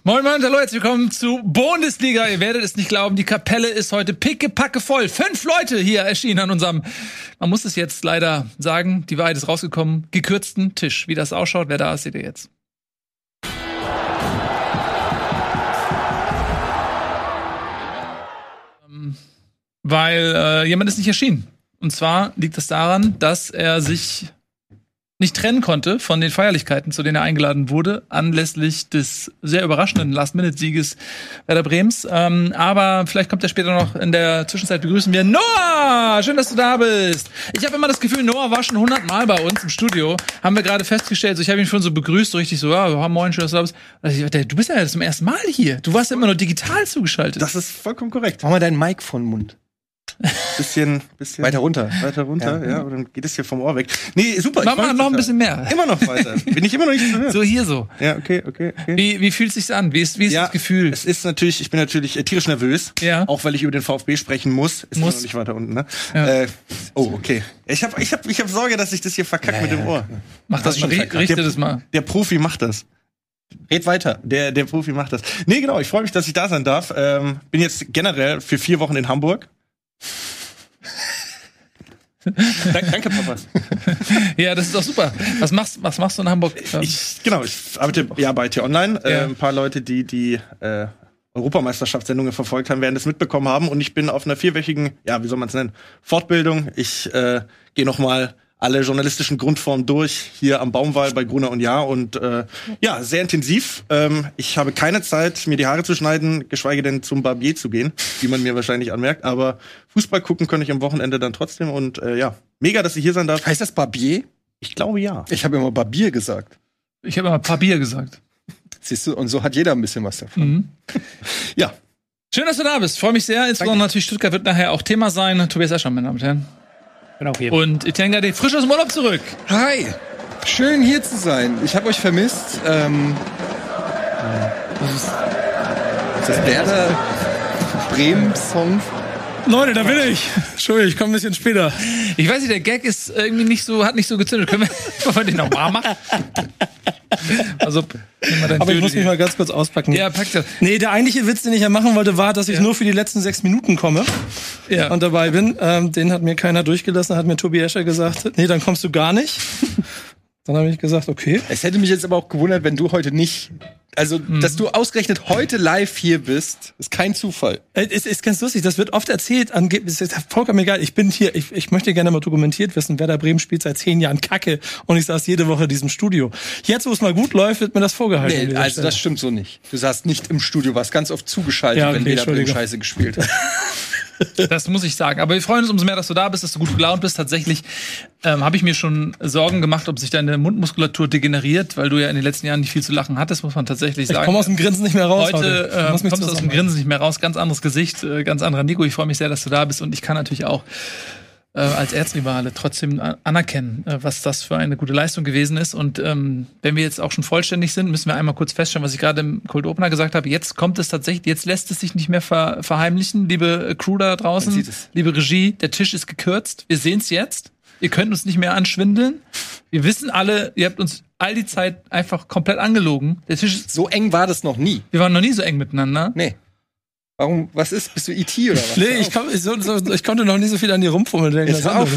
Moin Moin, hallo, herzlich willkommen zu Bundesliga. Ihr werdet es nicht glauben, die Kapelle ist heute pickepacke voll. 5 Leute hier erschienen an unserem, man muss es jetzt leider sagen, die Wahrheit ist rausgekommen, gekürzten Tisch. Wie das ausschaut, wer da ist, seht ihr jetzt. Weil jemand ist nicht erschienen. Und zwar liegt es daran, dass er sich nicht trennen konnte von den Feierlichkeiten, zu denen er eingeladen wurde, anlässlich des sehr überraschenden Last-Minute-Sieges Werder Brems. Aber vielleicht kommt er später noch. In der Zwischenzeit begrüßen wir Noah! Schön, dass du da bist. Ich habe immer das Gefühl, Noah war schon 100 Mal bei uns im Studio. Haben wir gerade festgestellt. So, ich habe ihn schon so begrüßt, so richtig so, ja, moin, schön, dass du da bist. Also, du bist ja zum ersten Mal hier. Du warst ja immer nur digital zugeschaltet. Das ist vollkommen korrekt. Mach mal dein Mic von Mund. Bisschen weiter runter, ja, und dann geht es hier vom Ohr weg. Nee, super. Mach mal noch ein bisschen mehr. Immer noch weiter. Bin ich immer noch nicht zu hören. So hier so. Ja, okay. Wie fühlt es sich an? Wie ist das Gefühl? Es ist natürlich, ich bin natürlich tierisch nervös. Ja. Auch weil ich über den VfB sprechen muss. Ist noch nicht weiter unten, ne? Ja. Okay. Ich hab Sorge, dass ich das hier verkacke mit dem Ohr. Mach das mal, richte das mal. Der Profi macht das. Red weiter. Der Profi macht das. Nee, genau. Ich freue mich, dass ich da sein darf. Bin jetzt generell für 4 Wochen in Hamburg. Danke, Papas. Ja, das ist doch super. Was machst du in Hamburg? Ich arbeite ja bei T-Online. Ein paar Leute, die Europameisterschaftssendungen verfolgt haben, werden das mitbekommen haben. Und ich bin auf einer 4-wöchigen, ja, wie soll man es nennen, Fortbildung. Ich gehe noch mal alle journalistischen Grundformen durch, hier am Baumwall bei Gruner und Jahr. Und ja, sehr intensiv. Ich habe keine Zeit, mir die Haare zu schneiden, geschweige denn zum Barbier zu gehen, wie man mir wahrscheinlich anmerkt. Aber Fußball gucken kann ich am Wochenende dann trotzdem. Und ja, mega, dass ich hier sein darf. Heißt das Barbier? Ich glaube, ja. Ich habe immer Barbier gesagt. Ich habe immer Papier gesagt. Siehst du, und so hat jeder ein bisschen was davon. Mhm. Ja. Schön, dass du da bist. Freue mich sehr. Insbesondere natürlich Stuttgart wird nachher auch Thema sein. Tobias Escher, meine Damen und Herren. Bin auch hier. Und Etienne Gade, frisch aus dem Urlaub zurück. Hi, schön hier zu sein. Ich habe euch vermisst. Ist das Werder Bremen-Song? Leute, da bin ich. Entschuldigung, ich komme ein bisschen später. Ich weiß nicht, der Gag ist irgendwie hat nicht so gezündet. Können wir den nochmal machen? Also, aber ich muss mich mal ganz kurz auspacken. Ja, pack das. Nee, der eigentliche Witz, den ich ja machen wollte, war, dass ich nur für die letzten 6 Minuten komme und dabei bin. Den hat mir keiner durchgelassen, hat mir Tobi Escher gesagt, nee, dann kommst du gar nicht. Dann habe ich gesagt, okay. Es hätte mich jetzt aber auch gewundert, wenn du heute nicht... Also, dass du ausgerechnet heute live hier bist, ist kein Zufall. Es ist ganz lustig, das wird oft erzählt, angeblich ist vollkommen egal, ich bin hier, ich möchte gerne mal dokumentiert wissen, Werder Bremen spielt seit 10 Jahren Kacke und ich saß jede Woche in diesem Studio. Jetzt, wo es mal gut läuft, wird mir das vorgehalten. Nee, also das stimmt so nicht. Du saßt nicht im Studio, warst ganz oft zugeschaltet, wenn Werder Bremen Scheiße gespielt hat. Das muss ich sagen. Aber wir freuen uns umso mehr, dass du da bist, dass du gut gelaunt bist. Tatsächlich habe ich mir schon Sorgen gemacht, ob sich deine Mundmuskulatur degeneriert, weil du ja in den letzten Jahren nicht viel zu lachen hattest, muss man tatsächlich sagen. Ich komme aus dem Grinsen nicht mehr raus. Heute kommst du aus dem Grinsen nicht mehr raus. Ganz anderes Gesicht, ganz anderer Nico. Ich freue mich sehr, dass du da bist. Und ich kann natürlich auch als Erzrivale trotzdem anerkennen, was das für eine gute Leistung gewesen ist. Und wenn wir jetzt auch schon vollständig sind, müssen wir einmal kurz feststellen, was ich gerade im Cold Opener gesagt habe. Jetzt kommt es tatsächlich, jetzt lässt es sich nicht mehr verheimlichen, liebe Crew da draußen, liebe Regie, der Tisch ist gekürzt. Wir sehen es jetzt. Ihr könnt uns nicht mehr anschwindeln. Wir wissen alle, ihr habt uns all die Zeit einfach komplett angelogen. Der Tisch ist so eng war das noch nie. Wir waren noch nie so eng miteinander. Nee. Warum, was ist? Bist du E.T. oder was? Nee, ich konnte noch nie so viel an dir rumfummeln.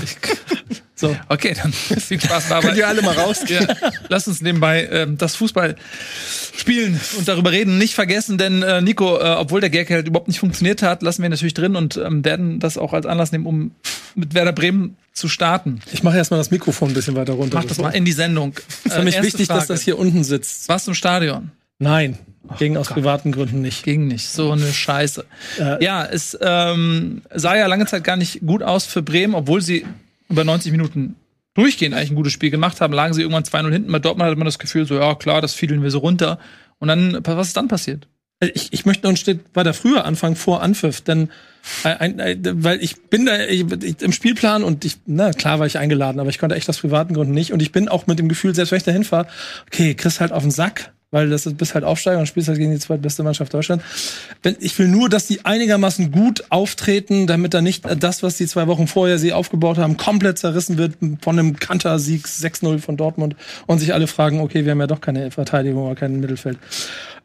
So, okay, dann viel Spaß dabei. Könnt ihr alle mal rausgehen? Ja, lasst uns nebenbei das Fußball spielen und darüber reden. Nicht vergessen, denn Nico, obwohl der Gag halt überhaupt nicht funktioniert hat, lassen wir ihn natürlich drin und werden das auch als Anlass nehmen, um mit Werder Bremen zu starten. Ich mache erstmal das Mikrofon ein bisschen weiter runter. Mach das mal in die Sendung. Es ist für mich wichtig, dass das hier unten sitzt. Warst du im Stadion? Nein. Ging aus privaten Gründen nicht. Ging nicht. So eine Scheiße. Ja, es sah ja lange Zeit gar nicht gut aus für Bremen, obwohl sie über 90 Minuten durchgehend eigentlich ein gutes Spiel gemacht haben, lagen sie irgendwann 2-0 hinten. Bei Dortmund hatte man das Gefühl, so, ja klar, das fiedeln wir so runter. Und dann, was ist dann passiert? Ich möchte noch ein Stück weiter früher anfangen, vor Anpfiff, denn weil ich bin da im Spielplan und klar war ich eingeladen, aber ich konnte echt aus privaten Gründen nicht. Und ich bin auch mit dem Gefühl, selbst wenn ich dahin fahre, okay, kriegst halt auf den Sack, weil du bist halt Aufsteiger und spielst halt gegen die zweitbeste Mannschaft Deutschlands. Ich will nur, dass die einigermaßen gut auftreten, damit da nicht das, was die 2 Wochen vorher sie aufgebaut haben, komplett zerrissen wird von einem Kanter-Sieg 6-0 von Dortmund und sich alle fragen, okay, wir haben ja doch keine Verteidigung oder kein Mittelfeld.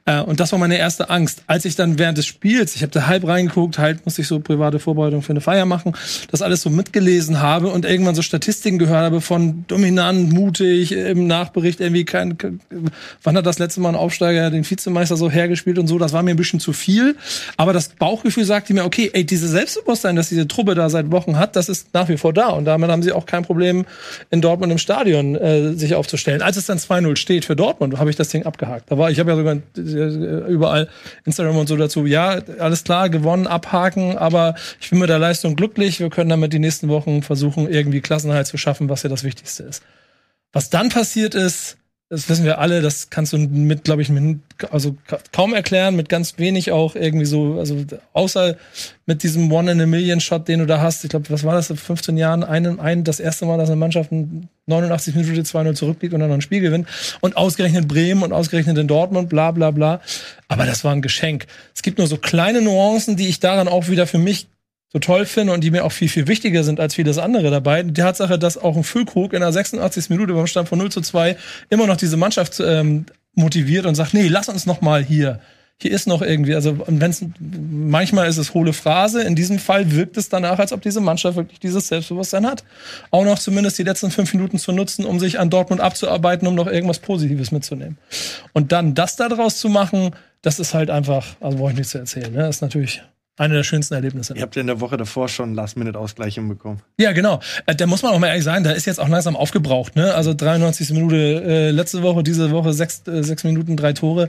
Und das war meine erste Angst. Als ich dann während des Spiels, ich habe da halb reingeguckt, halt musste ich so private Vorbereitung für eine Feier machen, das alles so mitgelesen habe und irgendwann so Statistiken gehört habe von dominant, mutig, im Nachbericht irgendwie wann hat das letzte Mal ein Aufsteiger den Vizemeister so hergespielt und so, das war mir ein bisschen zu viel. Aber das Bauchgefühl sagte mir, okay, ey, dieses Selbstbewusstsein, das diese Truppe da seit Wochen hat, das ist nach wie vor da. Und damit haben sie auch kein Problem, in Dortmund im Stadion sich aufzustellen. Als es dann 2-0 steht für Dortmund, habe ich das Ding abgehakt. Ich habe ja sogar überall Instagram und so dazu, ja, alles klar, gewonnen, abhaken, aber ich bin mit der Leistung glücklich. Wir können damit die nächsten Wochen versuchen, irgendwie Klassenerhalt zu schaffen, was ja das Wichtigste ist. Was dann passiert ist, das wissen wir alle, das kannst du glaube ich, kaum erklären, mit ganz wenig auch irgendwie so, also außer mit diesem One-in-a-Million-Shot, den du da hast. Ich glaube, was war das, in 15 Jahren? Das erste Mal, dass eine Mannschaft 89 Minuten 2-0 zurückliegt und dann noch ein Spiel gewinnt. Und ausgerechnet Bremen und ausgerechnet in Dortmund, bla bla bla. Aber das war ein Geschenk. Es gibt nur so kleine Nuancen, die ich daran auch wieder für mich so toll finde und die mir auch viel, viel wichtiger sind als vieles andere dabei. Die Tatsache, dass auch ein Füllkrug in der 86. Minute beim Stand von 0-2 immer noch diese Mannschaft motiviert und sagt, nee, lass uns noch mal hier ist noch irgendwie, also manchmal ist es hohle Phrase, in diesem Fall wirkt es danach, als ob diese Mannschaft wirklich dieses Selbstbewusstsein hat. Auch noch zumindest die letzten 5 Minuten zu nutzen, um sich an Dortmund abzuarbeiten, um noch irgendwas Positives mitzunehmen. Und dann das da draus zu machen, das ist halt einfach, also brauche ich nichts zu erzählen, ne? Das ist natürlich eine der schönsten Erlebnisse. Ihr habt ja in der Woche davor schon Last-Minute-Ausgleich hinbekommen. Ja, genau. Da muss man auch mal ehrlich sagen, da ist jetzt auch langsam aufgebraucht, ne? Also 93. Minute letzte Woche, diese Woche 6 Minuten, 3 Tore.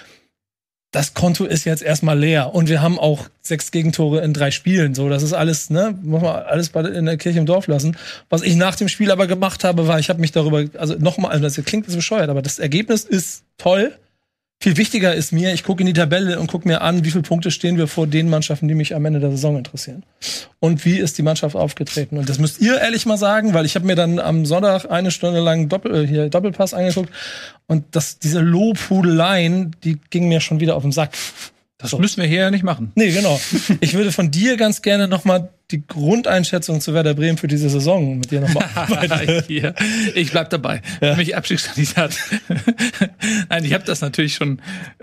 Das Konto ist jetzt erstmal leer. Und wir haben auch 6 Gegentore in 3 Spielen. So, das ist alles, ne? Muss man alles in der Kirche im Dorf lassen. Was ich nach dem Spiel aber gemacht habe, war, ich habe mich darüber, also nochmal, also das klingt jetzt bescheuert, aber das Ergebnis ist toll. Viel wichtiger ist mir, ich gucke in die Tabelle und gucke mir an, wie viele Punkte stehen wir vor den Mannschaften, die mich am Ende der Saison interessieren. Und wie ist die Mannschaft aufgetreten. Und das müsst ihr ehrlich mal sagen, weil ich habe mir dann am Sonntag 1 Stunde lang Doppelpass angeguckt. Und diese Lobhudeleien, die gingen mir schon wieder auf den Sack. Das müssen wir hier ja nicht machen. Nee, genau. Ich würde von dir ganz gerne noch mal die Grundeinschätzung zu Werder Bremen für diese Saison mit dir noch mal arbeiten. Ich bleib dabei. Ja. Für mich Abstiegskandidat. Nein, ich habe das natürlich schon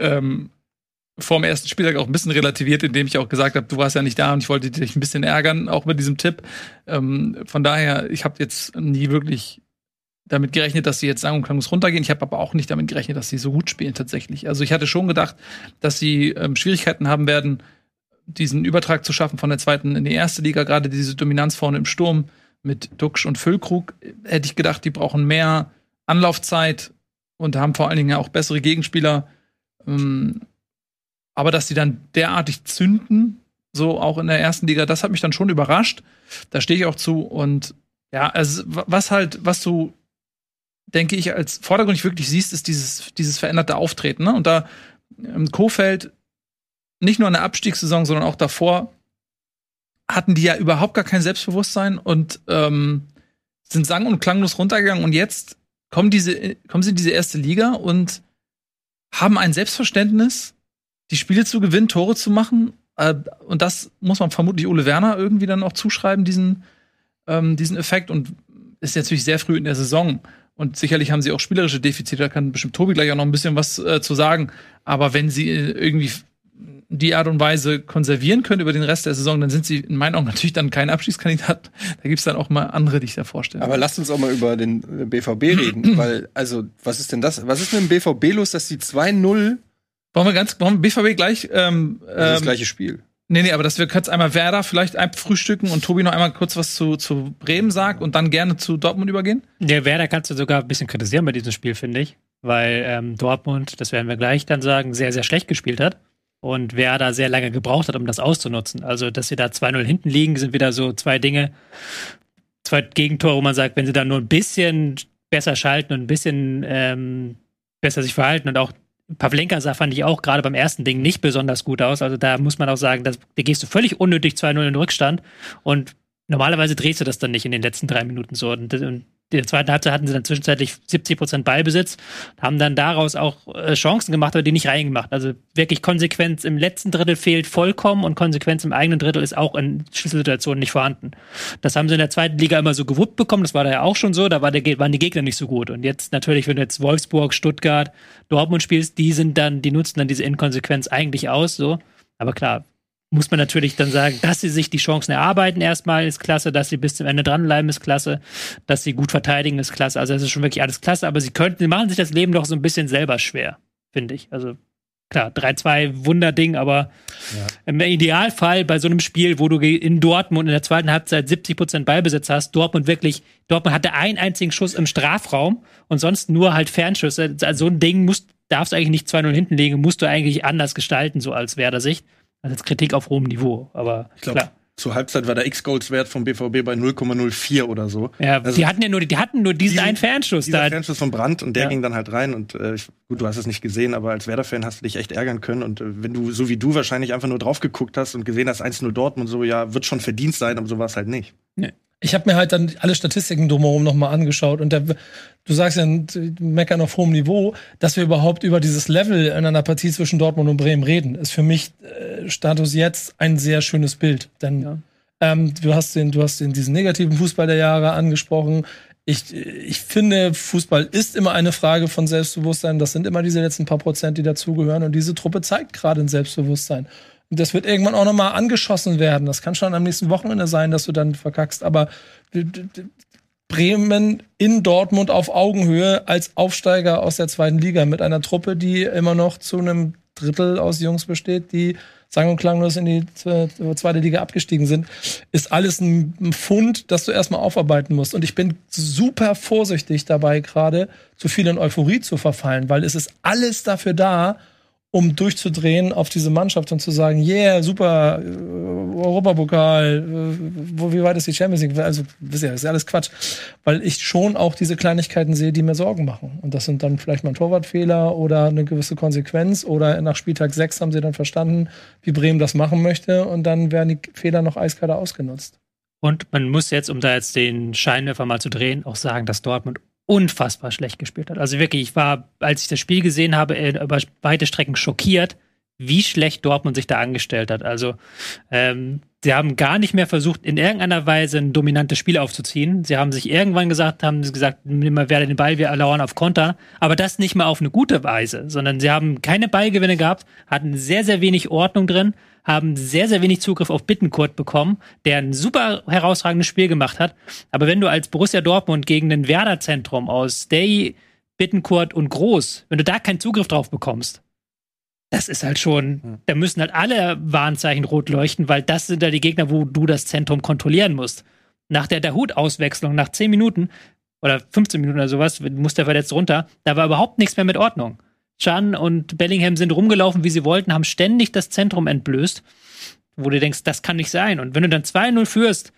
vor dem ersten Spieltag auch ein bisschen relativiert, indem ich auch gesagt habe, du warst ja nicht da und ich wollte dich ein bisschen ärgern, auch mit diesem Tipp. Von daher, ich habe jetzt nie wirklich damit gerechnet, dass sie jetzt sang- und klanglos runtergehen. Ich habe aber auch nicht damit gerechnet, dass sie so gut spielen tatsächlich. Also ich hatte schon gedacht, dass sie Schwierigkeiten haben werden, diesen Übertrag zu schaffen von der zweiten in die erste Liga. Gerade diese Dominanz vorne im Sturm mit Duxch und Füllkrug, hätte ich gedacht, die brauchen mehr Anlaufzeit und haben vor allen Dingen auch bessere Gegenspieler. Aber dass sie dann derartig zünden, so auch in der ersten Liga, das hat mich dann schon überrascht. Da stehe ich auch zu. Und ja, also was du denke ich, als vordergründig wirklich siehst, ist dieses veränderte Auftreten. Ne? Und da Kohfeldt, nicht nur in der Abstiegssaison, sondern auch davor, hatten die ja überhaupt gar kein Selbstbewusstsein und sind sang- und klanglos runtergegangen. Und jetzt kommen sie in diese erste Liga und haben ein Selbstverständnis, die Spiele zu gewinnen, Tore zu machen. Und das muss man vermutlich Ole Werner irgendwie dann auch zuschreiben, diesen Effekt. Und ist natürlich sehr früh in der Saison. Und sicherlich haben sie auch spielerische Defizite, da kann bestimmt Tobi gleich auch noch ein bisschen was zu sagen. Aber wenn sie irgendwie die Art und Weise konservieren können über den Rest der Saison, dann sind sie in meinen Augen natürlich dann kein Abstiegskandidat. Da gibt's dann auch mal andere, die ich da vorstelle. Aber lasst uns auch mal über den BVB reden, weil, also, was ist denn das? Was ist mit dem BVB los, dass die 2-0 Wollen wir BVB gleich das gleiche Spiel? Nee, aber dass wir kurz einmal Werder vielleicht frühstücken und Tobi noch einmal kurz was zu Bremen sagt und dann gerne zu Dortmund übergehen? Ja, Werder kannst du sogar ein bisschen kritisieren bei diesem Spiel, finde ich. Weil Dortmund, das werden wir gleich dann sagen, sehr, sehr schlecht gespielt hat. Und Werder sehr lange gebraucht hat, um das auszunutzen. Also, dass sie da 2-0 hinten liegen, sind wieder so 2 Dinge. 2 Gegentore, wo man sagt, wenn sie da nur ein bisschen besser schalten und ein bisschen besser sich verhalten und auch Pavlenka sah, fand ich auch gerade beim ersten Ding nicht besonders gut aus. Also da muss man auch sagen, da gehst du völlig unnötig 2-0 in den Rückstand und normalerweise drehst du das dann nicht in den letzten 3 Minuten so. Und der zweiten Halbzeit hatten sie dann zwischenzeitlich 70% Ballbesitz, haben dann daraus auch Chancen gemacht, aber die nicht reingemacht. Also wirklich Konsequenz im letzten Drittel fehlt vollkommen und Konsequenz im eigenen Drittel ist auch in Schlüsselsituationen nicht vorhanden. Das haben sie in der zweiten Liga immer so gewuppt bekommen, das war da ja auch schon so, da waren die Gegner nicht so gut. Und jetzt natürlich, wenn du jetzt Wolfsburg, Stuttgart, Dortmund spielst, die nutzen dann diese Inkonsequenz eigentlich aus, so. Aber klar, muss man natürlich dann sagen, dass sie sich die Chancen erarbeiten erstmal, ist klasse, dass sie bis zum Ende dranbleiben, ist klasse, dass sie gut verteidigen, ist klasse. Also es ist schon wirklich alles klasse, aber sie machen sich das Leben doch so ein bisschen selber schwer, finde ich. Also klar, 3-2, Wunderding, aber im Idealfall bei so einem Spiel, wo du in Dortmund in der zweiten Halbzeit 70% Ballbesitz hast, Dortmund hatte einen einzigen Schuss im Strafraum und sonst nur halt Fernschüsse. Also so ein Ding darfst du eigentlich nicht 2-0 hinten legen, musst du eigentlich anders gestalten, so als Werder-Sicht. Also jetzt Kritik auf hohem Niveau, aber ich glaube, zur Halbzeit war der X-Goals-Wert vom BVB bei 0,04 oder so. Ja, also die hatten nur diesen einen Fernschuss. Dieser Fernschuss von Brandt und der ging dann halt rein und gut, du hast es nicht gesehen, aber als Werder-Fan hast du dich echt ärgern können und wenn du, so wie du, wahrscheinlich einfach nur drauf geguckt hast und gesehen hast, 1-0 Dortmund, so, ja, wird schon verdient sein, aber so war es halt nicht. Nee. Ich habe mir halt dann alle Statistiken drumherum nochmal angeschaut und du sagst ja, meckern auf hohem Niveau, dass wir überhaupt über dieses Level in einer Partie zwischen Dortmund und Bremen reden, ist für mich Status jetzt ein sehr schönes Bild. Denn du hast diesen negativen Fußball der Jahre angesprochen. Ich finde, Fußball ist immer eine Frage von Selbstbewusstsein. Das sind immer diese letzten paar Prozent, die dazugehören. Und diese Truppe zeigt gerade ein Selbstbewusstsein. Und das wird irgendwann auch noch mal angeschossen werden. Das kann schon am nächsten Wochenende sein, dass du dann verkackst. Aber Bremen in Dortmund auf Augenhöhe als Aufsteiger aus der zweiten Liga mit einer Truppe, die immer noch zu einem Drittel aus Jungs besteht, die sang- und klanglos in die zweite Liga abgestiegen sind, ist alles ein Pfund, das du erstmal aufarbeiten musst. Und ich bin super vorsichtig dabei, gerade zu viel in Euphorie zu verfallen, weil es ist alles dafür da, um durchzudrehen auf diese Mannschaft und zu sagen, yeah, super, Europapokal, wie weit ist die Champions League? Also, das ist ja alles Quatsch. Weil ich schon auch diese Kleinigkeiten sehe, die mir Sorgen machen. Und das sind dann vielleicht mal ein Torwartfehler oder eine gewisse Konsequenz oder nach Spieltag 6 haben sie dann verstanden, wie Bremen das machen möchte und dann werden die Fehler noch eiskalt ausgenutzt. Und man muss jetzt, um da jetzt den Scheinwerfer mal zu drehen, auch sagen, dass Dortmund unfassbar schlecht gespielt hat. Also wirklich, ich war, als ich das Spiel gesehen habe, über weite Strecken schockiert, wie schlecht Dortmund sich da angestellt hat. Also sie haben gar nicht mehr versucht, in irgendeiner Weise ein dominantes Spiel aufzuziehen. Sie haben sich irgendwann gesagt, nimm mal Werder den Ball, wir lauern auf Konter. Aber das nicht mal auf eine gute Weise, sondern sie haben keine Ballgewinne gehabt, hatten sehr, sehr wenig Ordnung drin, haben sehr, sehr wenig Zugriff auf Bittencourt bekommen, der ein super herausragendes Spiel gemacht hat. Aber wenn du als Borussia Dortmund gegen ein Werder-Zentrum aus Stay, Bittencourt und Groß, wenn du da keinen Zugriff drauf bekommst, das ist halt schon, da müssen halt alle Warnzeichen rot leuchten, weil das sind ja die Gegner, wo du das Zentrum kontrollieren musst. Nach der Dahut-Auswechslung, nach 10 Minuten oder 15 Minuten oder sowas, muss der verletzt runter, da war überhaupt nichts mehr mit Ordnung. Can und Bellingham sind rumgelaufen, wie sie wollten, haben ständig das Zentrum entblößt, wo du denkst, das kann nicht sein. Und wenn du dann 2-0 führst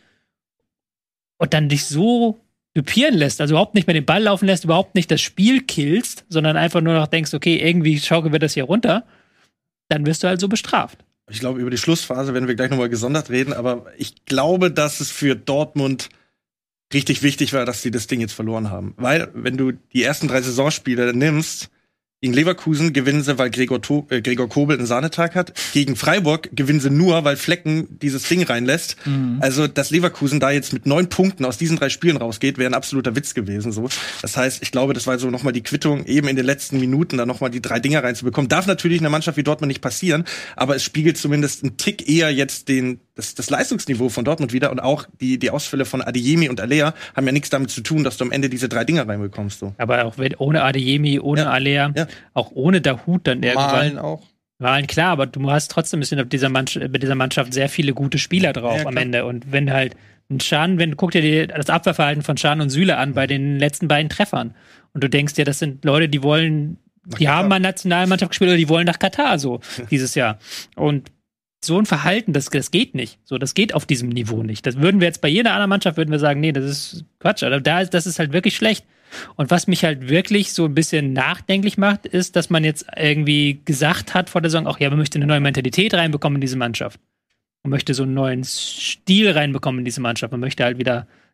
und dann dich so dupieren lässt, also überhaupt nicht mehr den Ball laufen lässt, überhaupt nicht das Spiel killst, sondern einfach nur noch denkst, okay, irgendwie schaukeln wir das hier runter, dann wirst du halt so bestraft. Ich glaube, über die Schlussphase werden wir gleich nochmal gesondert reden, aber ich glaube, dass es für Dortmund richtig wichtig war, dass sie das Ding jetzt verloren haben. Weil, wenn du die ersten 3 Saisonspiele nimmst, gegen Leverkusen gewinnen sie, weil Gregor Kobel einen Sahnetag hat. Gegen Freiburg gewinnen sie nur, weil Flecken dieses Ding reinlässt. Also, dass Leverkusen da jetzt mit 9 Punkten aus diesen 3 Spielen rausgeht, wäre ein absoluter Witz gewesen. So. Das heißt, ich glaube, das war so nochmal die Quittung, eben in den letzten Minuten da nochmal die 3 Dinger reinzubekommen. Darf natürlich in einer Mannschaft wie Dortmund nicht passieren, aber es spiegelt zumindest einen Tick eher jetzt das Leistungsniveau von Dortmund wieder und auch die Ausfälle von Adeyemi und Alea haben ja nichts damit zu tun, dass du am Ende diese 3 Dinger reinbekommst. So. Aber auch ohne Adeyemi, ohne Alea, auch ohne Dahut dann irgendwann. Wahlen, klar, aber du hast trotzdem ein bisschen bei dieser Mannschaft sehr viele gute Spieler drauf am Ende. Und wenn halt guck dir das Abwehrverhalten von Can und Süle an bei den letzten beiden Treffern. Und du denkst dir, das sind Leute, die haben mal Nationalmannschaft gespielt oder die wollen nach Katar so dieses Jahr. Und so ein Verhalten, das geht nicht. So, das geht auf diesem Niveau nicht. Das würden wir jetzt bei jeder anderen Mannschaft sagen, nee, das ist Quatsch. Aber das ist halt wirklich schlecht. Und was mich halt wirklich so ein bisschen nachdenklich macht, ist, dass man jetzt irgendwie gesagt hat vor der Saison, man möchte eine neue Mentalität reinbekommen in diese Mannschaft. Man möchte so einen neuen Stil reinbekommen in diese Mannschaft. Man möchte halt wieder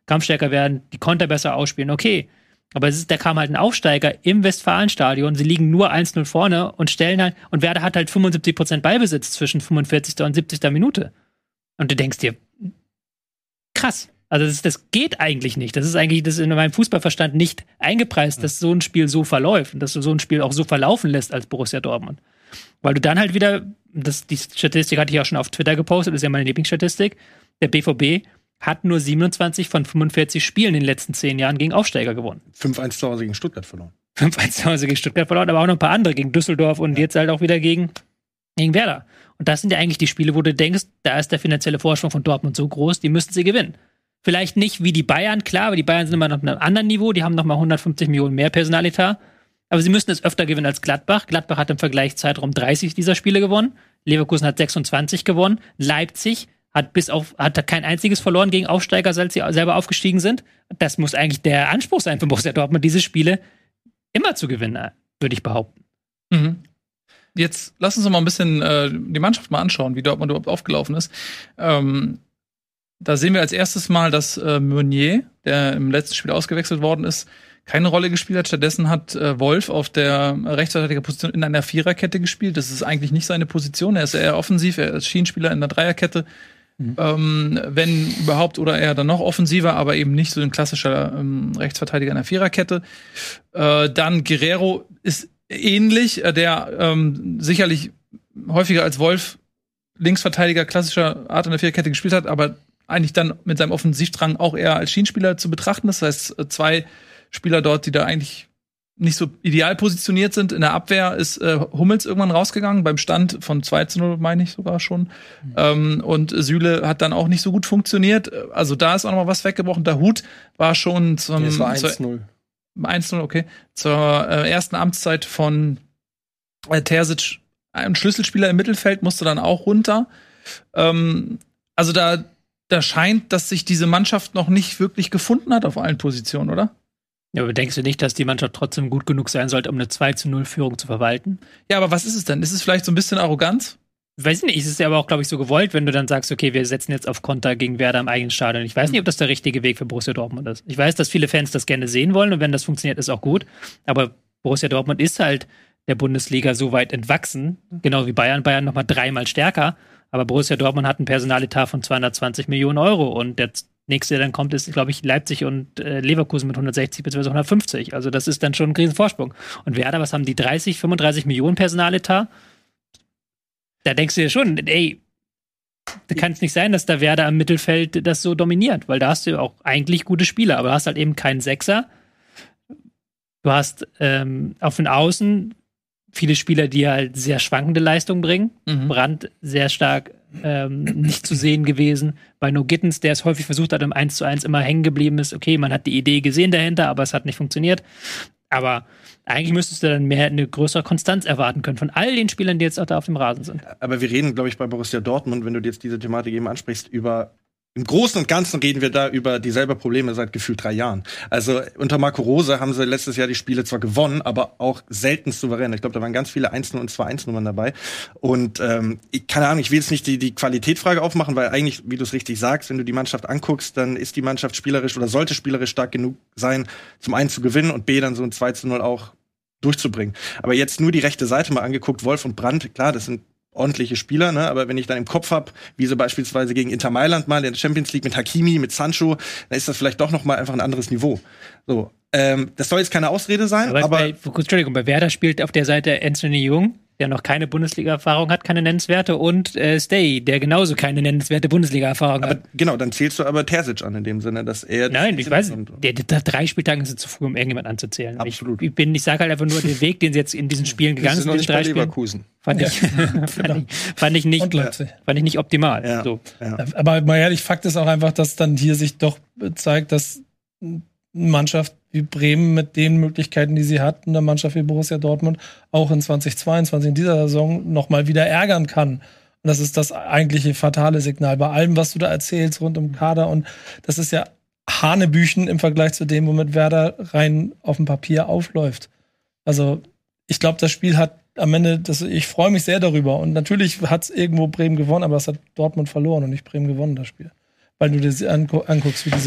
kampfstärker werden, die Konter besser ausspielen, okay. Aber da kam halt ein Aufsteiger im Westfalenstadion, sie liegen nur 1-0 vorne und stellen halt, und Werder hat halt 75% Ballbesitz zwischen 45. und 70. Minute. Und du denkst dir, krass. Also das geht eigentlich nicht. Das ist eigentlich in meinem Fußballverstand nicht eingepreist, dass so ein Spiel so verläuft und dass du so ein Spiel auch so verlaufen lässt als Borussia Dortmund. Weil du dann halt wieder, die Statistik hatte ich auch schon auf Twitter gepostet, das ist ja meine Lieblingsstatistik, der BVB hat nur 27 von 45 Spielen in den letzten 10 Jahren gegen Aufsteiger gewonnen. 5-1 zu Hause gegen Stuttgart verloren. 5-1 zu Hause gegen Stuttgart verloren, aber auch noch ein paar andere, gegen Düsseldorf und jetzt halt auch wieder gegen Werder. Und das sind ja eigentlich die Spiele, wo du denkst, da ist der finanzielle Vorsprung von Dortmund so groß, die müssten sie gewinnen. Vielleicht nicht wie die Bayern, klar, aber die Bayern sind immer noch auf einem anderen Niveau, die haben nochmal 150 Millionen mehr Personaletat. Aber sie müssten es öfter gewinnen als Gladbach. Gladbach hat im Vergleich Zeitraum 30 dieser Spiele gewonnen. Leverkusen hat 26 gewonnen. Leipzig hat kein einziges verloren gegen Aufsteiger, seit sie selber aufgestiegen sind. Das muss eigentlich der Anspruch sein für Borussia Dortmund, diese Spiele immer zu gewinnen, würde ich behaupten. Mhm. Jetzt lass uns noch mal ein bisschen die Mannschaft mal anschauen, wie Dortmund überhaupt aufgelaufen ist. Da sehen wir als erstes mal, dass Meunier, der im letzten Spiel ausgewechselt worden ist, keine Rolle gespielt hat. Stattdessen hat Wolf auf der Rechtsverteidigerposition in einer Viererkette gespielt. Das ist eigentlich nicht seine Position. Er ist eher offensiv, er ist Schienenspieler in der Dreierkette. Wenn überhaupt, oder eher dann noch offensiver, aber eben nicht so ein klassischer Rechtsverteidiger in der Viererkette. Dann Guerrero ist ähnlich, der sicherlich häufiger als Wolf Linksverteidiger klassischer Art in der Viererkette gespielt hat, aber eigentlich dann mit seinem Offensivdrang auch eher als Schienenspieler zu betrachten. Das heißt, 2 Spieler dort, die da eigentlich nicht so ideal positioniert sind. In der Abwehr ist Hummels irgendwann rausgegangen, beim Stand von 2-0, meine ich sogar schon. Und Süle hat dann auch nicht so gut funktioniert. Also da ist auch noch mal was weggebrochen. Der Hut war schon Es war 1-0. 1-0, okay. Zur ersten Amtszeit von Terzic, ein Schlüsselspieler im Mittelfeld, musste dann auch runter. Also da scheint, dass sich diese Mannschaft noch nicht wirklich gefunden hat auf allen Positionen, oder? Ja, aber denkst du nicht, dass die Mannschaft trotzdem gut genug sein sollte, um eine 2-0-Führung zu verwalten? Ja, aber was ist es denn? Ist es vielleicht so ein bisschen Arroganz? Weiß ich nicht, es ist ja aber auch, glaube ich, so gewollt, wenn du dann sagst, okay, wir setzen jetzt auf Konter gegen Werder im eigenen Stadion. Ich weiß nicht, ob das der richtige Weg für Borussia Dortmund ist. Ich weiß, dass viele Fans das gerne sehen wollen und wenn das funktioniert, ist auch gut. Aber Borussia Dortmund ist halt der Bundesliga so weit entwachsen, genau wie Bayern. Bayern noch mal 3-mal stärker. Aber Borussia Dortmund hat einen Personaletat von 220 Millionen Euro und der nächste, der dann kommt, ist, glaube ich, Leipzig und Leverkusen mit 160 bzw. 150. Also das ist dann schon ein Riesenvorsprung. Und Werder, was haben die, 30, 35 Millionen Personaletat? Da denkst du dir schon, ey, da kann es nicht sein, dass da Werder im Mittelfeld das so dominiert, weil da hast du auch eigentlich gute Spieler, aber du hast halt eben keinen Sechser. Du hast auf den Außen viele Spieler, die halt sehr schwankende Leistungen bringen. Brandt sehr stark nicht zu sehen gewesen. Bei No Gittens, der es häufig versucht hat, im 1:1 immer hängen geblieben ist. Okay, man hat die Idee gesehen dahinter, aber es hat nicht funktioniert. Aber eigentlich müsstest du dann eine größere Konstanz erwarten können von all den Spielern, die jetzt auch da auf dem Rasen sind. Aber wir reden, glaube ich, bei Borussia Dortmund, wenn du jetzt diese Thematik eben ansprichst, im Großen und Ganzen reden wir da über dieselben Probleme seit gefühlt 3 Jahren. Also unter Marco Rose haben sie letztes Jahr die Spiele zwar gewonnen, aber auch selten souverän. Ich glaube, da waren ganz viele 1-0 und 2-1-Nummern dabei. Und keine Ahnung, ich will jetzt nicht die Qualitätsfrage aufmachen, weil eigentlich, wie du es richtig sagst, wenn du die Mannschaft anguckst, dann ist die Mannschaft spielerisch oder sollte spielerisch stark genug sein, zum einen zu gewinnen und B, dann so ein 2-0 auch durchzubringen. Aber jetzt nur die rechte Seite mal angeguckt, Wolf und Brandt, klar, das sind ordentliche Spieler, ne? Aber wenn ich dann im Kopf habe, wie sie beispielsweise gegen Inter Mailand mal in der Champions League mit Hakimi, mit Sancho, dann ist das vielleicht doch noch mal einfach ein anderes Niveau. So, das soll jetzt keine Ausrede sein, aber Entschuldigung, bei Werder spielt auf der Seite Anthony Jung, der noch keine Bundesliga-Erfahrung hat, keine nennenswerte, und Stay, der genauso keine nennenswerte Bundesliga-Erfahrung hat. Genau, dann zählst du aber Terzic an in dem Sinne, dass er... Nein, ich weiß nicht. Der 3 Spieltagen ist zu früh, um irgendjemand anzuzählen. Absolut. Ich sage halt einfach nur, den Weg, den sie jetzt in diesen Spielen gegangen sind, noch nicht bei Leverkusen. Fand ich nicht optimal. Ja. So. Ja. Aber mal ehrlich, Fakt ist auch einfach, dass dann hier sich doch zeigt, dass eine Mannschaft wie Bremen mit den Möglichkeiten, die sie hat, eine Mannschaft wie Borussia Dortmund auch in 2022 in dieser Saison noch mal wieder ärgern kann. Und das ist das eigentliche fatale Signal bei allem, was du da erzählst rund um Kader. Und das ist ja Hanebüchen im Vergleich zu dem, womit Werder rein auf dem Papier aufläuft. Also ich glaube, das Spiel hat am Ende, ich freue mich sehr darüber. Und natürlich hat es irgendwo Bremen gewonnen, aber es hat Dortmund verloren und nicht Bremen gewonnen, das Spiel. Weil du dir anguckst, wie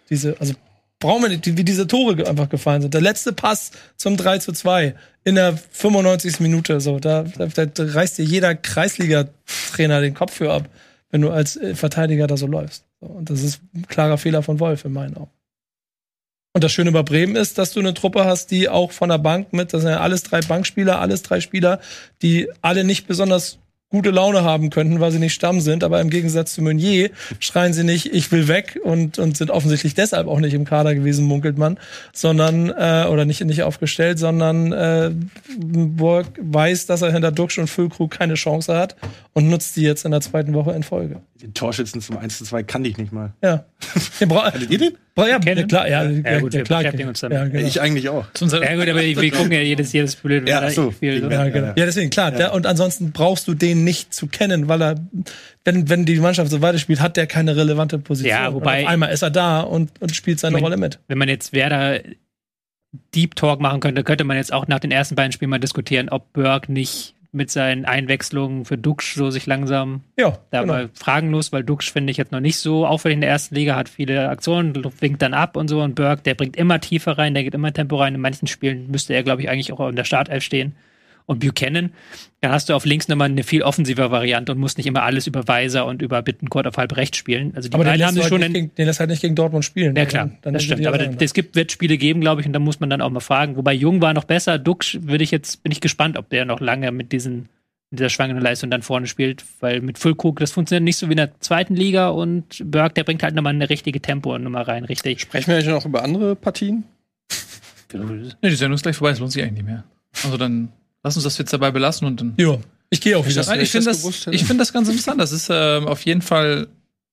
Also brauchen wir nicht, wie diese Tore einfach gefallen sind. Der letzte Pass zum 3:2 in der 95. Minute, so, da reißt dir jeder Kreisliga-Trainer den Kopf für ab, wenn du als Verteidiger da so läufst. So, und das ist ein klarer Fehler von Wolf in meinen Augen. Und das Schöne bei Bremen ist, dass du eine Truppe hast, die auch von der Bank das sind ja alles 3 Bankspieler, alles 3 Spieler, die alle nicht besonders gute Laune haben könnten, weil sie nicht Stamm sind, aber im Gegensatz zu Meunier schreien sie nicht, ich will weg und sind offensichtlich deshalb auch nicht im Kader gewesen, munkelt man, sondern, oder nicht aufgestellt, sondern Burg weiß, dass er hinter Duxch und Füllkrug keine Chance hat und nutzt die jetzt in der 2. Woche in Folge. Den Torschützen zum 1:2 kann ich nicht mal. Ja. Hattet ihr den? Ja, klar, gut, wir beschäftigen uns damit. Ja, genau. Ich eigentlich auch. Ja gut, aber wir gucken ja jedes Blöd. Ja, so. Ja, genau. Ja, deswegen, klar. Ja. Und ansonsten brauchst du den nicht zu kennen, weil er, wenn die Mannschaft so weiterspielt, hat der keine relevante Position. Ja, wobei, und auf einmal ist er da und spielt seine Rolle mit. Wenn man jetzt Werder Deep Talk machen könnte man jetzt auch nach den ersten beiden Spielen mal diskutieren, ob Burg nicht mit seinen Einwechslungen für Duxch so sich langsam mal fragen muss, weil Duxch finde ich jetzt noch nicht so auffällig in der ersten Liga, hat viele Aktionen, winkt dann ab und so, und Burg, der bringt immer tiefer rein, der geht immer Tempo rein. In manchen Spielen müsste er, glaube ich, eigentlich auch in der Startelf stehen. Und Buchanan, da hast du auf links nochmal eine viel offensive Variante und musst nicht immer alles über Weiser und über Bittencourt auf halb rechts spielen. Also die aber beiden haben sie schon den lässt halt nicht gegen Dortmund spielen. Ja klar, dann das stimmt. Aber wird Spiele geben, glaube ich, und da muss man dann auch mal fragen. Wobei Jung war noch besser. Duxch bin ich gespannt, ob der noch lange mit dieser schwangeren Leistung dann vorne spielt, weil mit Füllkrug, das funktioniert nicht so wie in der 2. Liga, und Burg, der bringt halt nochmal eine richtige Tempo-Nummer rein, richtig. Sprechen wir ja noch über andere Partien? Nee, die Sendung ist gleich vorbei, es lohnt sich eigentlich nicht mehr. Also dann lass uns das jetzt dabei belassen und dann. Ja, ich gehe auch wieder. Ich finde das ganz interessant. Das ist auf jeden Fall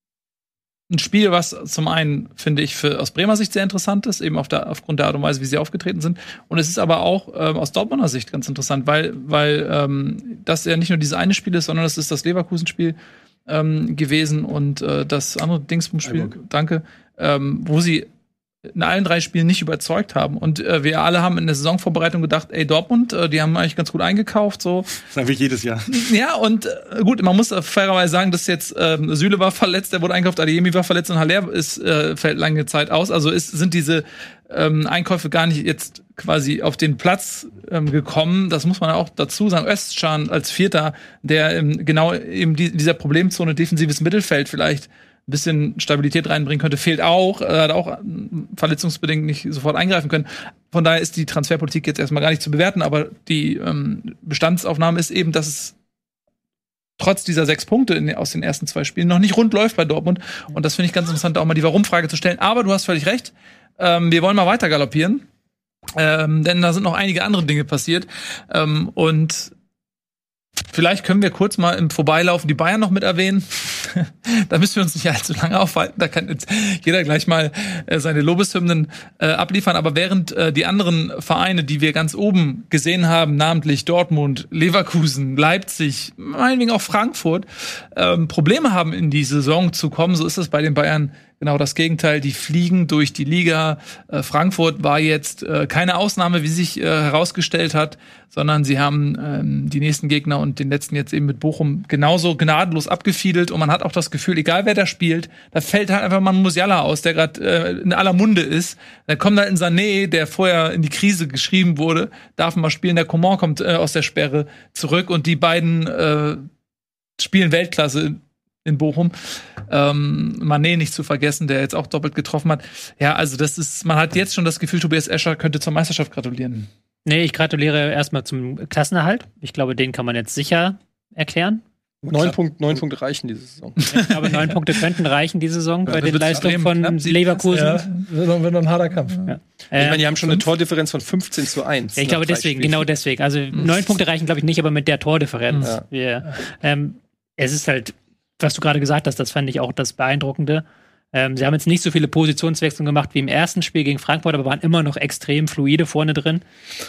ein Spiel, was zum einen, finde ich, aus Bremer Sicht sehr interessant ist, eben aufgrund der Art und Weise, wie sie aufgetreten sind. Und es ist aber auch aus Dortmunder Sicht ganz interessant, weil das ja nicht nur dieses eine Spiel ist, sondern es ist das Leverkusen-Spiel gewesen und das andere Dingsbum-Spiel, danke, wo sie in allen 3 Spielen nicht überzeugt haben. Und wir alle haben in der Saisonvorbereitung gedacht, ey, Dortmund, die haben eigentlich ganz gut eingekauft. So. Das sagen wir jedes Jahr. Ja, und gut, man muss fairerweise sagen, dass jetzt Süle war verletzt, der wurde eingekauft, Adeyemi war verletzt und Haller fällt lange Zeit aus. Also sind diese Einkäufe gar nicht jetzt quasi auf den Platz gekommen. Das muss man auch dazu sagen. Özcan als Vierter, der genau eben dieser Problemzone defensives Mittelfeld vielleicht ein bisschen Stabilität reinbringen könnte, fehlt auch. Er hat auch verletzungsbedingt nicht sofort eingreifen können. Von daher ist die Transferpolitik jetzt erstmal gar nicht zu bewerten, aber die Bestandsaufnahme ist eben, dass es trotz dieser 6 Punkte aus den ersten 2 Spielen noch nicht rund läuft bei Dortmund. Und das finde ich ganz interessant, auch mal die Warum-Frage zu stellen. Aber du hast völlig recht. Wir wollen mal weiter galoppieren. Denn da sind noch einige andere Dinge passiert. Und vielleicht können wir kurz mal im Vorbeilaufen die Bayern noch mit erwähnen. Da müssen wir uns nicht allzu lange aufhalten. Da kann jetzt jeder gleich mal seine Lobeshymnen abliefern. Aber während die anderen Vereine, die wir ganz oben gesehen haben, namentlich Dortmund, Leverkusen, Leipzig, meinetwegen auch Frankfurt, Probleme haben, in die Saison zu kommen, so ist es bei den Bayern genau das Gegenteil. Die fliegen durch die Liga. Frankfurt war jetzt keine Ausnahme, wie sich herausgestellt hat, sondern sie haben die nächsten Gegner und den letzten jetzt eben mit Bochum genauso gnadenlos abgefiedelt. Und man hat auch das Gefühl, egal wer da spielt, da fällt halt einfach mal ein Musiala aus, der gerade in aller Munde ist. Dann kommt da in Sané, der vorher in die Krise geschrieben wurde, darf mal spielen. Der Coman kommt aus der Sperre zurück und die beiden spielen Weltklasse in Bochum. Mané nicht zu vergessen, der jetzt auch doppelt getroffen hat. Ja, also man hat jetzt schon das Gefühl, Tobias Escher könnte zur Meisterschaft gratulieren. Nee, ich gratuliere erstmal zum Klassenerhalt. Ich glaube, den kann man jetzt sicher erklären. 9 Punkte reichen diese Saison. Ich glaube, 9 Punkte könnten reichen diese Saison bei den Leistungen von Leverkusen. Ja, wird noch ein harter Kampf. Ja. Ich meine, die haben schon eine Tordifferenz von 15:1. Ja, ich glaube genau deswegen. Also 9 Punkte reichen, glaube ich, nicht, aber mit der Tordifferenz. Ja. Es ist halt, was du gerade gesagt hast, das fand ich auch das Beeindruckende. Sie haben jetzt nicht so viele Positionswechseln gemacht wie im ersten Spiel gegen Frankfurt, aber waren immer noch extrem fluide vorne drin.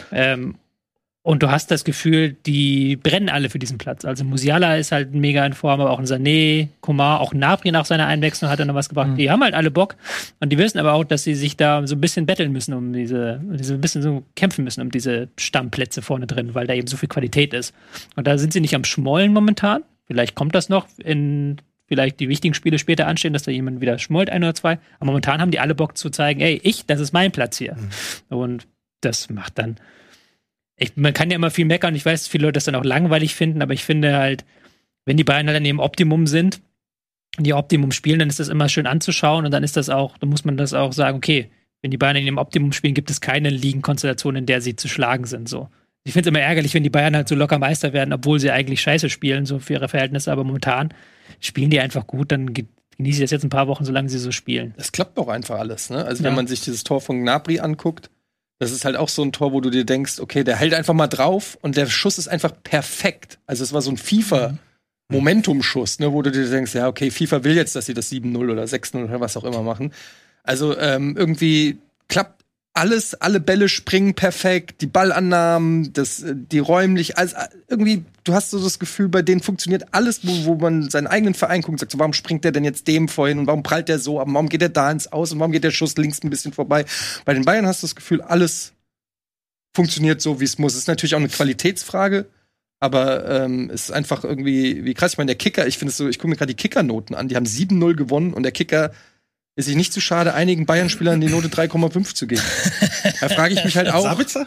Und du hast das Gefühl, die brennen alle für diesen Platz. Also Musiala ist halt mega in Form, aber auch ein Sané, Coman, auch Gnabry nach seiner Einwechslung hat er noch was gebracht. Die haben halt alle Bock und die wissen aber auch, dass sie sich da so ein bisschen betteln müssen, ein bisschen so kämpfen müssen um diese Stammplätze vorne drin, weil da eben so viel Qualität ist. Und da sind sie nicht am Schmollen momentan. Vielleicht kommt das noch in vielleicht die wichtigen Spiele später anstehen, dass da jemand wieder schmollt, 1 oder 2. Aber momentan haben die alle Bock zu zeigen, ey, das ist mein Platz hier. Und das macht dann. Man kann ja immer viel meckern, ich weiß, dass viele Leute das dann auch langweilig finden, aber ich finde halt, wenn die Bayern halt an ihrem Optimum sind und die Optimum spielen, dann ist das immer schön anzuschauen und dann muss man das auch sagen, okay, wenn die Bayern in ihrem Optimum spielen, gibt es keine Ligenkonstellation, in der sie zu schlagen sind, so. Ich finde es immer ärgerlich, wenn die Bayern halt so locker Meister werden, obwohl sie eigentlich scheiße spielen, so für ihre Verhältnisse, aber momentan spielen die einfach gut, dann genieße ich das jetzt ein paar Wochen, solange sie so spielen. Es klappt doch einfach alles, ne? Also wenn man sich dieses Tor von Gnabry anguckt, das ist halt auch so ein Tor, wo du dir denkst, okay, der hält einfach mal drauf und der Schuss ist einfach perfekt. Also es war so ein FIFA-Momentum-Schuss, ne, wo du dir denkst, ja, okay, FIFA will jetzt, dass sie das 7-0 oder 6-0 oder was auch immer machen. Also irgendwie klappt alles, alle Bälle springen perfekt, die Ballannahmen, die räumlich, also irgendwie, du hast so das Gefühl, bei denen funktioniert alles, wo man seinen eigenen Verein guckt und sagt, so, warum springt der denn jetzt dem vorhin und warum prallt der so ab, warum geht der da ins Aus und warum geht der Schuss links ein bisschen vorbei. Bei den Bayern hast du das Gefühl, alles funktioniert so, wie es muss. Es ist natürlich auch eine Qualitätsfrage, aber es ist einfach irgendwie, wie krass, ich meine, der Kicker, ich finde es so, ich gucke mir gerade die Kickernoten an, die haben 7-0 gewonnen und der Kicker ist sich nicht zu schade, einigen Bayern-Spielern die Note 3,5 zu geben. Da frage ich mich halt auch. Sabitzer?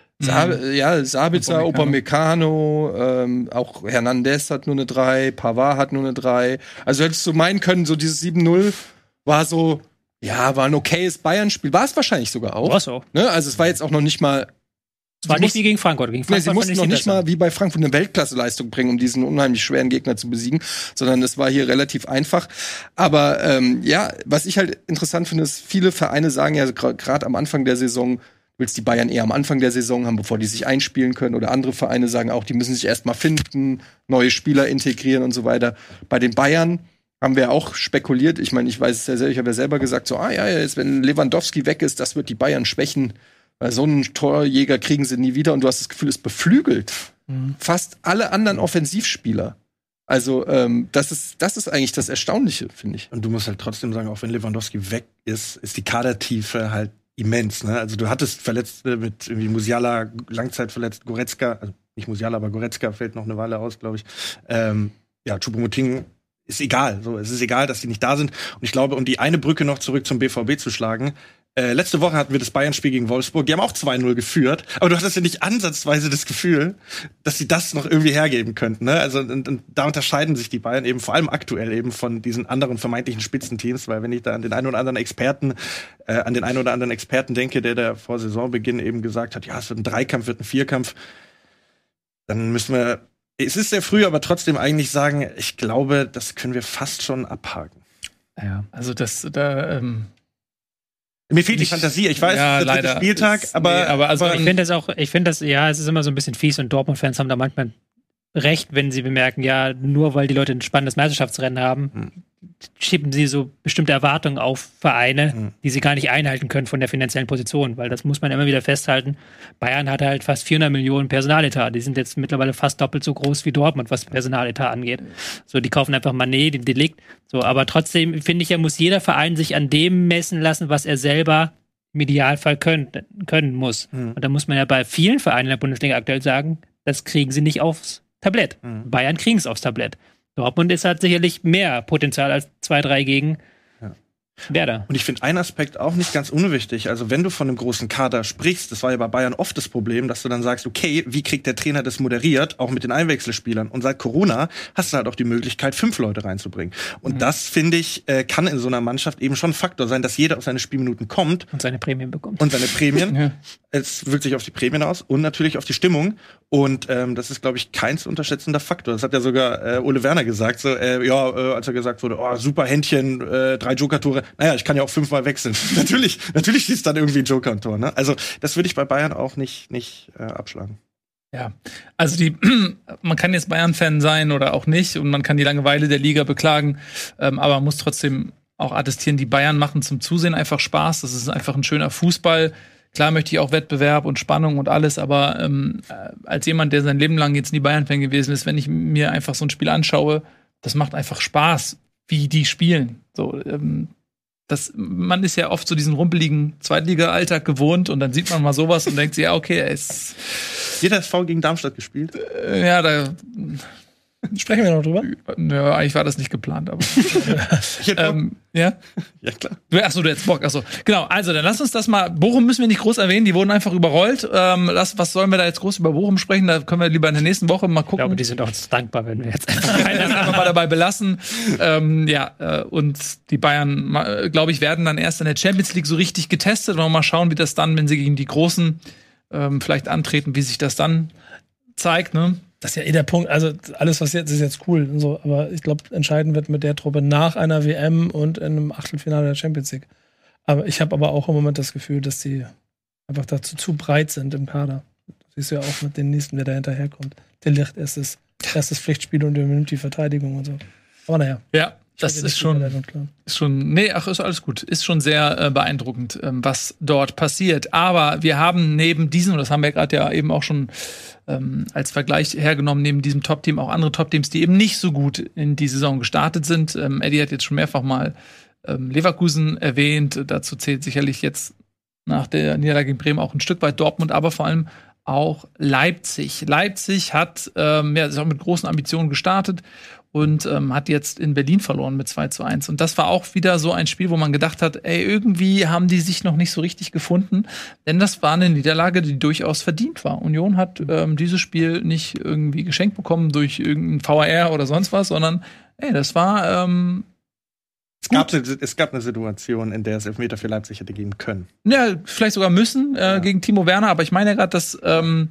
Sabitzer, Upamecano, auch Hernandez hat nur eine 3, Pavard hat nur eine 3. Also hättest du meinen können, so dieses 7-0 war so, ja, war ein okayes Bayern-Spiel. War es wahrscheinlich sogar auch. War es auch. Ne? Also es war jetzt auch noch nicht mal. Es war nicht wie gegen Frankfurt. Sie mussten noch nicht mal wie bei Frankfurt eine Weltklasse-Leistung bringen, um diesen unheimlich schweren Gegner zu besiegen, sondern es war hier relativ einfach. Aber was ich halt interessant finde, ist, viele Vereine sagen ja gerade am Anfang der Saison, willst die Bayern eher am Anfang der Saison haben, bevor die sich einspielen können. Oder andere Vereine sagen auch, die müssen sich erst mal finden, neue Spieler integrieren und so weiter. Bei den Bayern haben wir auch spekuliert. Ich meine, ich weiß es ja selber, ich habe ja selber gesagt, so, jetzt, wenn Lewandowski weg ist, das wird die Bayern schwächen. Weil so einen Torjäger kriegen sie nie wieder und du hast das Gefühl, es beflügelt fast alle anderen Offensivspieler. Also das ist eigentlich das Erstaunliche, finde ich. Und du musst halt trotzdem sagen, auch wenn Lewandowski weg ist, ist die Kadertiefe halt immens. Ne? Also du hattest Verletzte mit irgendwie Musiala, langzeitverletzt, Goretzka, also nicht Musiala, aber Goretzka fällt noch eine Weile aus, glaube ich. Choupo-Moting ist egal. So, es ist egal, dass die nicht da sind. Und ich glaube, um die eine Brücke noch zurück zum BVB zu schlagen, letzte Woche hatten wir das Bayern-Spiel gegen Wolfsburg. Die haben auch 2-0 geführt. Aber du hattest ja nicht ansatzweise das Gefühl, dass sie das noch irgendwie hergeben könnten. Ne? Also und da unterscheiden sich die Bayern eben vor allem aktuell eben von diesen anderen vermeintlichen Spitzenteams. Weil wenn ich da an den einen oder anderen Experten denke, der vor Saisonbeginn eben gesagt hat, ja, es wird ein Dreikampf, wird ein Vierkampf, dann müssen wir, es ist sehr früh, aber trotzdem eigentlich sagen, ich glaube, das können wir fast schon abhaken. Ja, also mir fehlt die Fantasie, ich weiß, ja, der dritte leider. Spieltag, aber also ich finde das, es ist immer so ein bisschen fies und Dortmund-Fans haben da manchmal recht, wenn sie bemerken, ja, nur weil die Leute ein spannendes Meisterschaftsrennen haben, schieben sie so bestimmte Erwartungen auf Vereine, die sie gar nicht einhalten können von der finanziellen Position, weil das muss man immer wieder festhalten. Bayern hat halt fast 400 Millionen Personaletat. Die sind jetzt mittlerweile fast doppelt so groß wie Dortmund, was Personaletat angeht. So, die kaufen einfach Mané, den Delikt. So, aber trotzdem finde ich, muss jeder Verein sich an dem messen lassen, was er selber im Idealfall können muss. Und da muss man ja bei vielen Vereinen in der Bundesliga aktuell sagen, das kriegen sie nicht aufs Tablett. Bayern kriegen es aufs Tablett. Dortmund hat sicherlich mehr Potenzial als 2-3 gegen Werder. Und ich finde einen Aspekt auch nicht ganz unwichtig. Also wenn du von einem großen Kader sprichst, das war ja bei Bayern oft das Problem, dass du dann sagst, okay, wie kriegt der Trainer das moderiert, auch mit den Einwechselspielern? Und seit Corona hast du halt auch die Möglichkeit, 5 Leute reinzubringen. Und das, finde ich, kann in so einer Mannschaft eben schon ein Faktor sein, dass jeder auf seine Spielminuten kommt. Und seine Prämien bekommt. Und seine Prämien. Es wirkt sich auf die Prämien aus und natürlich auf die Stimmung. Und das ist, glaube ich, kein zu unterschätzender Faktor. Das hat ja sogar Ole Werner gesagt, so, als er gesagt wurde, oh, super Händchen, 3 Joker-Tore. Naja, ich kann ja auch 5-mal wechseln. natürlich ist dann irgendwie ein Joker ein Tor. Ne? Also das würde ich bei Bayern auch nicht abschlagen. Ja, also man kann jetzt Bayern-Fan sein oder auch nicht und man kann die Langeweile der Liga beklagen, aber man muss trotzdem auch attestieren, die Bayern machen zum Zusehen einfach Spaß. Das ist einfach ein schöner Fußball. Klar möchte ich auch Wettbewerb und Spannung und alles, aber als jemand, der sein Leben lang jetzt nie Bayern-Fan gewesen ist, wenn ich mir einfach so ein Spiel anschaue, das macht einfach Spaß, wie die spielen. So, man ist ja oft so diesen rumpeligen Zweitliga-Alltag gewohnt und dann sieht man mal sowas und denkt sich, ja, okay, Jeder SV gegen Darmstadt gespielt? Ja, da Sprechen wir noch drüber? Ja, eigentlich war das nicht geplant, aber. Ja? Ja, klar. Achso, du hättest Bock. Achso. Genau, also dann lass uns das mal. Bochum müssen wir nicht groß erwähnen, die wurden einfach überrollt. Was sollen wir da jetzt groß über Bochum sprechen? Da können wir lieber in der nächsten Woche mal gucken. Ich glaube, die sind auch dankbar, wenn wir jetzt einfach mal dabei belassen. Und die Bayern, glaube ich, werden dann erst in der Champions League so richtig getestet. Und mal schauen, wie das dann, wenn sie gegen die Großen vielleicht antreten, wie sich das dann zeigt, ne? Das ist ja der Punkt. Also alles, was jetzt ist jetzt cool und so, aber ich glaube, entscheidend wird mit der Truppe nach einer WM und in einem Achtelfinale der Champions League. Aber ich habe aber auch im Moment das Gefühl, dass die einfach dazu zu breit sind im Kader. Das siehst du ja auch mit dem nächsten, der da hinterherkommt. Der Licht erstes Pflichtspiel und übernimmt die Verteidigung und so. Aber naja. Ja. Das ist schon, ist alles gut. Ist schon sehr beeindruckend, was dort passiert. Aber wir haben neben diesem, und das haben wir gerade ja eben auch schon als Vergleich hergenommen, neben diesem Top-Team auch andere Top-Teams, die eben nicht so gut in die Saison gestartet sind. Eddie hat jetzt schon mehrfach mal Leverkusen erwähnt. Dazu zählt sicherlich jetzt nach der Niederlage gegen Bremen auch ein Stück weit Dortmund, aber vor allem auch Leipzig. Leipzig hat ist auch mit großen Ambitionen gestartet und hat jetzt in Berlin verloren mit 2:1. Und das war auch wieder so ein Spiel, wo man gedacht hat, irgendwie haben die sich noch nicht so richtig gefunden. Denn das war eine Niederlage, die durchaus verdient war. Union hat dieses Spiel nicht irgendwie geschenkt bekommen durch irgendein VAR oder sonst was, sondern das war Es gab eine Situation, in der es Elfmeter für Leipzig hätte geben können. Ja, vielleicht sogar müssen gegen Timo Werner. Aber ich meine ja gerade, dass man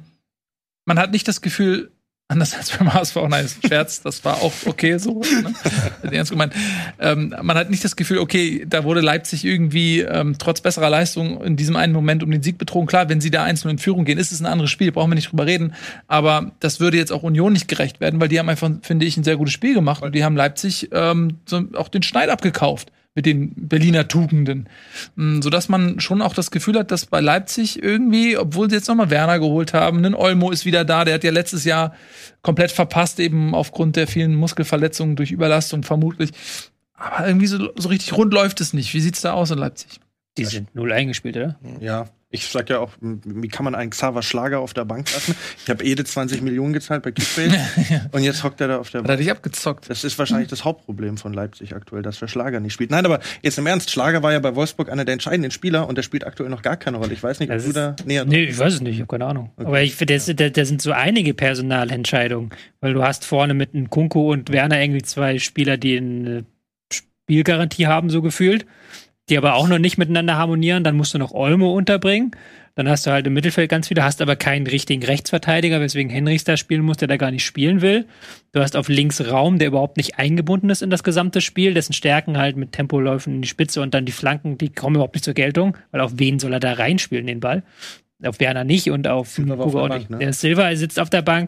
hat nicht das Gefühl, anders als beim HSV, nein, ist ein Scherz, das war auch okay so. Ne? Ernst gemeint. Man hat nicht das Gefühl, okay, da wurde Leipzig irgendwie trotz besserer Leistung in diesem einen Moment um den Sieg betrogen. Klar, wenn sie da 1-0 in Führung gehen, ist es ein anderes Spiel, brauchen wir nicht drüber reden. Aber das würde jetzt auch Union nicht gerecht werden, weil die haben einfach, finde ich, ein sehr gutes Spiel gemacht. Und die haben Leipzig auch den Schneid abgekauft mit den Berliner Tugenden. Sodass man schon auch das Gefühl hat, dass bei Leipzig irgendwie, obwohl sie jetzt nochmal Werner geholt haben, ein Olmo ist wieder da, der hat ja letztes Jahr komplett verpasst, eben aufgrund der vielen Muskelverletzungen durch Überlastung vermutlich. Aber irgendwie so richtig rund läuft es nicht. Wie sieht's da aus in Leipzig? Die sind 0 eingespielt, oder? Ja. Ich sag ja auch, wie kann man einen Xaver Schlager auf der Bank lassen? Ich habe 20 Millionen gezahlt bei Kickbase und jetzt hockt er da auf der Bank. Hat er dich abgezockt? Das ist wahrscheinlich das Hauptproblem von Leipzig aktuell, dass der Schlager nicht spielt. Nein, aber jetzt im Ernst, Schlager war ja bei Wolfsburg einer der entscheidenden Spieler und der spielt aktuell noch gar keine Rolle. Ich weiß nicht, ob du da näher... Nee, ich weiß es nicht, ich habe keine Ahnung. Okay. Aber ich finde, da sind so einige Personalentscheidungen, weil du hast vorne mit Nkunku und Werner irgendwie 2 Spieler, die eine Spielgarantie haben, so gefühlt, die aber auch noch nicht miteinander harmonieren. Dann musst du noch Olmo unterbringen. Dann hast du halt im Mittelfeld ganz viele, hast aber keinen richtigen Rechtsverteidiger, weswegen Henrichs da spielen muss, der da gar nicht spielen will. Du hast auf links Raum, der überhaupt nicht eingebunden ist in das gesamte Spiel, dessen Stärken halt mit Tempoläufen in die Spitze und dann die Flanken, die kommen überhaupt nicht zur Geltung, weil auf wen soll er da reinspielen, den Ball? Auf Werner nicht und auf Hugo auch nicht. Ne? Der Silva sitzt auf der Bank.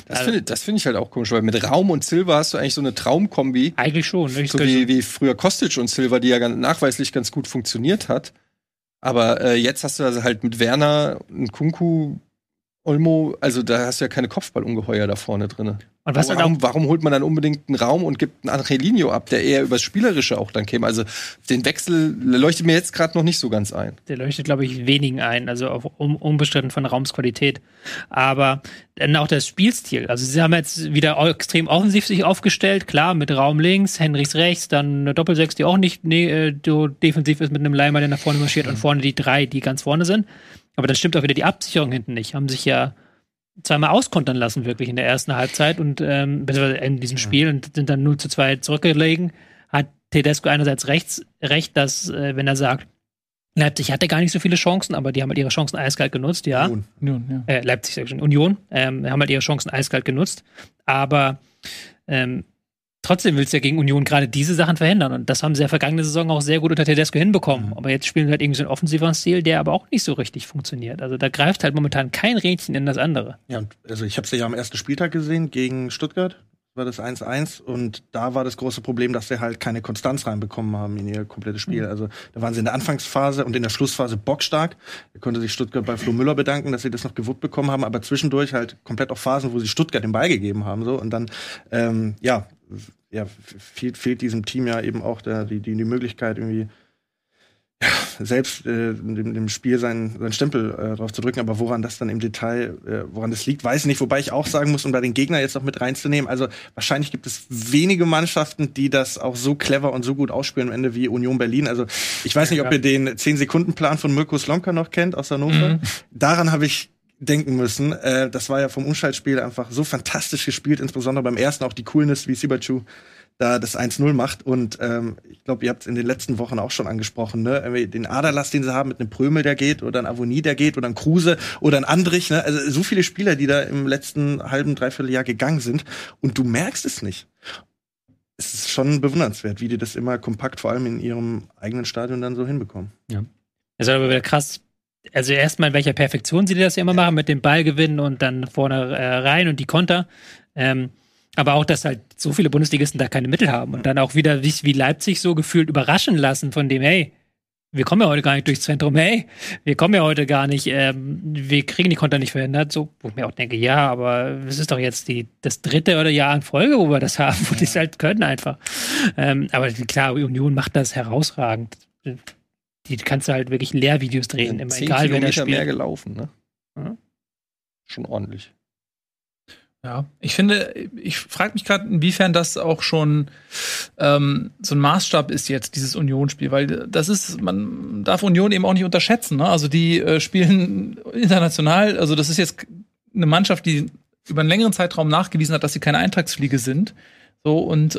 Das finde ich halt auch komisch, weil mit Raum und Silva hast du eigentlich so eine Traumkombi. Eigentlich schon. Ne? So wie früher Kostic und Silva, die ja nachweislich ganz gut funktioniert hat. Aber jetzt hast du also halt mit Werner, Nkunku, Olmo, also da hast du ja keine Kopfballungeheuer da vorne drin. Und warum holt man dann unbedingt einen Raum und gibt einen Angelino ab, der eher übers Spielerische auch dann käme? Also den Wechsel leuchtet mir jetzt gerade noch nicht so ganz ein. Der leuchtet, glaube ich, wenigen ein, also auf unbestritten von Raumsqualität. Aber dann auch das Spielstil. Also sie haben jetzt wieder extrem offensiv sich aufgestellt, klar, mit Raum links, Henrichs rechts, dann eine Doppelsechs, die auch nicht so defensiv ist mit einem Leimer, der nach vorne marschiert und vorne die 3, die ganz vorne sind. Aber dann stimmt auch wieder die Absicherung hinten nicht. Haben sich ja zweimal auskontern lassen, wirklich in der ersten Halbzeit und beziehungsweise in diesem Spiel und sind dann 0:2 zurückgelegen. Hat Tedesco einerseits recht, dass, wenn er sagt, Leipzig hatte gar nicht so viele Chancen, aber die haben halt ihre Chancen eiskalt genutzt, ja. Union, ja. Leipzig, sag ich schon, Union, haben halt ihre Chancen eiskalt genutzt. Aber trotzdem willst du ja gegen Union gerade diese Sachen verhindern. Und das haben sie ja vergangene Saison auch sehr gut unter Tedesco hinbekommen. Aber jetzt spielen sie halt irgendwie so einen offensiveren Stil, der aber auch nicht so richtig funktioniert. Also da greift halt momentan kein Rädchen in das andere. Ja, also ich habe es ja am ersten Spieltag gesehen gegen Stuttgart. War das 1:1 und da war das große Problem, dass sie halt keine Konstanz reinbekommen haben in ihr komplettes Spiel. Also da waren sie in der Anfangsphase und in der Schlussphase bockstark. Da konnte sich Stuttgart bei Flo Müller bedanken, dass sie das noch gewuppt bekommen haben, aber zwischendurch halt komplett auf Phasen, wo sie Stuttgart den Ball gegeben haben. So. Und dann, fehlt diesem Team ja eben auch die Möglichkeit, irgendwie selbst dem Spiel seinen Stempel drauf zu drücken. Aber woran das dann im Detail, woran das liegt, weiß ich nicht. Wobei ich auch sagen muss, um da den Gegner jetzt noch mit reinzunehmen, also wahrscheinlich gibt es wenige Mannschaften, die das auch so clever und so gut ausspielen am Ende wie Union Berlin. Also ich weiß nicht, ob ihr den 10-Sekunden-Plan von Mirko Slomka noch kennt aus Hannover. Daran habe ich denken müssen. Das war ja vom Umschaltspiel einfach so fantastisch gespielt, insbesondere beim ersten auch die Coolness, wie Sibachu da das 1-0 macht. Und ich glaube, ihr habt es in den letzten Wochen auch schon angesprochen, ne? Den Aderlass, den sie haben mit einem Prömel, der geht, oder ein Avonie, der geht, oder ein Kruse, oder ein Andrich, ne? Also so viele Spieler, die da im letzten halben, dreiviertel Jahr gegangen sind. Und du merkst es nicht. Es ist schon bewundernswert, wie die das immer kompakt, vor allem in ihrem eigenen Stadion, dann so hinbekommen. Ja. Das ist aber wieder krass. Also erstmal, in welcher Perfektion sie das ja immer machen, mit dem Ball gewinnen und dann vorne rein und die Konter. Aber auch, dass halt so viele Bundesligisten da keine Mittel haben und dann auch wieder wie Leipzig so gefühlt überraschen lassen von dem, hey, wir kommen ja heute gar nicht durchs Zentrum, hey, wir kommen ja heute gar nicht, wir kriegen die Konter nicht verhindert, so, wo ich mir auch denke, ja, aber es ist doch jetzt das 3. Jahr in Folge, wo wir das haben, wo die es halt können einfach. Aber klar, Union macht das herausragend. Die kannst du halt wirklich Lehrvideos drehen, immer egal wer da spielt. Mehr gelaufen, ne? Ja. Schon ordentlich. Ja, ich frage mich gerade, inwiefern das auch schon so ein Maßstab ist jetzt, dieses Union-Spiel, weil man darf Union eben auch nicht unterschätzen, ne? Also die spielen international, also das ist jetzt eine Mannschaft, die über einen längeren Zeitraum nachgewiesen hat, dass sie keine Eintagsfliege sind. So, und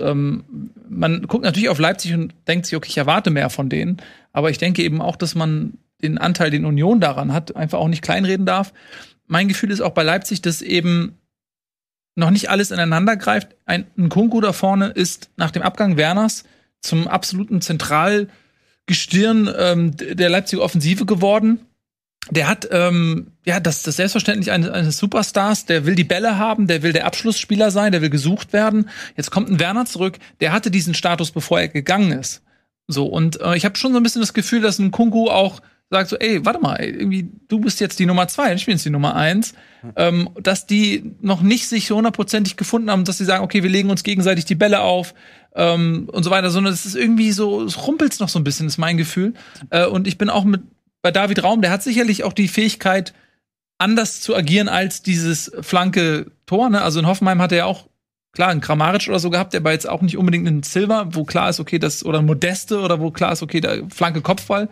man guckt natürlich auf Leipzig und denkt sich, okay, ich erwarte mehr von denen. Aber ich denke eben auch, dass man den Anteil, den Union daran hat, einfach auch nicht kleinreden darf. Mein Gefühl ist auch bei Leipzig, dass eben noch nicht alles ineinander greift. Ein Nkunku da vorne ist nach dem Abgang Werners zum absoluten Zentralgestirn der Leipziger Offensive geworden. Der hat das Selbstverständnis eines Superstars, der will die Bälle haben, der will der Abschlussspieler sein, der will gesucht werden. Jetzt kommt ein Werner zurück, der hatte diesen Status, bevor er gegangen ist. So, und ich habe schon so ein bisschen das Gefühl, dass ein Nkunku auch sagt so, ey, warte mal, irgendwie, du bist jetzt die Nummer 2, ich bin jetzt die Nummer 1. Dass die noch nicht sich hundertprozentig gefunden haben, dass sie sagen, okay, wir legen uns gegenseitig die Bälle auf und so weiter, sondern es ist irgendwie so, es rumpelt's noch so ein bisschen, ist mein Gefühl. Und ich bin auch bei David Raum, der hat sicherlich auch die Fähigkeit, anders zu agieren als dieses flanke Tor, ne? Also in Hoffenheim hat er ja auch, klar, einen Kramaric oder so gehabt, der war jetzt auch nicht unbedingt ein Silva, wo klar ist, okay, oder ein Modeste, oder wo klar ist, okay, der flanke Kopfball.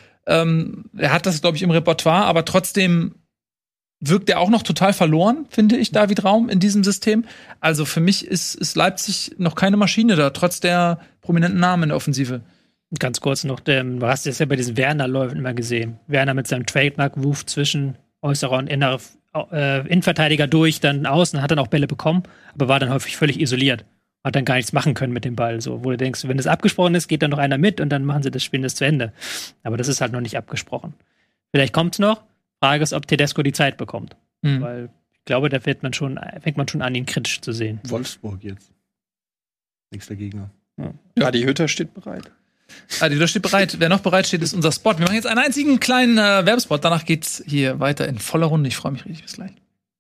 Er hat das, glaube ich, im Repertoire, aber trotzdem wirkt er auch noch total verloren, finde ich, David Raum in diesem System. Also für mich ist Leipzig noch keine Maschine da, trotz der prominenten Namen in der Offensive. Ganz kurz noch, du hast es ja bei diesen Werner-Läufen immer gesehen. Werner mit seinem Trademark-Move zwischen äußerer und innerer Innenverteidiger durch, dann außen, hat dann auch Bälle bekommen, aber war dann häufig völlig isoliert. Hat dann gar nichts machen können mit dem Ball. So, wo du denkst, wenn das abgesprochen ist, geht dann noch einer mit und dann machen sie das Spiel zu Ende. Aber das ist halt noch nicht abgesprochen. Vielleicht kommt's noch. Frage ist, ob Tedesco die Zeit bekommt. Weil ich glaube, da fängt man schon an, ihn kritisch zu sehen. Wolfsburg jetzt. Nächster Gegner. Ja, die Hütter steht bereit. Die Hütter steht bereit. Wer noch bereit steht, ist unser Spot. Wir machen jetzt einen einzigen kleinen Werbespot. Danach geht's hier weiter in voller Runde. Ich freue mich richtig. Bis gleich.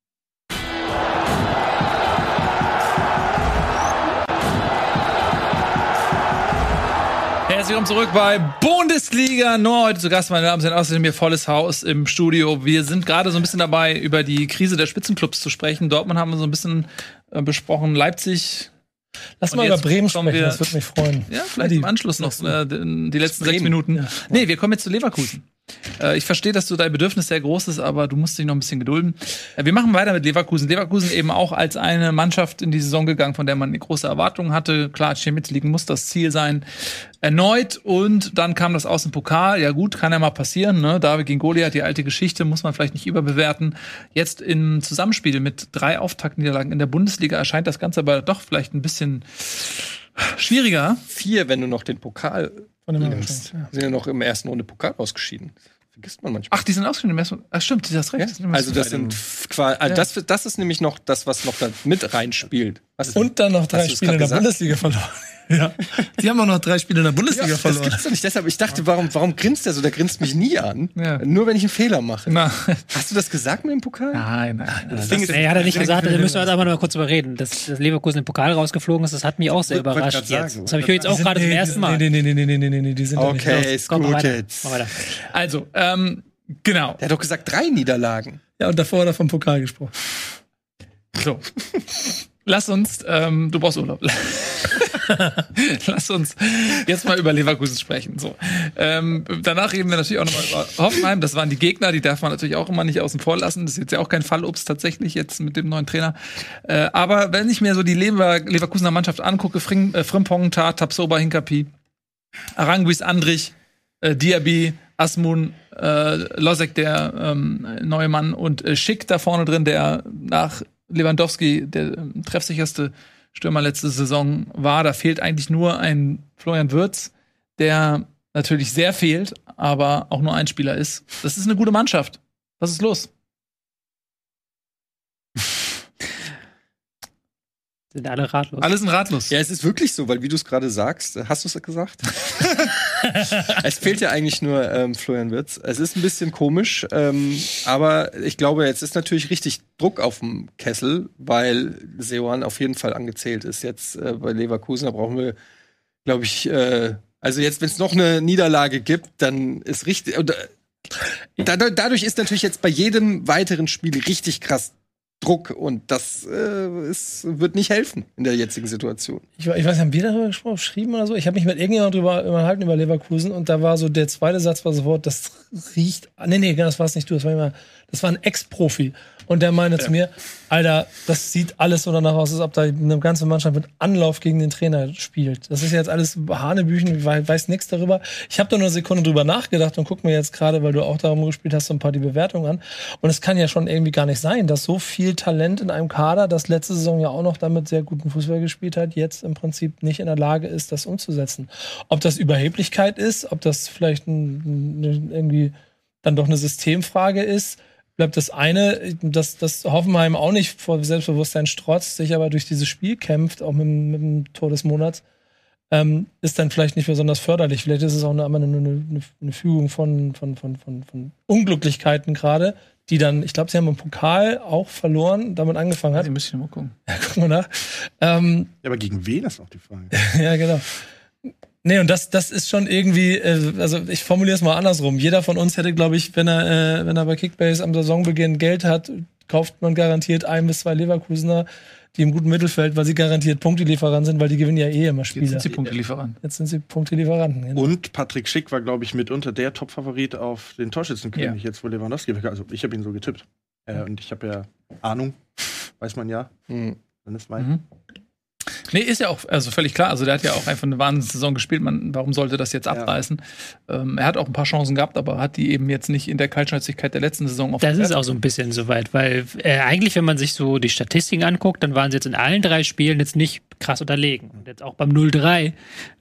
Herzlich willkommen zurück bei Bundesliga. Nur heute zu Gast, meine Damen und Herren, außerdem hier volles Haus im Studio. Wir sind gerade so ein bisschen dabei, über die Krise der Spitzenclubs zu sprechen. Dortmund haben wir so ein bisschen besprochen. Leipzig. Lass mal über Bremen sprechen, das würde mich freuen. Ja, vielleicht im Anschluss noch die letzten 6 Minuten. Ja. Nee, wir kommen jetzt zu Leverkusen. Ich verstehe, dass dein Bedürfnis sehr groß ist, aber du musst dich noch ein bisschen gedulden. Wir machen weiter mit Leverkusen. Leverkusen eben auch als eine Mannschaft in die Saison gegangen, von der man eine große Erwartung hatte. Klar, Champions League muss das Ziel sein. Erneut. Und dann kam das aus dem Pokal. Ja gut, kann ja mal passieren. Ne? David gegen Goliath, die alte Geschichte, muss man vielleicht nicht überbewerten. Jetzt im Zusammenspiel mit 3 Auftaktniederlagen in der Bundesliga erscheint das Ganze aber doch vielleicht ein bisschen schwieriger. 4, wenn du noch den Pokal nimmst. Sind ja noch im ersten Runde Pokal ausgeschieden. Vergisst man manchmal. Ach, die sind ausgeschieden im ersten Runde. Ach, stimmt, du hast recht. Ja? Also das sind das ist nämlich noch das, was noch da mit reinspielt. Und dann noch 3 Spiele in der Bundesliga verloren. Ja. Die haben auch noch 3 Spiele in der Bundesliga verloren. Das gibt's doch nicht. Deshalb, ich dachte, warum grinst der so? Der grinst mich nie an. Ja. Nur wenn ich einen Fehler mache. Na. Hast du das gesagt mit dem Pokal? Nein. Das Ding ist, Nee, hat er nicht gesagt, da müssen wir jetzt aber noch mal kurz drüber reden. Dass Leverkusen im Pokal rausgeflogen ist, das hat mich auch sehr Wollte überrascht grad sagen. jetzt. Das habe ich jetzt auch gerade zum ersten Mal. Nee, die sind doch nicht raus. Okay, ist Komm, mach gut weiter. jetzt. Mach weiter. Also, genau. Der hat doch gesagt 3 Niederlagen. Ja, und davor hat er vom Pokal gesprochen. So. Lass uns, du brauchst Urlaub. Lass uns jetzt mal über Leverkusen sprechen. So. Danach reden wir natürlich auch nochmal über Hoffenheim. Das waren die Gegner, die darf man natürlich auch immer nicht außen vor lassen. Das ist jetzt ja auch kein Fallobst tatsächlich jetzt mit dem neuen Trainer. Aber wenn ich mir so die Leverkusener Mannschaft angucke, Frimpong, Tar, Tapsoba, Hinkapi, Aranguiz, Andrich, Diaby, Asmun, Losek, der neue Mann, und Schick da vorne drin, der nach Lewandowski der treffsicherste Stürmer letzte Saison war. Da fehlt eigentlich nur ein Florian Wirtz, der natürlich sehr fehlt, aber auch nur ein Spieler ist. Das ist eine gute Mannschaft. Was ist los? Sind alle ratlos. Alle sind ratlos. Ja, es ist wirklich so, weil wie du es gerade sagst, hast du es gesagt? Es fehlt ja eigentlich nur Florian Wirtz. Es ist ein bisschen komisch, aber ich glaube, jetzt ist natürlich richtig Druck auf dem Kessel, weil Seoane auf jeden Fall angezählt ist. Jetzt bei Leverkusen, da brauchen wir, glaube ich, also jetzt, wenn es noch eine Niederlage gibt, dann ist richtig. Dadurch ist natürlich jetzt bei jedem weiteren Spiel richtig krass Druck, und das wird nicht helfen in der jetzigen Situation. Ich weiß, haben wir darüber geschrieben oder so? Ich habe mich mit irgendjemandem drüber unterhalten über Leverkusen, und da war so der zweite Satz war sofort, das riecht. Nee, das war es nicht du, das war ein Ex-Profi. Und der meinte zu mir, Alter, das sieht alles so danach aus, als ob da eine ganze Mannschaft mit Anlauf gegen den Trainer spielt. Das ist jetzt alles Hanebüchen, ich weiß nichts darüber. Ich habe da nur eine Sekunde drüber nachgedacht und guck mir jetzt gerade, weil du auch darum gespielt hast, so ein paar die Bewertungen an. Und es kann ja schon irgendwie gar nicht sein, dass so viel Talent in einem Kader, das letzte Saison ja auch noch damit sehr guten Fußball gespielt hat, jetzt im Prinzip nicht in der Lage ist, das umzusetzen. Ob das Überheblichkeit ist, ob das vielleicht irgendwie dann doch eine Systemfrage ist, bleibt das eine, dass Hoffenheim auch nicht vor Selbstbewusstsein strotzt, sich aber durch dieses Spiel kämpft, auch mit dem Tor des Monats, ist dann vielleicht nicht besonders förderlich. Vielleicht ist es auch eine Fügung von Unglücklichkeiten gerade, die dann, ich glaube, sie haben im Pokal auch verloren, damit angefangen hat. Sie müssen mal gucken. Ja, gucken wir nach. Ja, aber gegen wen ist auch die Frage? Ja, genau. Nee, und das ist schon irgendwie, also ich formuliere es mal andersrum. Jeder von uns hätte, glaube ich, wenn er bei Kickbase am Saisonbeginn Geld hat, kauft man garantiert 1 bis 2 Leverkusener, die im guten Mittelfeld, weil sie garantiert Punktelieferant sind, weil die gewinnen ja immer Spiele. Jetzt sind sie Punktelieferant. Jetzt sind sie Punktelieferanten. Genau. Und Patrick Schick war, glaube ich, mitunter der Top-Favorit auf den Torschützenkönig, jetzt wo Lewandowski weg. Also ich habe ihn so getippt. Und ich habe ja Ahnung, weiß man ja. Dann ist mein. Nee, ist ja auch also völlig klar. Also der hat ja auch einfach eine Wahnsinnssaison gespielt. Warum sollte das jetzt abreißen? Er hat auch ein paar Chancen gehabt, aber hat die eben jetzt nicht in der Kaltschnäuzigkeit der letzten Saison auf. Das ist auch so ein bisschen soweit, weil eigentlich, wenn man sich so die Statistiken anguckt, dann waren sie jetzt in allen 3 Spielen jetzt nicht krass unterlegen. Und jetzt auch beim 0-3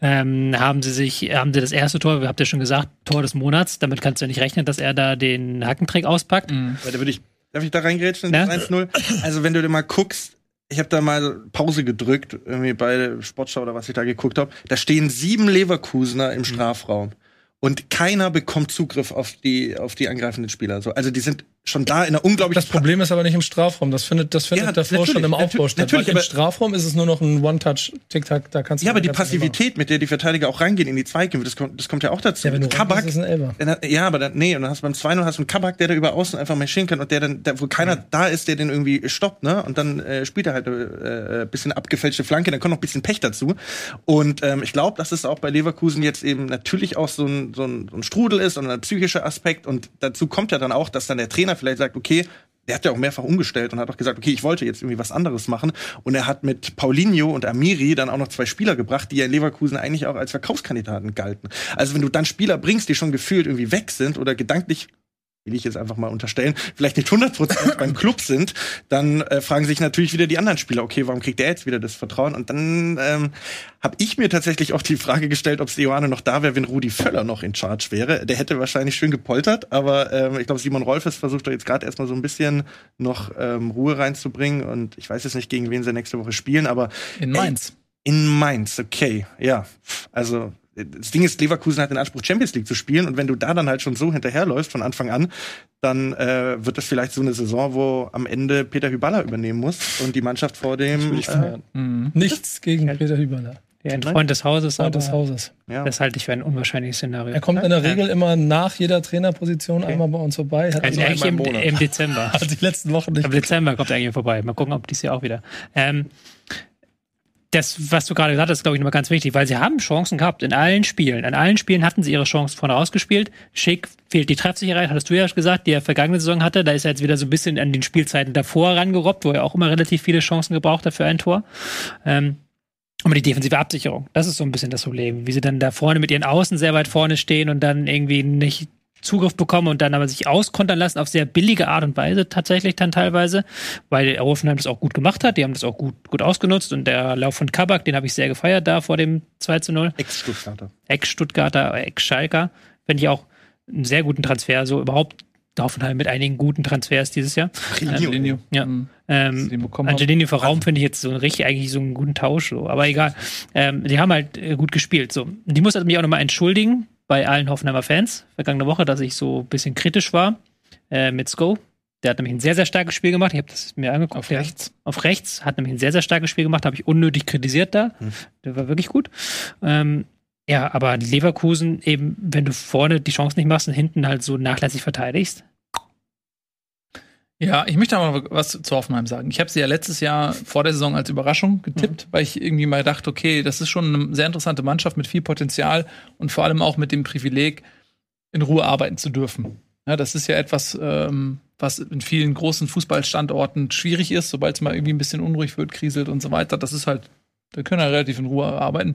haben sie das erste Tor, habt ihr schon gesagt, Tor des Monats. Damit kannst du ja nicht rechnen, dass er da den Hackentrick auspackt. Darf ich da reingrätschen? Ja? 1-0? Also wenn du dir mal guckst, ich habe da mal Pause gedrückt, irgendwie bei Sportschau oder was ich da geguckt habe. Da stehen 7 Leverkusener im Strafraum. Und keiner bekommt Zugriff auf die angreifenden Spieler. Also die sind schon da in einer unglaublichen. Das Problem ist aber nicht im Strafraum. Das findet davor schon im Aufbau statt. Natürlich, im Strafraum ist es nur noch ein One-Touch-Tick-Tack. Da kannst du aber die Passivität, mit der die Verteidiger auch reingehen in die Zweikämpfe, das kommt ja auch dazu. Ja, wenn du Kabak, ist es ein Elfer. und dann hast du beim 2-0 hast du einen Kabak, der da über außen einfach marschieren kann und der dann, wo keiner da ist, der den irgendwie stoppt, ne? Und dann spielt er halt bisschen abgefälschte Flanke, dann kommt noch ein bisschen Pech dazu. Und ich glaube, dass es auch bei Leverkusen jetzt eben natürlich auch so ein Strudel ist und ein psychischer Aspekt. Und dazu kommt ja dann auch, dass dann der Trainer vielleicht sagt, okay, der hat ja auch mehrfach umgestellt und hat auch gesagt, okay, ich wollte jetzt irgendwie was anderes machen. Und er hat mit Paulinho und Amiri dann auch noch 2 Spieler gebracht, die ja in Leverkusen eigentlich auch als Verkaufskandidaten galten. Also wenn du dann Spieler bringst, die schon gefühlt irgendwie weg sind oder gedanklich, will ich jetzt einfach mal unterstellen, vielleicht nicht 100% beim Club sind, dann fragen sich natürlich wieder die anderen Spieler, okay, warum kriegt der jetzt wieder das Vertrauen? Und dann habe ich mir tatsächlich auch die Frage gestellt, ob Seoane noch da wäre, wenn Rudi Völler noch in Charge wäre. Der hätte wahrscheinlich schön gepoltert, aber ich glaube, Simon Rolfes versucht da jetzt gerade erstmal so ein bisschen noch Ruhe reinzubringen. Und ich weiß jetzt nicht, gegen wen sie nächste Woche spielen, aber in Mainz. In Mainz, okay, ja. Also, das Ding ist, Leverkusen hat den Anspruch, Champions League zu spielen. Und wenn du da dann halt schon so hinterherläufst von Anfang an, dann wird das vielleicht so eine Saison, wo am Ende Peter Hyballa übernehmen muss und die Mannschaft vor dem... Nichts gegen Peter Hyballa. Ein Freund des Hauses. Freund des Hauses. Ja. Das halte ich für ein unwahrscheinliches Szenario. Er kommt in der Regel immer nach jeder Trainerposition einmal bei uns vorbei. Hat also eigentlich im Dezember. Also die letzten Wochen nicht. Im Dezember kommt er eigentlich vorbei. Mal gucken, ob dies Jahr auch wieder. Das, was du gerade gesagt hast, ist, glaube ich, nochmal ganz wichtig, weil sie haben Chancen gehabt in allen Spielen. An allen Spielen hatten sie ihre Chancen vorne rausgespielt. Schick fehlt die Treffsicherheit, hattest du ja gesagt, die er vergangene Saison hatte. Da ist er jetzt wieder so ein bisschen an den Spielzeiten davor rangerobbt, wo er auch immer relativ viele Chancen gebraucht hat für ein Tor. Aber die defensive Absicherung, das ist so ein bisschen das Problem. Wie sie dann da vorne mit ihren Außen sehr weit vorne stehen und dann irgendwie nicht Zugriff bekommen und dann aber sich auskontern lassen auf sehr billige Art und Weise tatsächlich dann teilweise, weil Hoffenheim das auch gut gemacht hat, die haben das auch gut ausgenutzt und der Lauf von Kabak, den habe ich sehr gefeiert da vor dem 2:0. Ex-Stuttgarter, Ex-Schalker, finde ich auch einen sehr guten Transfer, so überhaupt Hoffenheim mit einigen guten Transfers dieses Jahr. Angelino. Ja. Angelino für Raum finde ich jetzt so eigentlich so einen guten Tausch, so. Aber egal. Die haben halt gut gespielt, so. Die muss mich auch nochmal entschuldigen bei allen Hoffenheimer Fans vergangene Woche, dass ich so ein bisschen kritisch war mit Sko. Der hat nämlich ein sehr, sehr starkes Spiel gemacht. Ich habe das mir angeguckt. Auf rechts. Hat nämlich ein sehr, sehr starkes Spiel gemacht. Habe ich unnötig kritisiert da. Der war wirklich gut. Ja, aber Leverkusen eben, wenn du vorne die Chance nicht machst und hinten halt so nachlässig verteidigst. Ja, ich möchte aber was zu Hoffenheim sagen. Ich habe sie ja letztes Jahr vor der Saison als Überraschung getippt, weil ich irgendwie mal dachte, okay, das ist schon eine sehr interessante Mannschaft mit viel Potenzial und vor allem auch mit dem Privileg, in Ruhe arbeiten zu dürfen. Ja, das ist ja etwas, was in vielen großen Fußballstandorten schwierig ist, sobald es mal irgendwie ein bisschen unruhig wird, kriselt und so weiter. Das ist halt, da können wir relativ in Ruhe arbeiten.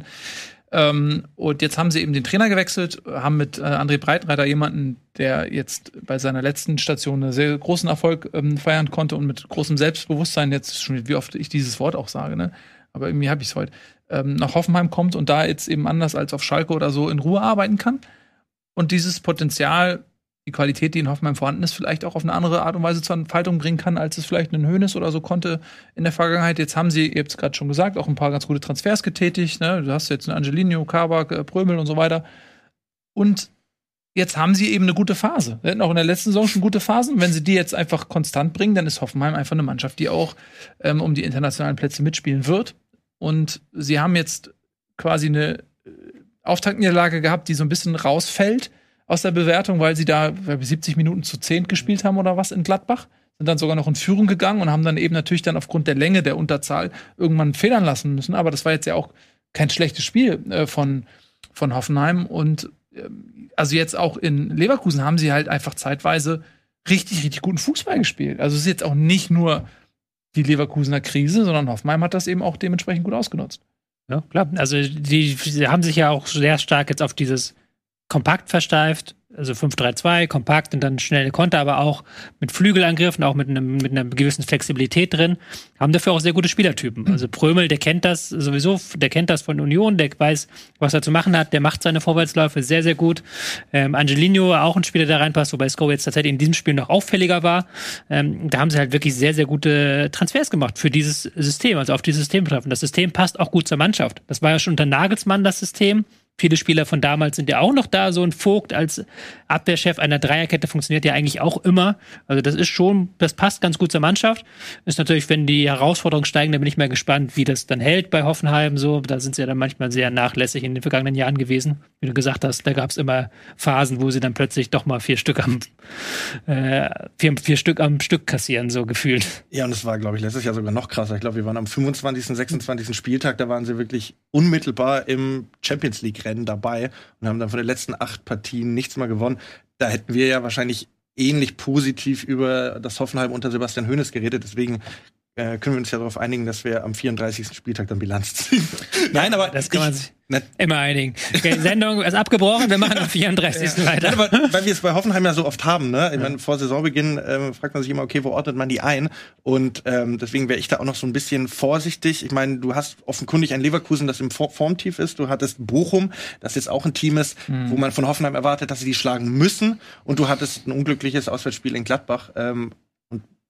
Und jetzt haben sie eben den Trainer gewechselt, haben mit André Breitenreiter jemanden, der jetzt bei seiner letzten Station einen sehr großen Erfolg feiern konnte und mit großem Selbstbewusstsein, jetzt schon, wie oft ich dieses Wort auch sage, ne? Aber irgendwie habe ich es heute, nach Hoffenheim kommt und da jetzt eben anders als auf Schalke oder so in Ruhe arbeiten kann. Und dieses Potenzial, die Qualität, die in Hoffenheim vorhanden ist, vielleicht auch auf eine andere Art und Weise zur Entfaltung bringen kann, als es vielleicht ein Hoeneß oder so konnte in der Vergangenheit. Jetzt haben sie, ihr habt es gerade schon gesagt, auch ein paar ganz gute Transfers getätigt. Ne? Du hast jetzt einen Angelino, Kabak, Prömel und so weiter. Und jetzt haben sie eben eine gute Phase. Sie hatten auch in der letzten Saison schon gute Phasen. Wenn sie die jetzt einfach konstant bringen, dann ist Hoffenheim einfach eine Mannschaft, die auch um die internationalen Plätze mitspielen wird. Und sie haben jetzt quasi eine Auftaktniederlage gehabt, die so ein bisschen rausfällt aus der Bewertung, weil sie da 70 Minuten zu 10 gespielt haben oder was in Gladbach. Sind dann sogar noch in Führung gegangen und haben dann eben natürlich dann aufgrund der Länge der Unterzahl irgendwann federn lassen müssen. Aber das war jetzt ja auch kein schlechtes Spiel von Hoffenheim. Und also jetzt auch in Leverkusen haben sie halt einfach zeitweise richtig, richtig guten Fußball gespielt. Also es ist jetzt auch nicht nur die Leverkusener Krise, sondern Hoffenheim hat das eben auch dementsprechend gut ausgenutzt. Ja, klar. Also die haben sich ja auch sehr stark jetzt auf dieses kompakt versteift, also 5-3-2, kompakt und dann schnelle Konter, aber auch mit Flügelangriffen, auch mit einer gewissen Flexibilität drin, haben dafür auch sehr gute Spielertypen. Also Prömel, der kennt das sowieso, der kennt das von Union, der weiß, was er zu machen hat, der macht seine Vorwärtsläufe sehr, sehr gut. Angelino, auch ein Spieler, der reinpasst, wobei Sko jetzt tatsächlich in diesem Spiel noch auffälliger war. Da haben sie halt wirklich sehr, sehr gute Transfers gemacht für dieses System, also auf dieses System treffen. Das System passt auch gut zur Mannschaft. Das war ja schon unter Nagelsmann das System. Viele Spieler von damals sind ja auch noch da. So ein Vogt als Abwehrchef einer Dreierkette funktioniert ja eigentlich auch immer. Also das passt ganz gut zur Mannschaft. Ist natürlich, wenn die Herausforderungen steigen, dann bin ich mal gespannt, wie das dann hält bei Hoffenheim. So, da sind sie ja dann manchmal sehr nachlässig in den vergangenen Jahren gewesen. Wie du gesagt hast, da gab es immer Phasen, wo sie dann plötzlich doch mal 4 Stück am Stück kassieren, so gefühlt. Ja, und es war, glaube ich, letztes Jahr sogar noch krasser. Ich glaube, wir waren am 25., 26. Spieltag, da waren sie wirklich unmittelbar im Champions League-Rennen dabei und haben dann von den letzten 8 Partien nichts mehr gewonnen. Da hätten wir ja wahrscheinlich ähnlich positiv über das Hoffenheim unter Sebastian Hoeneß geredet. Deswegen können wir uns ja darauf einigen, dass wir am 34. Spieltag dann Bilanz ziehen. Nein, aber das kann man sich immer einigen. Okay, Sendung ist abgebrochen, wir machen am 34. weiter. Nein, aber weil wir es bei Hoffenheim ja so oft haben, ne? Ich meine, vor Saisonbeginn fragt man sich immer, okay, wo ordnet man die ein? Und deswegen wäre ich da auch noch so ein bisschen vorsichtig. Ich meine, du hast offenkundig ein Leverkusen, das im Formtief ist. Du hattest Bochum, das jetzt auch ein Team ist, wo man von Hoffenheim erwartet, dass sie die schlagen müssen. Und du hattest ein unglückliches Auswärtsspiel in Gladbach. Und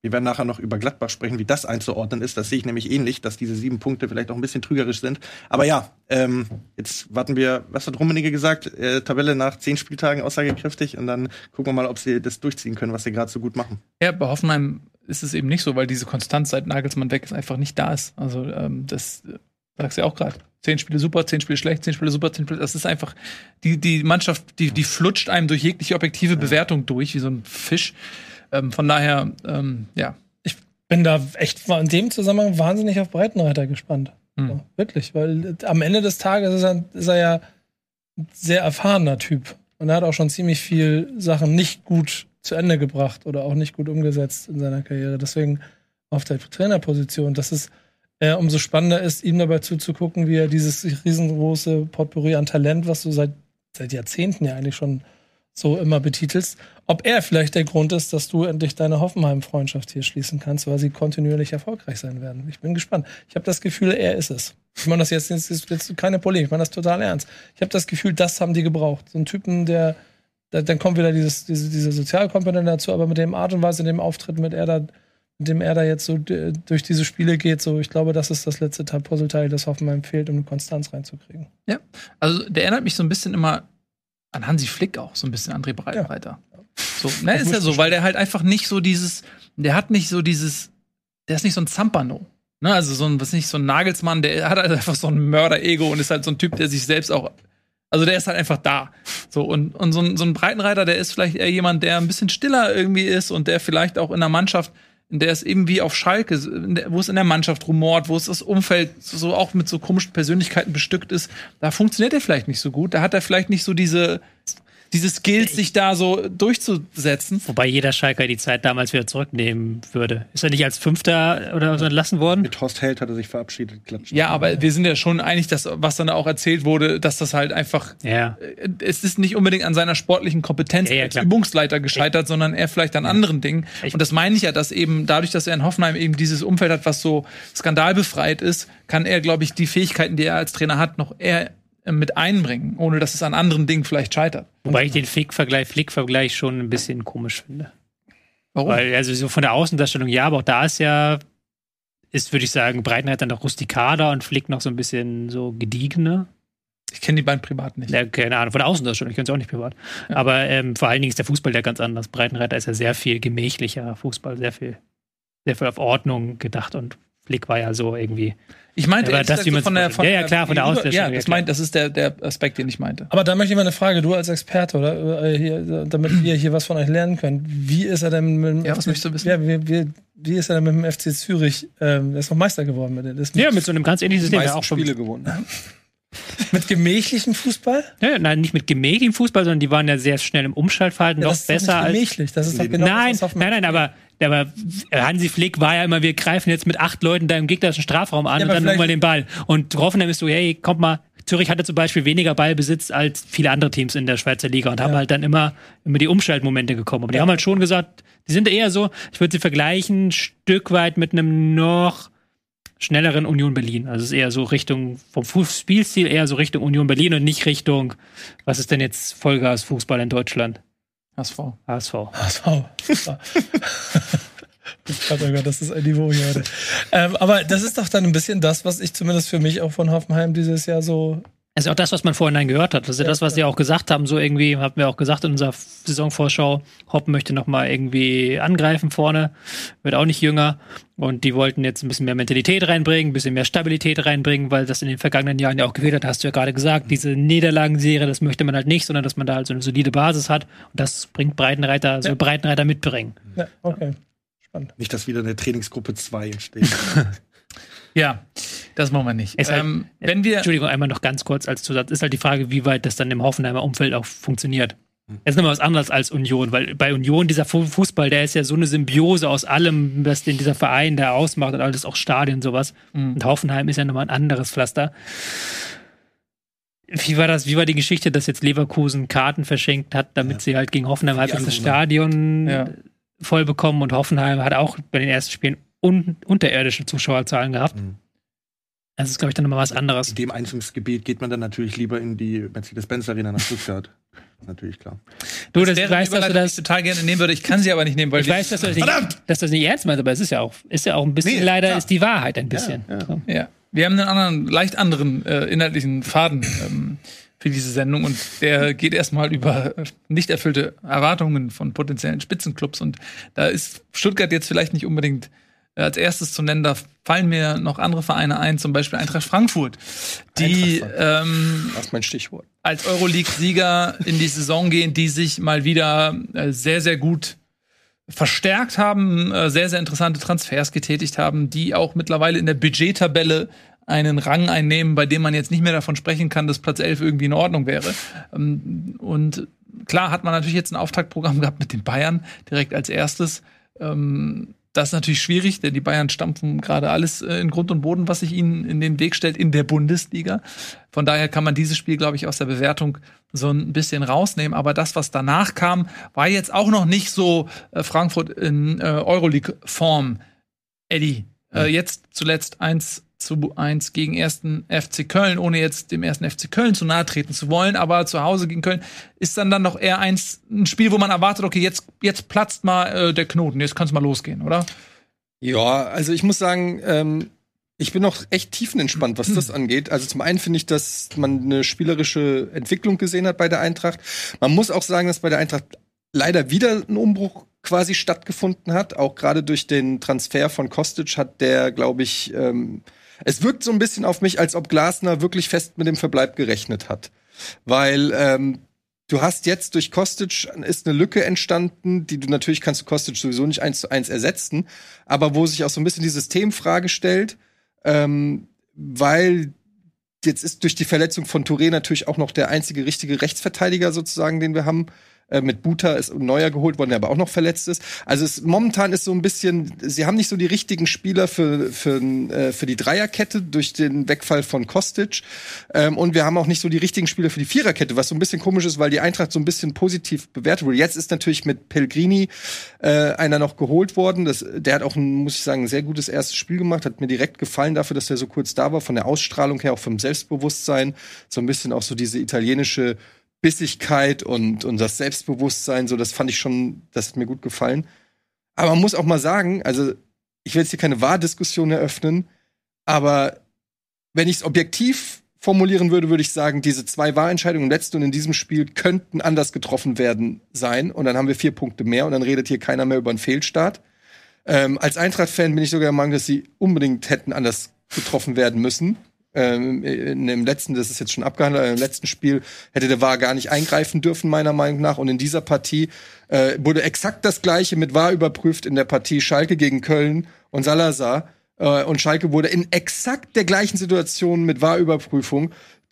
Wir werden nachher noch über Gladbach sprechen, wie das einzuordnen ist. Das sehe ich nämlich ähnlich, dass diese 7 Punkte vielleicht auch ein bisschen trügerisch sind. Aber ja, jetzt warten wir, was hat Rummenigge gesagt? Tabelle nach 10 Spieltagen aussagekräftig und dann gucken wir mal, ob sie das durchziehen können, was sie gerade so gut machen. Ja, bei Hoffenheim ist es eben nicht so, weil diese Konstanz seit Nagelsmann weg ist, einfach nicht da ist. Also das sagst du ja auch gerade. 10 Spiele super, 10 Spiele schlecht, 10 Spiele super, 10 Spiele. Das ist einfach, die Mannschaft, die flutscht einem durch jegliche objektive Bewertung durch, wie so ein Fisch. Von daher, ja. Ich bin da echt in dem Zusammenhang wahnsinnig auf Breitenreiter gespannt. So, wirklich, weil am Ende des Tages ist er ja ein sehr erfahrener Typ. Und er hat auch schon ziemlich viel Sachen nicht gut zu Ende gebracht oder auch nicht gut umgesetzt in seiner Karriere. Deswegen auf der Trainerposition, dass es umso spannender ist, ihm dabei zuzugucken, wie er dieses riesengroße Potpourri an Talent, was du seit Jahrzehnten ja eigentlich schon so immer betitelst, ob er vielleicht der Grund ist, dass du endlich deine Hoffenheim-Freundschaft hier schließen kannst, weil sie kontinuierlich erfolgreich sein werden. Ich bin gespannt. Ich habe das Gefühl, er ist es. Ich meine, das jetzt keine Polemik, ich meine das total ernst. Ich habe das Gefühl, das haben die gebraucht. So ein Typen, dann kommt wieder diese Sozialkomponente dazu, aber mit dem Art und Weise, in dem Auftritt, mit dem er da jetzt so durch diese Spiele geht, so, ich glaube, das ist das letzte Puzzleteil, das Hoffenheim fehlt, um eine Konstanz reinzukriegen. Ja, also der erinnert mich so ein bisschen immer an Hansi Flick auch, so ein bisschen André Breitenreiter. Ja. So, ne, ist ja so, weil der halt einfach nicht so der ist nicht so ein Zampano. Ne, also so ein Nagelsmann, der hat halt einfach so ein Mörder-Ego und ist halt so ein Typ, der sich selbst auch, also der ist halt einfach da. So, und so ein Breitenreiter, der ist vielleicht eher jemand, der ein bisschen stiller irgendwie ist und der vielleicht auch in der Mannschaft, in der es eben wie auf Schalke, wo es in der Mannschaft rumort, wo es das Umfeld so auch mit so komischen Persönlichkeiten bestückt ist, da funktioniert er vielleicht nicht so gut. Da hat er vielleicht nicht so diese Skills, sich da so durchzusetzen. Wobei jeder Schalker die Zeit damals wieder zurücknehmen würde. Ist er nicht als Fünfter oder so entlassen worden? Mit Horst Held hat er sich verabschiedet. Klatschen. Ja, aber wir sind ja schon einig, dass, was dann auch erzählt wurde, dass das halt einfach, es ist nicht unbedingt an seiner sportlichen Kompetenz als Übungsleiter gescheitert, sondern eher vielleicht an anderen Dingen. Und das meine ich ja, dass eben dadurch, dass er in Hoffenheim eben dieses Umfeld hat, was so skandalbefreit ist, kann er, glaube ich, die Fähigkeiten, die er als Trainer hat, noch eher mit einbringen, ohne dass es an anderen Dingen vielleicht scheitert. Wobei ich den Flick-Vergleich schon ein bisschen komisch finde. Warum? Weil, also so von der Außendarstellung ja, aber auch da würde ich sagen, Breitenreiter noch rustikaler und Flick noch so ein bisschen so gediegener. Ich kenne die beiden privat nicht. Ja, keine Ahnung, von der Außendarstellung, ich kenne es auch nicht privat. Ja. Aber vor allen Dingen ist der Fußball ja ganz anders. Breitenreiter ist ja sehr viel gemächlicher Fußball, sehr viel auf Ordnung gedacht und Flick war ja so irgendwie. Ich meinte, das, von der Ausstellung. Das ist der Aspekt, den ich meinte. Aber da möchte ich mal eine Frage, du als Experte, oder? Damit wir hier was von euch lernen können. Wie ist er denn mit was möchtest du wissen? Ja, wie ist er denn mit dem FC Zürich? Der ist noch Meister geworden mit so einem ganz ähnlichen System. Der auch Spiele gewonnen. Mit gemächlichem Fußball? Ja, nein, nicht mit gemächlichem Fußball, sondern die waren ja sehr schnell im Umschaltverhalten noch besser als. Gemächlich. Das ist doch genau Nein, aber Hansi Flick war ja immer, wir greifen jetzt mit 8 Leuten da im gegnerischen Strafraum an und dann holen wir den Ball. Und Hoffenheim ist so, hey, kommt mal. Zürich hatte zum Beispiel weniger Ballbesitz als viele andere Teams in der Schweizer Liga und haben halt dann immer die Umschaltmomente gekommen. Aber die haben halt schon gesagt, die sind eher so, ich würde sie vergleichen, ein Stück weit mit einem noch schnelleren Union Berlin. Also es ist eher so Richtung, vom Spielstil eher so Richtung Union Berlin und nicht Richtung, was ist denn jetzt Vollgas Fußball in Deutschland? HSV. Oh Gott, das ist ein Niveau hier heute. Aber das ist doch dann ein bisschen das, was ich zumindest für mich auch von Hoffenheim dieses Jahr so. Das ist auch das, was man vorhin gehört hat. Das ist ja das, was die auch gesagt haben. So irgendwie, haben wir auch gesagt in unserer Saisonvorschau, Hoppen möchte noch mal irgendwie angreifen vorne, wird auch nicht jünger. Und die wollten jetzt ein bisschen mehr Mentalität reinbringen, ein bisschen mehr Stabilität reinbringen, weil das in den vergangenen Jahren ja auch gewählt hat, hast du ja gerade gesagt, diese Niederlagenserie, das möchte man halt nicht, sondern dass man da halt so eine solide Basis hat. Und das bringt Breitenreiter mitbringen. Ja, okay. Spannend. Nicht, dass wieder eine Trainingsgruppe 2 entsteht. Ja, das machen wir nicht. Entschuldigung, einmal noch ganz kurz als Zusatz, ist halt die Frage, wie weit das dann im Hoffenheimer Umfeld auch funktioniert. Das ist nochmal was anderes als Union, weil bei Union dieser Fußball, der ist ja so eine Symbiose aus allem, was den dieser Verein da ausmacht und alles, auch Stadien und sowas. Und Hoffenheim ist ja nochmal ein anderes Pflaster. Wie war die Geschichte, dass jetzt Leverkusen Karten verschenkt hat, damit sie halt gegen Hoffenheim halt das Stadion voll bekommen, und Hoffenheim hat auch bei den ersten Spielen unterirdische Zuschauerzahlen gehabt. Das ist, glaube ich, dann nochmal was anderes. In dem Einzugsgebiet geht man dann natürlich lieber in die Mercedes-Benz-Arena nach Stuttgart. natürlich klar. Du, das wäre eine Überleitung, die ich total gerne nehmen würde. Ich kann sie aber nicht nehmen, weil ich weiß, dass du das nicht ernst meinst, aber es ist ja auch ein bisschen, leider klar. Ist die Wahrheit ein bisschen. Ja. Wir haben einen leicht anderen inhaltlichen Faden für diese Sendung und der geht erstmal über nicht erfüllte Erwartungen von potenziellen Spitzenclubs und da ist Stuttgart jetzt vielleicht nicht unbedingt als erstes zu nennen, da fallen mir noch andere Vereine ein, zum Beispiel Eintracht Frankfurt, die das ist mein Stichwort. Als Euroleague-Sieger in die Saison gehen, die sich mal wieder sehr, sehr gut verstärkt haben, sehr, sehr interessante Transfers getätigt haben, die auch mittlerweile in der Budgettabelle einen Rang einnehmen, bei dem man jetzt nicht mehr davon sprechen kann, dass Platz 11 irgendwie in Ordnung wäre. Und klar hat man natürlich jetzt ein Auftaktprogramm gehabt mit den Bayern direkt als erstes. Das ist natürlich schwierig, denn die Bayern stampfen gerade alles in Grund und Boden, was sich ihnen in den Weg stellt in der Bundesliga. Von daher kann man dieses Spiel, glaube ich, aus der Bewertung so ein bisschen rausnehmen. Aber das, was danach kam, war jetzt auch noch nicht so Frankfurt in Euroleague-Form. Eddie, jetzt zuletzt 1:1 gegen 1. FC Köln, ohne jetzt dem 1. FC Köln zu nahe treten zu wollen, aber zu Hause gegen Köln ist dann noch eher ein Spiel, wo man erwartet, okay, jetzt platzt mal der Knoten, jetzt kann es mal losgehen, oder? Ja, also ich muss sagen, ich bin noch echt tiefenentspannt, was das angeht. Also zum einen finde ich, dass man eine spielerische Entwicklung gesehen hat bei der Eintracht. Man muss auch sagen, dass bei der Eintracht leider wieder ein Umbruch quasi stattgefunden hat. Auch gerade durch den Transfer von Kostic hat der, glaube ich, es wirkt so ein bisschen auf mich, als ob Glasner wirklich fest mit dem Verbleib gerechnet hat. Weil du hast jetzt durch Kostic ist eine Lücke entstanden, die kannst du Kostic sowieso nicht 1:1 ersetzen, aber wo sich auch so ein bisschen die Systemfrage stellt, weil jetzt ist durch die Verletzung von Touré natürlich auch noch der einzige richtige Rechtsverteidiger sozusagen, den wir haben. Mit Buta ist ein neuer geholt worden, der aber auch noch verletzt ist. Also momentan ist so ein bisschen, sie haben nicht so die richtigen Spieler für die Dreierkette durch den Wegfall von Kostic. Und wir haben auch nicht so die richtigen Spieler für die Viererkette, was so ein bisschen komisch ist, weil die Eintracht so ein bisschen positiv bewertet wurde. Jetzt ist natürlich mit Pellegrini einer noch geholt worden. Der hat auch, muss ich sagen, ein sehr gutes erstes Spiel gemacht. Hat mir direkt gefallen dafür, dass er so kurz da war. Von der Ausstrahlung her, auch vom Selbstbewusstsein. So ein bisschen auch so diese italienische Bissigkeit und das Selbstbewusstsein, so das fand ich schon, das hat mir gut gefallen. Aber man muss auch mal sagen, also ich will jetzt hier keine Wahrdiskussion eröffnen, aber wenn ich es objektiv formulieren würde, würde ich sagen, diese 2 Wahrentscheidungen im letzten und in diesem Spiel könnten anders getroffen sein und dann haben wir 4 Punkte mehr und dann redet hier keiner mehr über einen Fehlstart. Als Eintracht-Fan bin ich sogar der Meinung, dass sie unbedingt hätten anders getroffen werden müssen. Im letzten, das ist jetzt schon abgehandelt, im letzten Spiel hätte der VAR gar nicht eingreifen dürfen, meiner Meinung nach. Und in dieser Partie wurde exakt das Gleiche mit VAR überprüft in der Partie Schalke gegen Köln und Salazar. Und Schalke wurde in exakt der gleichen Situation mit VAR-Überprüfung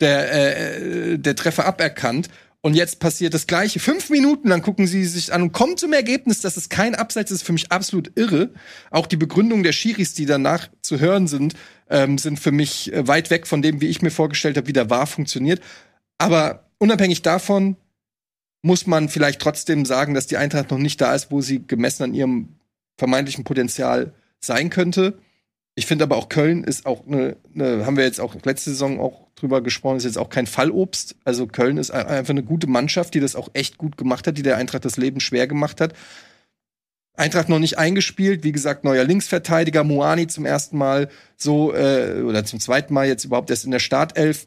der Treffer aberkannt. Und jetzt passiert das Gleiche. 5 Minuten lang gucken sie sich an und kommen zum Ergebnis, dass es kein Abseits ist. Für mich absolut irre. Auch die Begründung der Schiris, die danach zu hören sind für mich weit weg von dem, wie ich mir vorgestellt habe, wie der VAR funktioniert. Aber unabhängig davon muss man vielleicht trotzdem sagen, dass die Eintracht noch nicht da ist, wo sie gemessen an ihrem vermeintlichen Potenzial sein könnte. Ich finde aber auch Köln ist auch haben wir jetzt auch letzte Saison auch drüber gesprochen, ist jetzt auch kein Fallobst. Also Köln ist einfach eine gute Mannschaft, die das auch echt gut gemacht hat, die der Eintracht das Leben schwer gemacht hat. Eintracht noch nicht eingespielt, wie gesagt, neuer Linksverteidiger, Muani zum ersten Mal oder zum zweiten Mal jetzt überhaupt erst in der Startelf.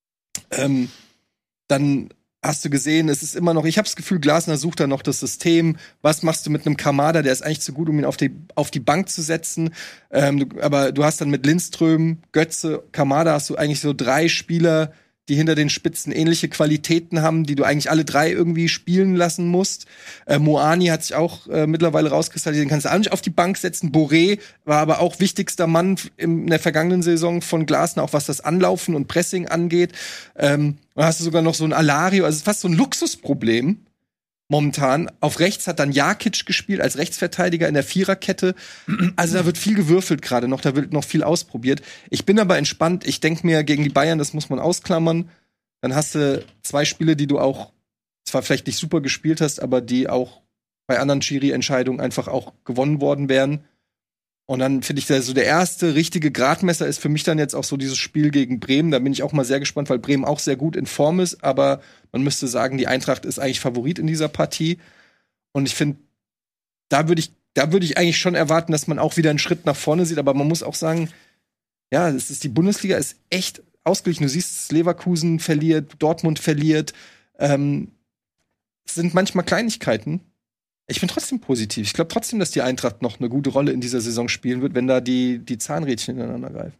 Dann hast du gesehen, es ist immer noch, ich habe das Gefühl, Glasner sucht da noch das System. Was machst du mit einem Kamada, der ist eigentlich zu gut, um ihn auf die Bank zu setzen. Aber du hast dann mit Lindström, Götze, Kamada hast du eigentlich so 3 Spieler, die hinter den Spitzen ähnliche Qualitäten haben, die du eigentlich alle 3 irgendwie spielen lassen musst. Moani hat sich auch mittlerweile rauskristallisiert, den kannst du auch nicht auf die Bank setzen. Boré war aber auch wichtigster Mann in der vergangenen Saison von Glasner, auch was das Anlaufen und Pressing angeht. Dann hast du sogar noch so ein Alario, also es ist fast so ein Luxusproblem momentan. Auf rechts hat dann Jakic gespielt als Rechtsverteidiger in der Viererkette. Also da wird viel gewürfelt gerade noch, da wird noch viel ausprobiert. Ich bin aber entspannt. Ich denke mir, gegen die Bayern, das muss man ausklammern. Dann hast du 2 Spiele, die du auch zwar vielleicht nicht super gespielt hast, aber die auch bei anderen Schiri-Entscheidungen einfach auch gewonnen worden wären. Und dann finde ich, so der erste richtige Gradmesser ist für mich dann jetzt auch so dieses Spiel gegen Bremen. Da bin ich auch mal sehr gespannt, weil Bremen auch sehr gut in Form ist. Aber man müsste sagen, die Eintracht ist eigentlich Favorit in dieser Partie. Und ich finde, da würde ich eigentlich schon erwarten, dass man auch wieder einen Schritt nach vorne sieht. Aber man muss auch sagen, ja, die Bundesliga ist echt ausgeglichen. Du siehst, Leverkusen verliert, Dortmund verliert. Es sind manchmal Kleinigkeiten. Ich bin trotzdem positiv. Ich glaube trotzdem, dass die Eintracht noch eine gute Rolle in dieser Saison spielen wird, wenn da die Zahnrädchen ineinander greifen.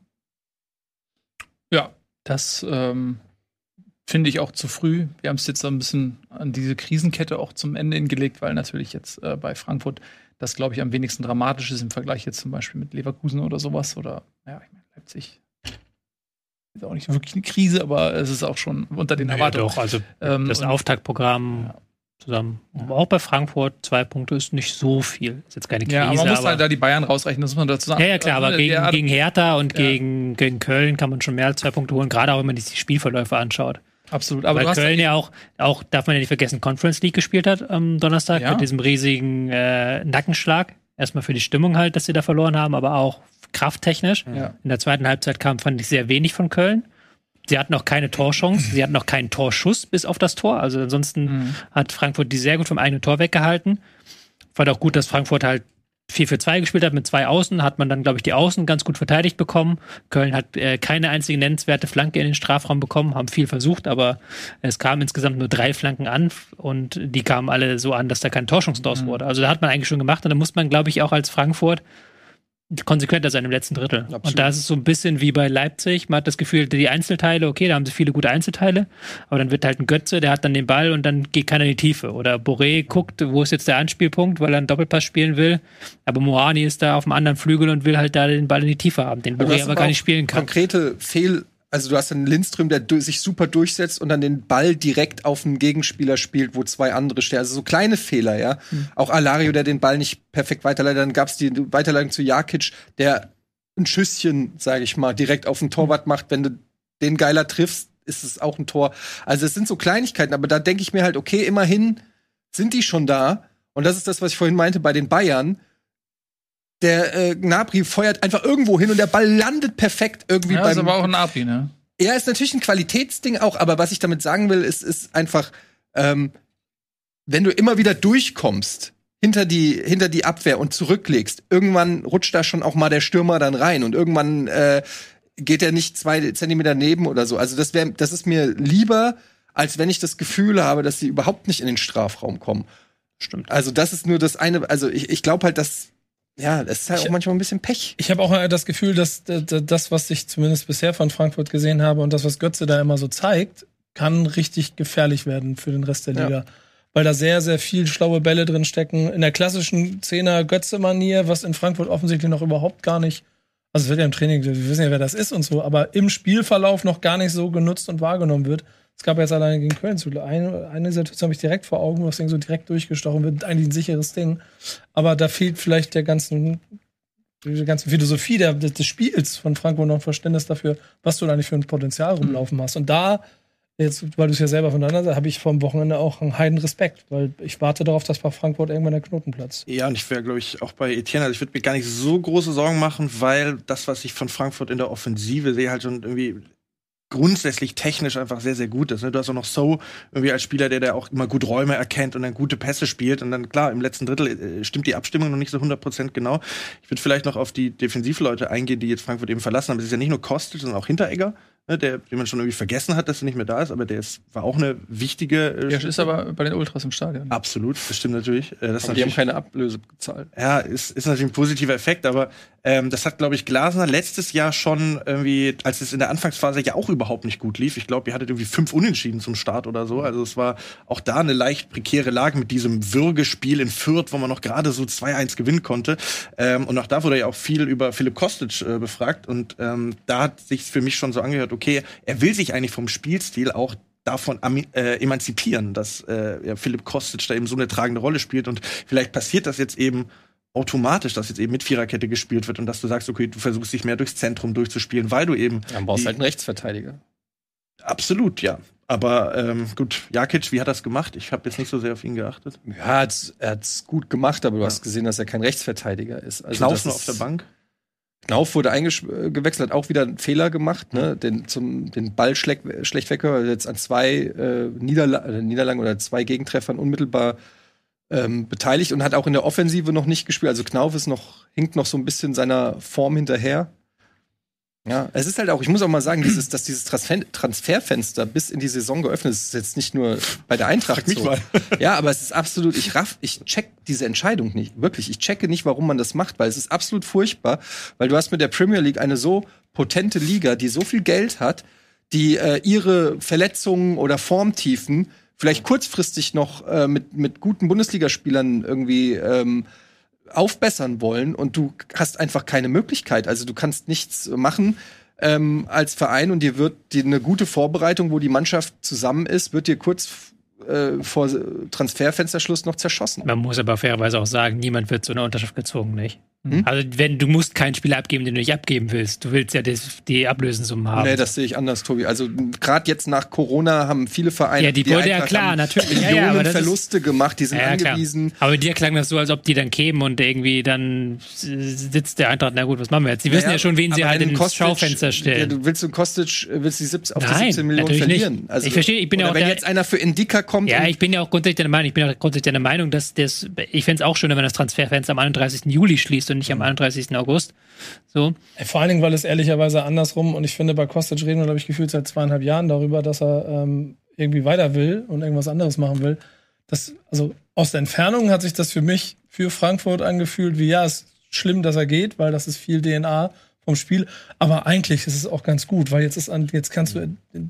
Ja, das finde ich auch zu früh. Wir haben es jetzt so ein bisschen an diese Krisenkette auch zum Ende hingelegt, weil natürlich jetzt bei Frankfurt das, glaube ich, am wenigsten dramatisch ist im Vergleich jetzt zum Beispiel mit Leverkusen oder sowas. Oder, ja, ich meine, Leipzig ist auch nicht wirklich eine Krise, aber es ist auch schon unter den Erwartungen. Doch, also das Auftaktprogramm zusammen. Auch bei Frankfurt 2 Punkte ist nicht so viel. Ist jetzt keine Krise. Ja, aber man muss halt da die Bayern rausrechnen, das muss man dazu sagen. Ja, klar, aber gegen Hertha und gegen Köln kann man schon mehr als 2 Punkte holen, gerade auch wenn man sich die Spielverläufe anschaut. Absolut. Aber weil Köln ja auch, darf man ja nicht vergessen, Conference League gespielt hat am Donnerstag mit diesem riesigen Nackenschlag. Erstmal für die Stimmung halt, dass sie da verloren haben, aber auch krafttechnisch. Ja. In der zweiten Halbzeit fand ich sehr wenig von Köln. Sie hatten auch keine Torchance, sie hatten auch keinen Torschuss bis auf das Tor. Also ansonsten hat Frankfurt die sehr gut vom eigenen Tor weggehalten. Fand auch gut, dass Frankfurt halt 4-4-2 gespielt hat mit 2 Außen. Hat man dann, glaube ich, die Außen ganz gut verteidigt bekommen. Köln hat keine einzige nennenswerte Flanke in den Strafraum bekommen, haben viel versucht, aber es kamen insgesamt nur 3 Flanken an und die kamen alle so an, dass da keine Torchance draus wurde. Also da hat man eigentlich schon gemacht und da muss man, glaube ich, auch als Frankfurt konsequenter sein im letzten Drittel. Absolut. Und da ist es so ein bisschen wie bei Leipzig. Man hat das Gefühl, die Einzelteile, okay, da haben sie viele gute Einzelteile, aber dann wird halt ein Götze, der hat dann den Ball und dann geht keiner in die Tiefe. Oder Boré guckt, wo ist jetzt der Anspielpunkt, weil er einen Doppelpass spielen will, aber Moani ist da auf dem anderen Flügel und will halt da den Ball in die Tiefe haben, den Boré aber gar nicht spielen kann. Konkrete also du hast einen Lindström, der sich super durchsetzt und dann den Ball direkt auf einen Gegenspieler spielt, wo 2 andere stehen. Also so kleine Fehler, ja. Auch Alario, der den Ball nicht perfekt weiterleitet. Dann gab's die Weiterleitung zu Jakic, der ein Schüsschen, sage ich mal, direkt auf den Torwart macht. Wenn du den geiler triffst, ist es auch ein Tor. Also es sind so Kleinigkeiten, aber da denke ich mir halt, okay, immerhin sind die schon da. Und das ist das, was ich vorhin meinte bei den Bayern. Der Gnabry feuert einfach irgendwo hin und der Ball landet perfekt irgendwie beim. Das ist aber auch ein Gnabry, ne? Ja, ist natürlich ein Qualitätsding auch, aber was ich damit sagen will, ist einfach, wenn du immer wieder durchkommst hinter die Abwehr und zurücklegst, irgendwann rutscht da schon auch mal der Stürmer dann rein und irgendwann geht er nicht 2 Zentimeter neben oder so. Also das ist mir lieber, als wenn ich das Gefühl habe, dass sie überhaupt nicht in den Strafraum kommen. Stimmt. Also das ist nur das eine, also ich glaube halt, dass ja, das ist halt auch manchmal ein bisschen Pech. Ich habe auch das Gefühl, dass das, was ich zumindest bisher von Frankfurt gesehen habe und das, was Götze da immer so zeigt, kann richtig gefährlich werden für den Rest der Liga. Ja. Weil da sehr, sehr viel schlaue Bälle drin stecken. In der klassischen Zehner-Götze-Manier, was in Frankfurt offensichtlich noch überhaupt gar nicht, also es wird ja im Training, wir wissen ja, wer das ist und so, aber im Spielverlauf noch gar nicht so genutzt und wahrgenommen wird. Es gab jetzt alleine gegen Köln eine Situation habe ich direkt vor Augen, wo das Ding so direkt durchgestochen wird. Eigentlich ein sicheres Ding. Aber da fehlt vielleicht der ganzen Philosophie des Spiels von Frankfurt noch Verständnis dafür, was du da eigentlich für ein Potenzial rumlaufen hast. Und da, jetzt, weil du es ja selber voneinander sagst, habe ich vom Wochenende auch einen heiden Respekt, weil ich warte darauf, dass bei Frankfurt irgendwann der Knoten platzt. Ja, und ich wäre, glaube ich, auch bei Etienne, also ich würde mir gar nicht so große Sorgen machen, weil das, was ich von Frankfurt in der Offensive sehe, halt schon irgendwie grundsätzlich technisch einfach sehr, sehr gut ist. Du hast auch noch So irgendwie als Spieler, der auch immer gut Räume erkennt und dann gute Pässe spielt. Und dann, klar, im letzten Drittel stimmt die Abstimmung noch nicht so 100% genau. Ich würde vielleicht noch auf die Defensivleute eingehen, die jetzt Frankfurt eben verlassen haben. Es ist ja nicht nur Kostic, sondern auch Hinteregger, ne, den man schon irgendwie vergessen hat, dass er nicht mehr da ist. Aber war auch eine wichtige Der ist aber bei den Ultras im Stadion. Absolut, das stimmt natürlich. Die haben keine Ablöse bezahlt. Ja, ist natürlich ein positiver Effekt, aber das hat, glaube ich, Glasner letztes Jahr schon irgendwie, als es in der Anfangsphase ja auch überhaupt nicht gut lief. Ich glaube, ihr hattet irgendwie 5 Unentschieden zum Start oder so. Also es war auch da eine leicht prekäre Lage mit diesem Würgespiel in Fürth, wo man noch gerade so 2-1 gewinnen konnte. Und auch da wurde ja auch viel über Philipp Kostic befragt. Und da hat sich für mich schon so angehört, okay, er will sich eigentlich vom Spielstil auch davon emanzipieren, dass Philipp Kostic da eben so eine tragende Rolle spielt. Und vielleicht passiert das jetzt eben automatisch, dass jetzt eben mit Viererkette gespielt wird und dass du sagst, okay, du versuchst dich mehr durchs Zentrum durchzuspielen, weil du eben dann brauchst du halt einen Rechtsverteidiger. Absolut, ja. Aber gut, Jakic, wie hat er das gemacht? Ich habe jetzt nicht so sehr auf ihn geachtet. Ja, er hat's gut gemacht, aber du hast gesehen, dass er kein Rechtsverteidiger ist. Also Knauf nur auf der Bank. Knauf wurde eingewechselt, hat auch wieder einen Fehler gemacht, ne? Den Ball schlecht weggehört, jetzt an 2 Niederlagen oder 2 Gegentreffern unmittelbar beteiligt und hat auch in der Offensive noch nicht gespielt. Also Knauf hinkt noch so ein bisschen seiner Form hinterher. Ja, es ist halt auch, ich muss auch mal sagen, dass dieses Transferfenster bis in die Saison geöffnet ist, ist jetzt nicht nur bei der Eintracht so. Ja, aber es ist absolut, ich check diese Entscheidung nicht. Wirklich, ich checke nicht, warum man das macht, weil es ist absolut furchtbar, weil du hast mit der Premier League eine so potente Liga, die so viel Geld hat, die ihre Verletzungen oder Formtiefen vielleicht kurzfristig noch mit guten Bundesligaspielern irgendwie aufbessern wollen und du hast einfach keine Möglichkeit. Also du kannst nichts machen als Verein und dir wird eine gute Vorbereitung, wo die Mannschaft zusammen ist, wird dir kurz vor Transferfensterschluss noch zerschossen. Man muss aber fairerweise auch sagen, niemand wird zu einer Unterschrift gezwungen, nicht? Also du musst keinen Spieler abgeben, den du nicht abgeben willst. Du willst ja die Ablösensummen haben. Nee, das sehe ich anders, Tobi. Also gerade jetzt nach Corona haben viele Vereine die wurde ja klar, natürlich. Millionen Verluste gemacht, die sind angewiesen. Klar. Aber dir klang das so, als ob die dann kämen und irgendwie dann sitzt der Eintracht, na gut, was machen wir jetzt? Die wissen ja schon, wen sie halt ins Schaufenster stellen. Ja, du willst die 17 Millionen verlieren. Nicht. Also, ich verstehe, ich bin ja auch wenn jetzt einer für Indika kommt. Ja, ich bin ja auch grundsätzlich der Meinung, dass ich fände es auch schöner, wenn das Transferfenster am 31. Juli schließt und nicht am 31. August. So. Vor allen Dingen, weil es ehrlicherweise andersrum, und ich finde, bei Kostic reden wir, glaube ich, gefühlt seit 2,5 Jahren darüber, dass er irgendwie weiter will und irgendwas anderes machen will. Also aus der Entfernung hat sich das für mich, für Frankfurt angefühlt, wie ja, es ist schlimm, dass er geht, weil das ist viel DNA vom Spiel. Aber eigentlich ist es auch ganz gut, weil jetzt kannst du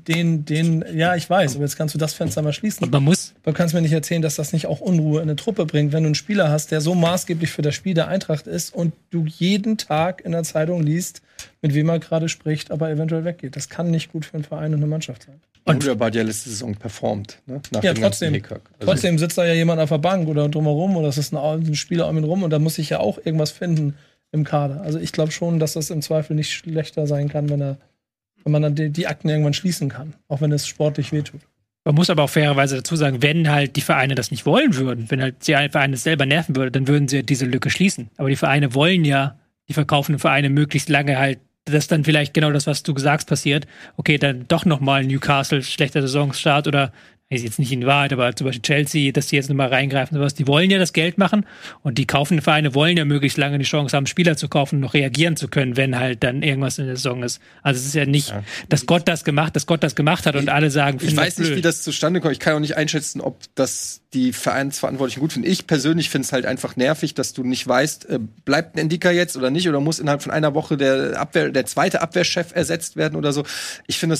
ja, ich weiß, aber jetzt kannst du das Fenster mal schließen. Und du kannst mir nicht erzählen, dass das nicht auch Unruhe in eine Truppe bringt, wenn du einen Spieler hast, der so maßgeblich für das Spiel der Eintracht ist und du jeden Tag in der Zeitung liest, mit wem er gerade spricht, aber eventuell weggeht. Das kann nicht gut für einen Verein und eine Mannschaft sein. Und der hat ja letzte Saison performt, ne? Trotzdem sitzt da ja jemand auf der Bank oder drumherum oder es ist ein Spieler um ihn rum und da muss sich ja auch irgendwas finden im Kader. Also ich glaube schon, dass das im Zweifel nicht schlechter sein kann, wenn man dann die Akten irgendwann schließen kann, auch wenn es sportlich wehtut. Man muss aber auch fairerweise dazu sagen, wenn halt die Vereine das nicht wollen würden, wenn halt die Vereine es selber nerven würde, dann würden sie diese Lücke schließen. Aber die Vereine wollen ja, die verkaufenden Vereine möglichst lange halt, dass dann vielleicht genau das, was du gesagt passiert, okay, dann doch nochmal Newcastle, schlechter Saisonstart oder ist jetzt nicht in Wahrheit, aber zum Beispiel Chelsea, dass die jetzt nochmal reingreifen und sowas, die wollen ja das Geld machen und die kaufenden Vereine wollen ja möglichst lange die Chance haben, Spieler zu kaufen und noch reagieren zu können, wenn halt dann irgendwas in der Saison ist. Also es ist ja nicht, dass Gott das gemacht hat und alle sagen, ich weiß nicht, wie das zustande kommt. Ich kann auch nicht einschätzen, ob das die Vereinsverantwortlichen gut finden. Ich persönlich finde es halt einfach nervig, dass du nicht weißt, bleibt ein Indika jetzt oder nicht oder muss innerhalb von einer Woche der zweite Abwehrchef ersetzt werden oder so. Ich finde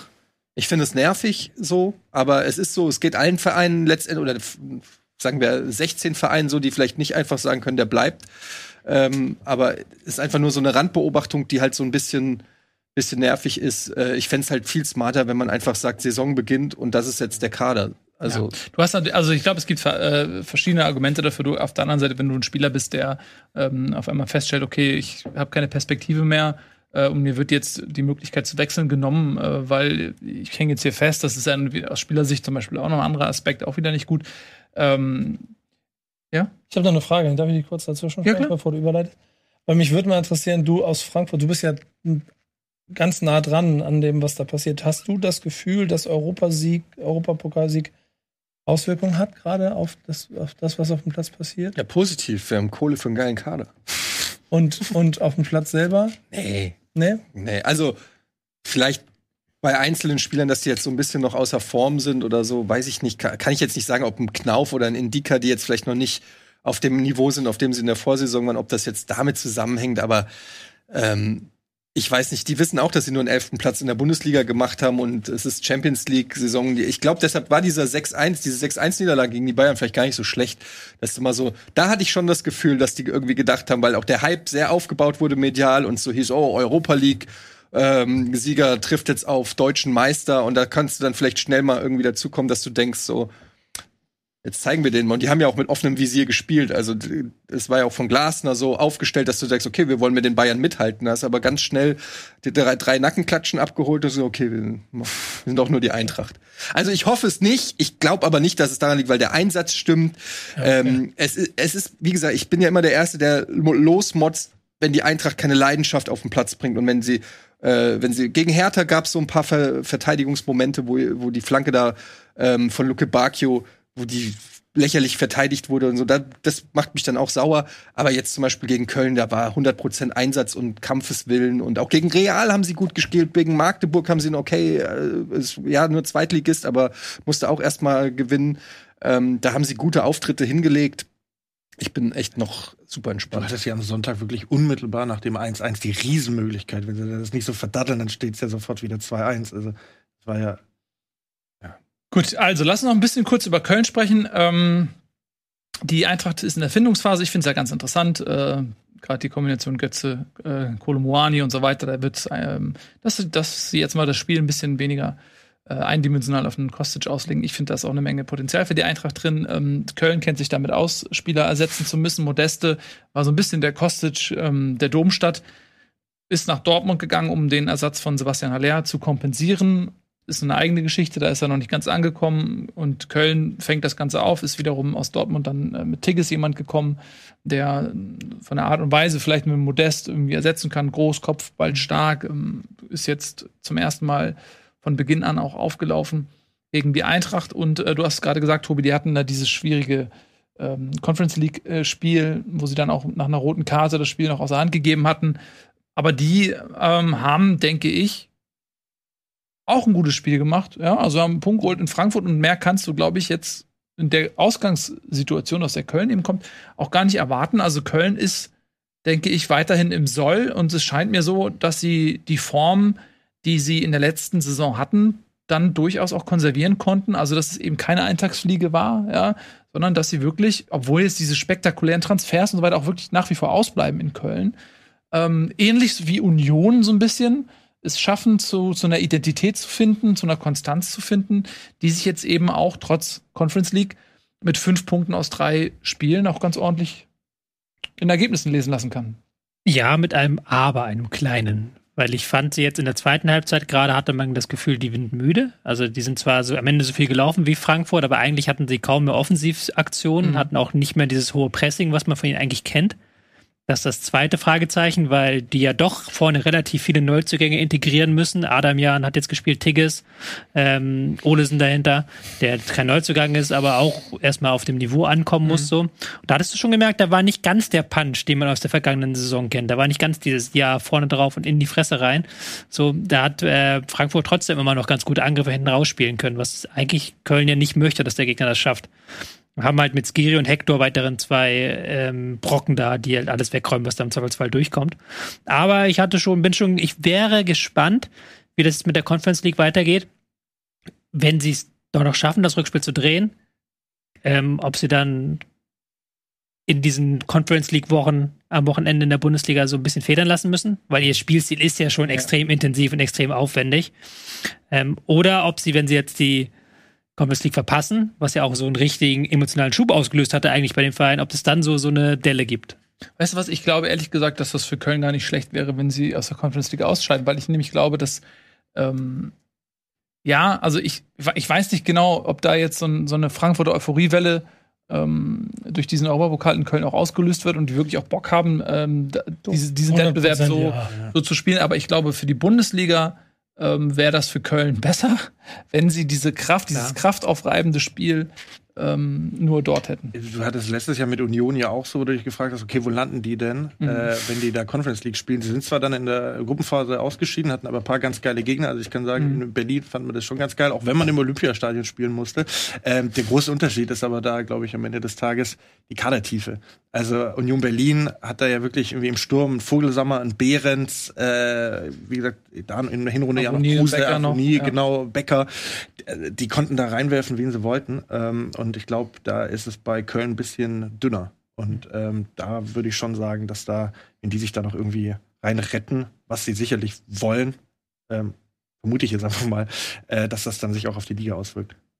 es nervig so, aber es ist so, es geht allen Vereinen letztendlich, oder sagen wir 16 Vereinen so, die vielleicht nicht einfach sagen können, der bleibt. Aber es ist einfach nur so eine Randbeobachtung, die halt so ein bisschen nervig ist. Ich fände es halt viel smarter, wenn man einfach sagt, Saison beginnt und das ist jetzt der Kader. Also, ich glaube, es gibt verschiedene Argumente dafür. Du auf der anderen Seite, wenn du ein Spieler bist, der auf einmal feststellt, okay, ich habe keine Perspektive mehr, und mir wird jetzt die Möglichkeit zu wechseln genommen, weil ich hänge jetzt hier fest. Das ist aus Spielersicht zum Beispiel auch noch ein anderer Aspekt, auch wieder nicht gut. Ja? Ich habe noch eine Frage, darf ich die kurz dazwischen sprechen, bevor du überleitest? Weil mich würde mal interessieren, du aus Frankfurt, du bist ja ganz nah dran an dem, was da passiert. Hast du das Gefühl, dass Europapokalsieg Auswirkungen hat, gerade auf das, was auf dem Platz passiert? Ja, positiv. Wir haben Kohle für einen geilen Kader. Und auf dem Platz selber? Nee, also vielleicht bei einzelnen Spielern, dass die jetzt so ein bisschen noch außer Form sind oder so, weiß ich nicht, kann ich jetzt nicht sagen, ob ein Knauf oder ein Indika, die jetzt vielleicht noch nicht auf dem Niveau sind, auf dem sie in der Vorsaison waren, ob das jetzt damit zusammenhängt, aber ich weiß nicht, die wissen auch, dass sie nur einen 11. Platz in der Bundesliga gemacht haben und es ist Champions-League-Saison. Ich glaube, deshalb war diese 6-1-Niederlage gegen die Bayern vielleicht gar nicht so schlecht. Das ist immer so, da hatte ich schon das Gefühl, dass die irgendwie gedacht haben, weil auch der Hype sehr aufgebaut wurde medial und so hieß, Europa League, Sieger trifft jetzt auf deutschen Meister und da kannst du dann vielleicht schnell mal irgendwie dazukommen, dass du denkst so, jetzt zeigen wir denen mal. Und die haben ja auch mit offenem Visier gespielt. Also es war ja auch von Glasner so aufgestellt, dass du sagst, okay, wir wollen mit den Bayern mithalten. Da hast aber ganz schnell die 3 Nackenklatschen abgeholt und so, okay, wir sind doch nur die Eintracht. Also ich hoffe es nicht. Ich glaube aber nicht, dass es daran liegt, weil der Einsatz stimmt. Okay. Es ist, wie gesagt, ich bin ja immer der Erste, der losmotzt, wenn die Eintracht keine Leidenschaft auf den Platz bringt und wenn sie gegen Hertha gab es so ein paar Verteidigungsmomente, wo die Flanke da von Luke Bacchio, wo die lächerlich verteidigt wurde und so, das macht mich dann auch sauer. Aber jetzt zum Beispiel gegen Köln, da war 100% Einsatz und Kampfeswillen und auch gegen Real haben sie gut gespielt, gegen Magdeburg haben sie nur Zweitligist, aber musste auch erstmal gewinnen. Da haben sie gute Auftritte hingelegt. Ich bin echt noch super entspannt. Du hattest ja am Sonntag wirklich unmittelbar nach dem 1-1 die Riesenmöglichkeit. Wenn sie das nicht so verdatteln, dann steht es ja sofort wieder 2-1. Also, das war ja. Gut, also lass uns noch ein bisschen kurz über Köln sprechen. Die Eintracht ist in der Findungsphase. Ich finde es ja ganz interessant. Gerade die Kombination Götze, Kolomuani und so weiter. Da wird dass sie jetzt mal das Spiel ein bisschen weniger eindimensional auf den Kostic auslegen. Ich finde, da ist auch eine Menge Potenzial für die Eintracht drin. Köln kennt sich damit aus, Spieler ersetzen zu müssen. Modeste war so ein bisschen der Kostic der Domstadt. Ist nach Dortmund gegangen, um den Ersatz von Sebastian Haller zu kompensieren. Ist eine eigene Geschichte, da ist er noch nicht ganz angekommen. Und Köln fängt das Ganze auf, ist wiederum aus Dortmund dann mit Tigges jemand gekommen, der von der Art und Weise vielleicht mit Modest irgendwie ersetzen kann. Groß, Kopf, bald stark. Ist jetzt zum ersten Mal von Beginn an auch aufgelaufen gegen die Eintracht. Und du hast gerade gesagt, Tobi, die hatten da dieses schwierige Conference League-Spiel, wo sie dann auch nach einer roten Karte das Spiel noch aus der Hand gegeben hatten. Aber die haben, denke ich, auch ein gutes Spiel gemacht. Ja? Also haben einen Punkt geholt in Frankfurt und mehr kannst du, glaube ich, jetzt in der Ausgangssituation, aus der Köln eben kommt, auch gar nicht erwarten. Also Köln ist, denke ich, weiterhin im Soll. Und es scheint mir so, dass sie die Form, die sie in der letzten Saison hatten, dann durchaus auch konservieren konnten. Also, dass es eben keine Eintagsfliege war, ja, sondern dass sie wirklich, obwohl jetzt diese spektakulären Transfers und so weiter auch wirklich nach wie vor ausbleiben in Köln, ähnlich wie Union so ein bisschen, es schaffen, zu einer Identität zu finden, zu einer Konstanz zu finden, die sich jetzt eben auch trotz Conference League mit 5 Punkten aus 3 Spielen auch ganz ordentlich in Ergebnissen lesen lassen kann. Ja, mit einem Aber, einem kleinen. Weil ich fand sie jetzt in der zweiten Halbzeit gerade hatte man das Gefühl, die sind müde. Also die sind zwar so am Ende so viel gelaufen wie Frankfurt, aber eigentlich hatten sie kaum mehr Offensivaktionen, hatten auch nicht mehr dieses hohe Pressing, was man von ihnen eigentlich kennt. Das ist das zweite Fragezeichen, weil die ja doch vorne relativ viele Neuzugänge integrieren müssen. Adamjan hat jetzt gespielt, Tigges, Olesen dahinter, der kein Neuzugang ist, aber auch erstmal auf dem Niveau ankommen muss. So. Und da hattest du schon gemerkt, da war nicht ganz der Punch, den man aus der vergangenen Saison kennt. Da war nicht ganz dieses Jahr vorne drauf und in die Fresse rein. So, da hat Frankfurt trotzdem immer noch ganz gute Angriffe hinten rausspielen können, was eigentlich Köln ja nicht möchte, dass der Gegner das schafft. Wir haben halt mit Skiri und Hector weiteren 2 Brocken da, die halt alles wegräumen, was da im Zweifelsfall durchkommt. Aber ich wäre gespannt, wie das jetzt mit der Conference League weitergeht. Wenn sie es doch noch schaffen, das Rückspiel zu drehen, ob sie dann in diesen Conference League Wochen am Wochenende in der Bundesliga so ein bisschen federn lassen müssen, weil ihr Spielstil ist ja schon extrem intensiv und extrem aufwendig. Oder ob sie, wenn sie jetzt die Conference League verpassen, was ja auch so einen richtigen emotionalen Schub ausgelöst hatte eigentlich bei dem Verein, ob es dann so eine Delle gibt. Weißt du was, ich glaube ehrlich gesagt, dass das für Köln gar nicht schlecht wäre, wenn sie aus der Conference League ausscheiden, weil ich nämlich glaube, dass also ich weiß nicht genau, ob da jetzt so eine Frankfurter Euphoriewelle durch diesen Europapokal in Köln auch ausgelöst wird und die wirklich auch Bock haben, diesen Wettbewerb so zu spielen, aber ich glaube, für die Bundesliga wäre das für Köln besser, wenn sie dieses kraftaufreibende Spiel nur dort hätten. Du hattest letztes Jahr mit Union ja auch so, wo du dich gefragt hast, okay, wo landen die denn, wenn die da Conference League spielen? Sie sind zwar dann in der Gruppenphase ausgeschieden, hatten aber ein paar ganz geile Gegner. Also ich kann sagen, in Berlin fand man das schon ganz geil, auch wenn man im Olympiastadion spielen musste. Der große Unterschied ist aber da, glaube ich, am Ende des Tages die Kadertiefe. Also Union Berlin hat da ja wirklich irgendwie im Sturm einen Vogelsammer, einen Behrens, wie gesagt, da in der Hinrunde ja noch Kruse, Afoni, genau, Becker. Die konnten da reinwerfen, wen sie wollten. Und ich glaube, da ist es bei Köln ein bisschen dünner. Und da würde ich schon sagen, dass da, wenn die sich da noch irgendwie rein retten, was sie sicherlich wollen, vermute ich jetzt einfach mal, dass das dann sich auch auf die Liga auswirkt.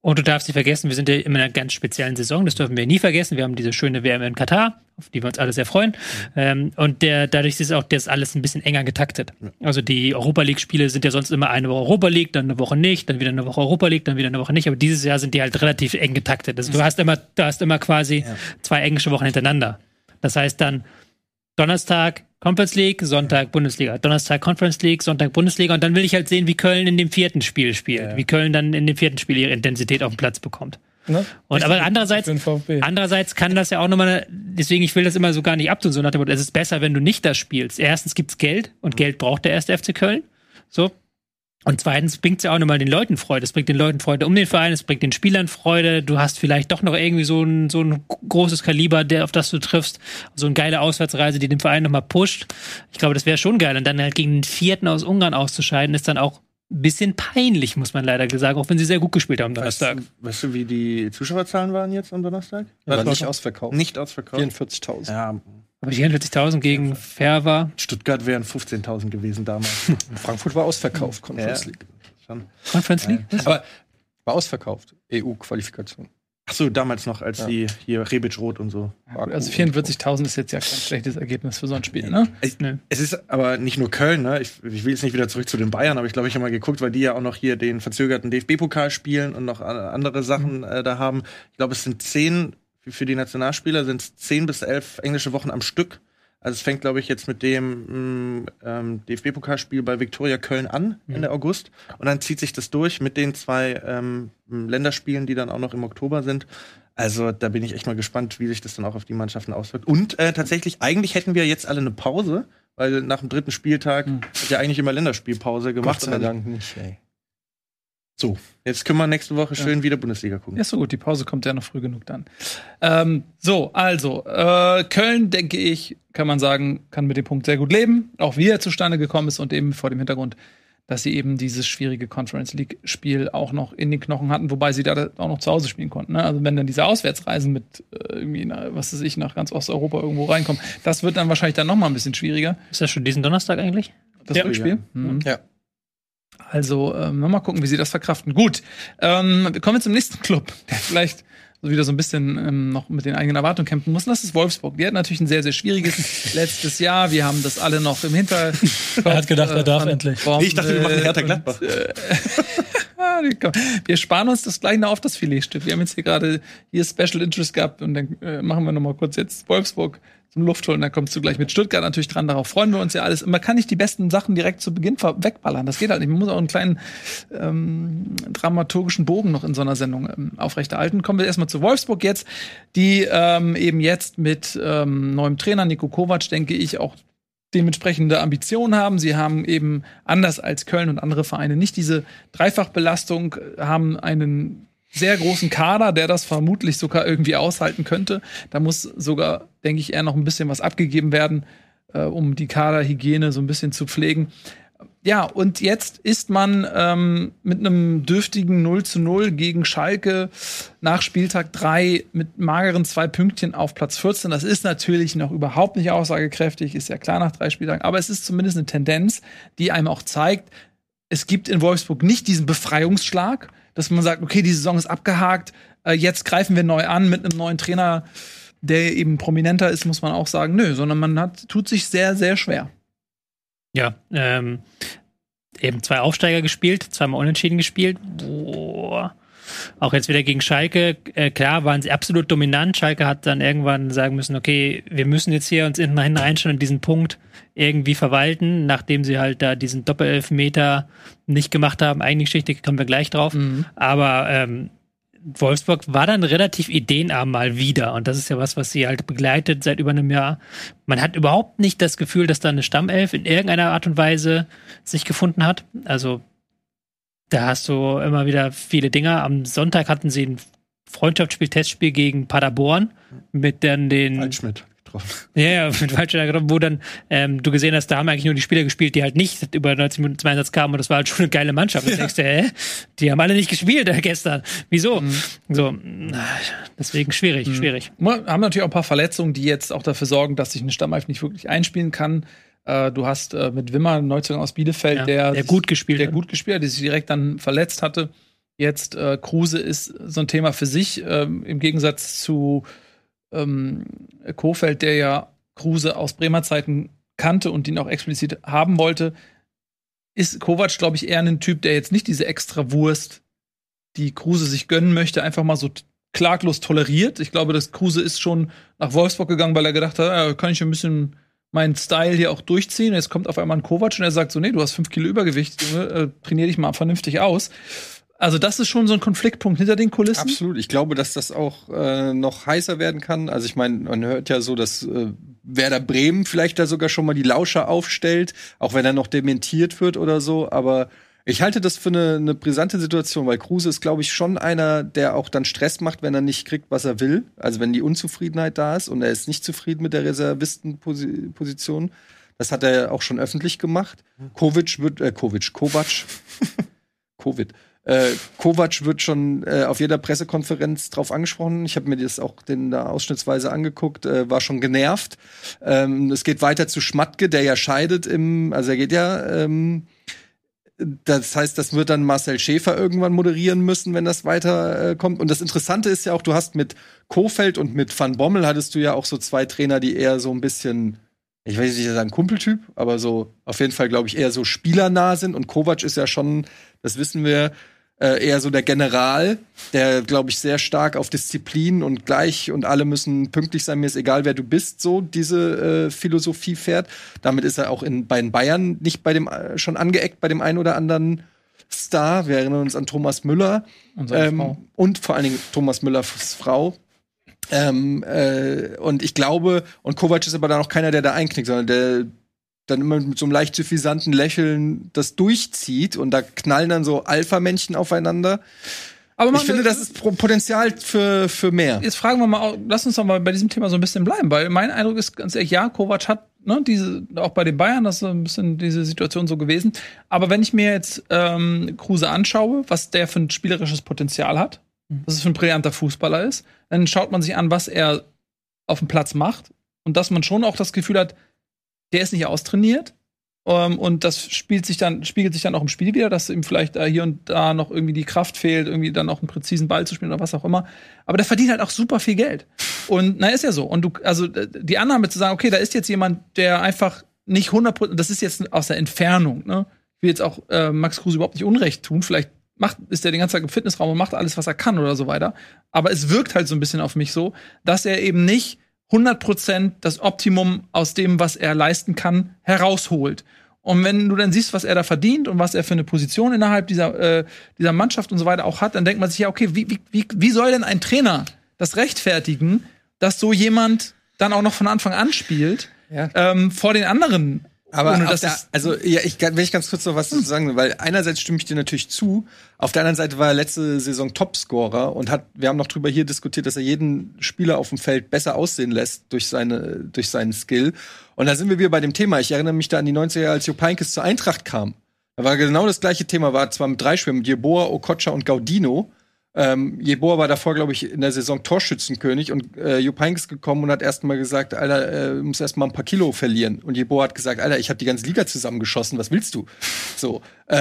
Und du darfst nicht vergessen, wir sind ja immer in einer ganz speziellen Saison, das dürfen wir nie vergessen. Wir haben diese schöne WM in Katar, auf die wir uns alle sehr freuen. Und dadurch ist auch das alles ein bisschen enger getaktet. Also die Europa-League-Spiele sind ja sonst immer eine Woche Europa League, dann eine Woche nicht, dann wieder eine Woche Europa League, dann wieder eine Woche nicht. Aber dieses Jahr sind die halt relativ eng getaktet. Also du hast immer quasi 2 englische Wochen hintereinander. Das heißt dann Donnerstag Conference League, Sonntag Bundesliga. Donnerstag Conference League, Sonntag Bundesliga. Und dann will ich halt sehen, wie Köln in dem 4. Spiel spielt. Ja. Wie Köln dann in dem 4. Spiel ihre Intensität auf den Platz bekommt. Ne? Und aber andererseits kann das ja auch nochmal, deswegen, ich will das immer so gar nicht abtun, so nach dem Motto, es ist besser, wenn du nicht das spielst. Erstens gibt's Geld und Geld braucht der 1. FC Köln. So. Und zweitens bringt es ja auch nochmal den Leuten Freude. Es bringt den Leuten Freude um den Verein, es bringt den Spielern Freude. Du hast vielleicht doch noch irgendwie so ein großes Kaliber, auf das du triffst. So eine geile Auswärtsreise, die den Verein nochmal pusht. Ich glaube, das wäre schon geil. Und dann halt gegen den 4. aus Ungarn auszuscheiden, ist dann auch ein bisschen peinlich, muss man leider sagen, auch wenn sie sehr gut gespielt haben am Donnerstag. Weißt du, wie die Zuschauerzahlen waren jetzt am Donnerstag? War nicht ausverkauft. Nicht ausverkauft. 44.000. Ja. Aber die 44.000 gegen Fair war. Stuttgart wären 15.000 gewesen damals. Frankfurt war ausverkauft, Conference League. Conference League? Aber war ausverkauft. EU-Qualifikation. Ach so, damals noch, als die hier Rebic-Rot und so. Also 44.000 ist jetzt ja kein schlechtes Ergebnis für so ein Spiel, ne? Es ist aber nicht nur Köln, ne? Ich will jetzt nicht wieder zurück zu den Bayern, aber ich glaube, ich habe mal geguckt, weil die ja auch noch hier den verzögerten DFB-Pokal spielen und noch andere Sachen da haben. Ich glaube, es sind 10, für die Nationalspieler sind es 10 bis 11 englische Wochen am Stück. Also es fängt, glaube ich, jetzt mit dem DFB-Pokalspiel bei Viktoria Köln an, Ende August. Und dann zieht sich das durch mit den 2 Länderspielen, die dann auch noch im Oktober sind. Also da bin ich echt mal gespannt, wie sich das dann auch auf die Mannschaften auswirkt. Und tatsächlich, eigentlich hätten wir jetzt alle eine Pause, weil nach dem 3. Spieltag wird ja eigentlich immer Länderspielpause gemacht. Gott sei Dank nicht, ey. So, jetzt können wir nächste Woche schön wieder Bundesliga gucken. Ja, so gut, die Pause kommt ja noch früh genug dann. Köln, denke ich, kann man sagen, kann mit dem Punkt sehr gut leben. Auch wie er zustande gekommen ist und eben vor dem Hintergrund, dass sie eben dieses schwierige Conference League-Spiel auch noch in den Knochen hatten, wobei sie da auch noch zu Hause spielen konnten. Ne? Also wenn dann diese Auswärtsreisen mit irgendwie, nach ganz Osteuropa irgendwo reinkommen, das wird dann wahrscheinlich dann noch mal ein bisschen schwieriger. Ist das schon diesen Donnerstag eigentlich? Das Rückspiel? Ja. Also, mal gucken, wie sie das verkraften. Gut, wir kommen zum nächsten Club, der vielleicht so wieder so ein bisschen noch mit den eigenen Erwartungen kämpfen muss. Und das ist Wolfsburg. Die hat natürlich ein sehr, sehr schwieriges letztes Jahr. Wir haben das alle noch im Hinterkopf. Er hat gedacht, er darf endlich. Ich dachte, wir machen Hertha Gladbach. Wir sparen uns das gleich noch auf das Filetstück. Wir haben jetzt hier Special Interest gehabt und dann machen wir noch mal kurz jetzt Wolfsburg zum Luftholen. Dann kommst du gleich mit Stuttgart natürlich dran. Darauf freuen wir uns ja alles. Und man kann nicht die besten Sachen direkt zu Beginn wegballern. Das geht halt nicht. Man muss auch einen kleinen dramaturgischen Bogen noch in so einer Sendung aufrechterhalten. Kommen wir erstmal zu Wolfsburg jetzt, die eben jetzt mit neuem Trainer Niko Kovac, denke ich, auch dementsprechende Ambitionen haben. Sie haben eben anders als Köln und andere Vereine nicht diese Dreifachbelastung, haben einen sehr großen Kader, der das vermutlich sogar irgendwie aushalten könnte. Da muss sogar, denke ich, eher noch ein bisschen was abgegeben werden, um die Kaderhygiene so ein bisschen zu pflegen. Ja, und jetzt ist man mit einem dürftigen 0:0 gegen Schalke nach Spieltag 3 mit mageren 2 Pünktchen auf Platz 14. Das ist natürlich noch überhaupt nicht aussagekräftig, ist ja klar nach 3 Spieltagen. Aber es ist zumindest eine Tendenz, die einem auch zeigt, es gibt in Wolfsburg nicht diesen Befreiungsschlag, dass man sagt, okay, die Saison ist abgehakt, jetzt greifen wir neu an mit einem neuen Trainer, der eben prominenter ist, muss man auch sagen. Nö, sondern man tut sich sehr, sehr schwer. Ja, eben 2 Aufsteiger gespielt, 2-mal unentschieden gespielt. Boah. Auch jetzt wieder gegen Schalke. Klar waren sie absolut dominant. Schalke hat dann irgendwann sagen müssen, okay, wir müssen jetzt hier uns hinten reinstellen und diesen Punkt irgendwie verwalten, nachdem sie halt da diesen Doppelelfmeter nicht gemacht haben. Eigene Geschichte, kommen wir gleich drauf. Aber Wolfsburg war dann relativ ideenarm mal wieder. Und das ist ja was sie halt begleitet seit über einem Jahr. Man hat überhaupt nicht das Gefühl, dass da eine Stammelf in irgendeiner Art und Weise sich gefunden hat. Also da hast du immer wieder viele Dinge. Am Sonntag hatten sie ein Freundschaftsspiel, Testspiel gegen Paderborn mit dann den Waldschmidt getroffen. Ja, mit Waldschmidt getroffen, wo dann du gesehen hast, da haben eigentlich nur die Spieler gespielt, die halt nicht über 90 Minuten zum Einsatz kamen und das war halt schon eine geile Mannschaft. Da denkst du, die haben alle nicht gespielt gestern. Wieso? So, deswegen schwierig. Wir haben natürlich auch ein paar Verletzungen, die jetzt auch dafür sorgen, dass sich eine Stammelf nicht wirklich einspielen kann. Du hast mit Wimmer einen Neuzugang aus Bielefeld, der gut gespielt hat, der sich direkt dann verletzt hatte. Jetzt Kruse ist so ein Thema für sich, im Gegensatz zu Kohfeldt, der ja Kruse aus Bremer Zeiten kannte und ihn auch explizit haben wollte, ist Kovac, glaube ich, eher ein Typ, der jetzt nicht diese extra Wurst, die Kruse sich gönnen möchte, einfach mal so klaglos toleriert. Ich glaube, dass Kruse ist schon nach Wolfsburg gegangen, weil er gedacht hat, ja, kann ich ein bisschen meinen Style hier auch durchziehen. Jetzt kommt auf einmal ein Kovac und er sagt so, nee, du hast 5 Kilo Übergewicht, trainier dich mal vernünftig aus. Also das ist schon so ein Konfliktpunkt hinter den Kulissen. Absolut. Ich glaube, dass das auch noch heißer werden kann. Also ich meine, man hört ja so, dass Werder Bremen vielleicht da sogar schon mal die Lauscher aufstellt, auch wenn er noch dementiert wird oder so. Aber ich halte das für eine brisante Situation, weil Kruse ist, glaube ich, schon einer, der auch dann Stress macht, wenn er nicht kriegt, was er will. Also wenn die Unzufriedenheit da ist und er ist nicht zufrieden mit der Reservistenposition. Das hat er auch schon öffentlich gemacht. Kovac wird schon auf jeder Pressekonferenz drauf angesprochen. Ich habe mir das auch da ausschnittsweise angeguckt, war schon genervt. Es geht weiter zu Schmatke, der ja scheidet also er geht ja, das heißt, das wird dann Marcel Schäfer irgendwann moderieren müssen, wenn das weiter kommt. Und das Interessante ist ja auch, du hast mit Kohfeldt und mit Van Bommel hattest du ja auch so 2 Trainer, die eher so ein bisschen, ich weiß nicht, sagen Kumpeltyp, aber so auf jeden Fall, glaube ich, eher so spielernah sind. Und Kovac ist ja schon, das wissen wir, eher so der General, der, glaube ich, sehr stark auf Disziplin und gleich und alle müssen pünktlich sein, mir ist egal, wer du bist, so diese Philosophie fährt. Damit ist er auch bei den Bayern nicht schon angeeckt bei dem einen oder anderen Star. Wir erinnern uns an Thomas Müller und vor allen Dingen Thomas Müllers Frau. Und ich glaube, und Kovac ist aber dann auch keiner, der da einknickt, sondern der dann immer mit so einem leicht suffisanten Lächeln das durchzieht und da knallen dann so Alpha-Männchen aufeinander. Aber ich finde, das ist Potenzial für mehr. Jetzt fragen wir mal, lass uns doch mal bei diesem Thema so ein bisschen bleiben, weil mein Eindruck ist ganz ehrlich, ja, Kovac hat auch bei den Bayern, das ist so ein bisschen diese Situation so gewesen. Aber wenn ich mir jetzt Kruse anschaue, was der für ein spielerisches Potenzial hat, was es für ein brillanter Fußballer ist, dann schaut man sich an, was er auf dem Platz macht und dass man schon auch das Gefühl hat, der ist nicht austrainiert. Und das spiegelt sich dann auch im Spiel wieder, dass ihm vielleicht hier und da noch irgendwie die Kraft fehlt, irgendwie dann auch einen präzisen Ball zu spielen oder was auch immer. Aber der verdient halt auch super viel Geld. Und ist ja so. Und also die Annahme zu sagen, okay, da ist jetzt jemand, der einfach nicht 100%, das ist jetzt aus der Entfernung, ne? Ich will jetzt auch Max Kruse überhaupt nicht Unrecht tun. Vielleicht ist er den ganzen Tag im Fitnessraum und macht alles, was er kann oder so weiter. Aber es wirkt halt so ein bisschen auf mich so, dass er eben nicht 100% das Optimum aus dem, was er leisten kann, herausholt. Und wenn du dann siehst, was er da verdient und was er für eine Position innerhalb dieser Mannschaft und so weiter auch hat, dann denkt man sich ja, okay, wie soll denn ein Trainer das rechtfertigen, dass so jemand dann auch noch von Anfang an spielt, vor den anderen? Aber will ich ganz kurz noch was dazu sagen, weil einerseits stimme ich dir natürlich zu, auf der anderen Seite war er letzte Saison Topscorer und wir haben noch drüber hier diskutiert, dass er jeden Spieler auf dem Feld besser aussehen lässt durch seinen Skill. Und da sind wir wieder bei dem Thema. Ich erinnere mich da an die 90er, als Jupp Heynckes zur Eintracht kam. Da war genau das gleiche Thema, war zwar mit 3 Spielern, mit Jeboa, Okocha und Gaudino. Jeboa war davor, glaube ich, in der Saison Torschützenkönig und Jupp Heynckes gekommen und hat erst mal gesagt, Alter, muss erst mal ein paar Kilo verlieren. Und Jeboa hat gesagt, Alter, ich habe die ganze Liga zusammengeschossen, was willst du? So.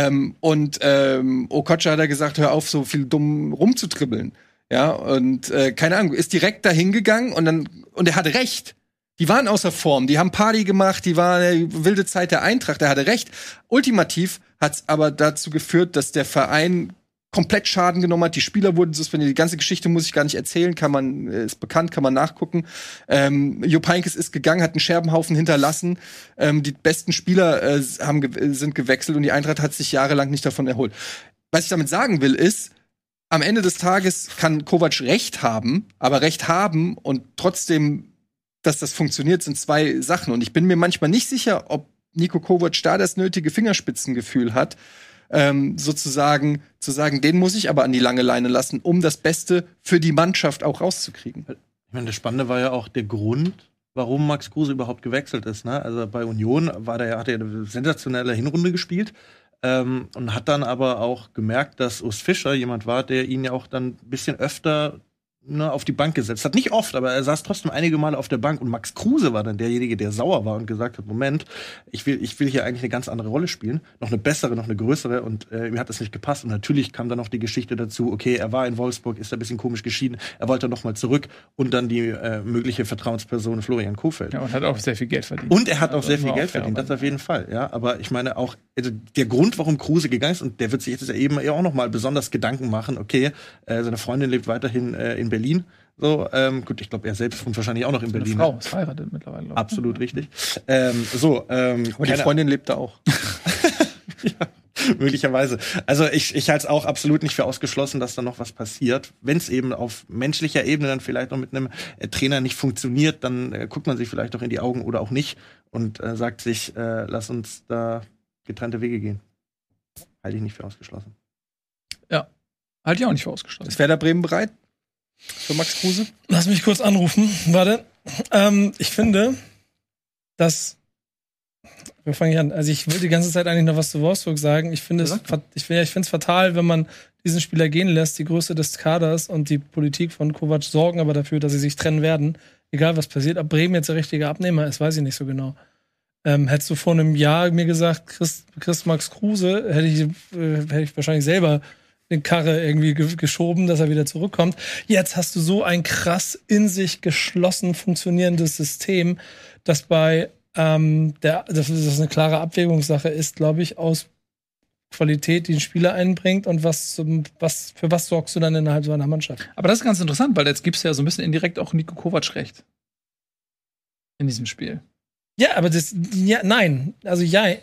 Okocha hat er gesagt, hör auf, so viel dumm rumzutribbeln. Ja, und keine Ahnung, ist direkt dahin gegangen und er hatte recht. Die waren außer Form, die haben Party gemacht, die war eine wilde Zeit der Eintracht, er hatte recht. Ultimativ hat's aber dazu geführt, dass der Verein komplett Schaden genommen hat, die Spieler wurden suspendiert, die ganze Geschichte muss ich gar nicht erzählen, ist bekannt, kann man nachgucken. Jupp Heynckes ist gegangen, hat einen Scherbenhaufen hinterlassen, die besten Spieler sind gewechselt und die Eintracht hat sich jahrelang nicht davon erholt. Was ich damit sagen will, ist, am Ende des Tages kann Kovac recht haben, aber recht haben und trotzdem, dass das funktioniert, sind 2 Sachen. Und ich bin mir manchmal nicht sicher, ob Niko Kovac da das nötige Fingerspitzengefühl hat, sozusagen zu sagen, den muss ich aber an die lange Leine lassen, um das Beste für die Mannschaft auch rauszukriegen. Ich meine, das Spannende war ja auch der Grund, warum Max Kruse überhaupt gewechselt ist. Ne? Also bei Union hat er eine sensationelle Hinrunde gespielt und hat dann aber auch gemerkt, dass Urs Fischer jemand war, der ihn ja auch dann ein bisschen öfter auf die Bank gesetzt hat. Nicht oft, aber er saß trotzdem einige Male auf der Bank. Und Max Kruse war dann derjenige, der sauer war und gesagt hat, Moment, ich will hier eigentlich eine ganz andere Rolle spielen. Noch eine bessere, noch eine größere. Und mir hat das nicht gepasst. Und natürlich kam dann noch die Geschichte dazu, okay, er war in Wolfsburg, ist ein bisschen komisch geschieden. Er wollte noch mal zurück. Und dann die mögliche Vertrauensperson Florian Kohfeldt. Ja, und hat auch sehr viel Geld verdient. Und er hat auch sehr viel Geld verdient, das auf jeden Fall. Ja, aber ich meine auch, also der Grund, warum Kruse gegangen ist, und der wird sich jetzt eben auch noch mal besonders Gedanken machen, okay, seine Freundin lebt weiterhin in Berlin. So, gut, ich glaube, er selbst wohnt wahrscheinlich auch noch in Berlin. Frau ist verheiratet mittlerweile. Absolut richtig. Aber die Freundin lebt da auch. Ja, möglicherweise. Also ich halte es auch absolut nicht für ausgeschlossen, dass da noch was passiert. Wenn es eben auf menschlicher Ebene dann vielleicht noch mit einem Trainer nicht funktioniert, dann guckt man sich vielleicht doch in die Augen oder auch nicht und sagt sich, lass uns da getrennte Wege gehen. Halte ich nicht für ausgeschlossen. Ja, halte ich auch nicht für ausgeschlossen. Ist Werder Bremen bereit für Max Kruse? Lass mich kurz anrufen. Warte. Ich finde, dass wo fange ich an? Also ich will die ganze Zeit eigentlich noch was zu Wolfsburg sagen. Ich finde es fatal, wenn man diesen Spieler gehen lässt. Die Größe des Kaders und die Politik von Kovac sorgen aber dafür, dass sie sich trennen werden. Egal was passiert. Ob Bremen jetzt der richtige Abnehmer ist, weiß ich nicht so genau. Hättest du vor einem Jahr mir gesagt, Chris Max Kruse, hätte ich wahrscheinlich selber den Karre irgendwie geschoben, dass er wieder zurückkommt. Jetzt hast du so ein krass in sich geschlossen funktionierendes System, das bei dass das eine klare Abwägungssache ist, glaube ich, aus Qualität, die ein Spieler einbringt und für was sorgst du dann innerhalb so einer Mannschaft. Aber das ist ganz interessant, weil jetzt gibst du ja so ein bisschen indirekt auch Niko Kovac recht. In diesem Spiel. Ja, aber nein. Also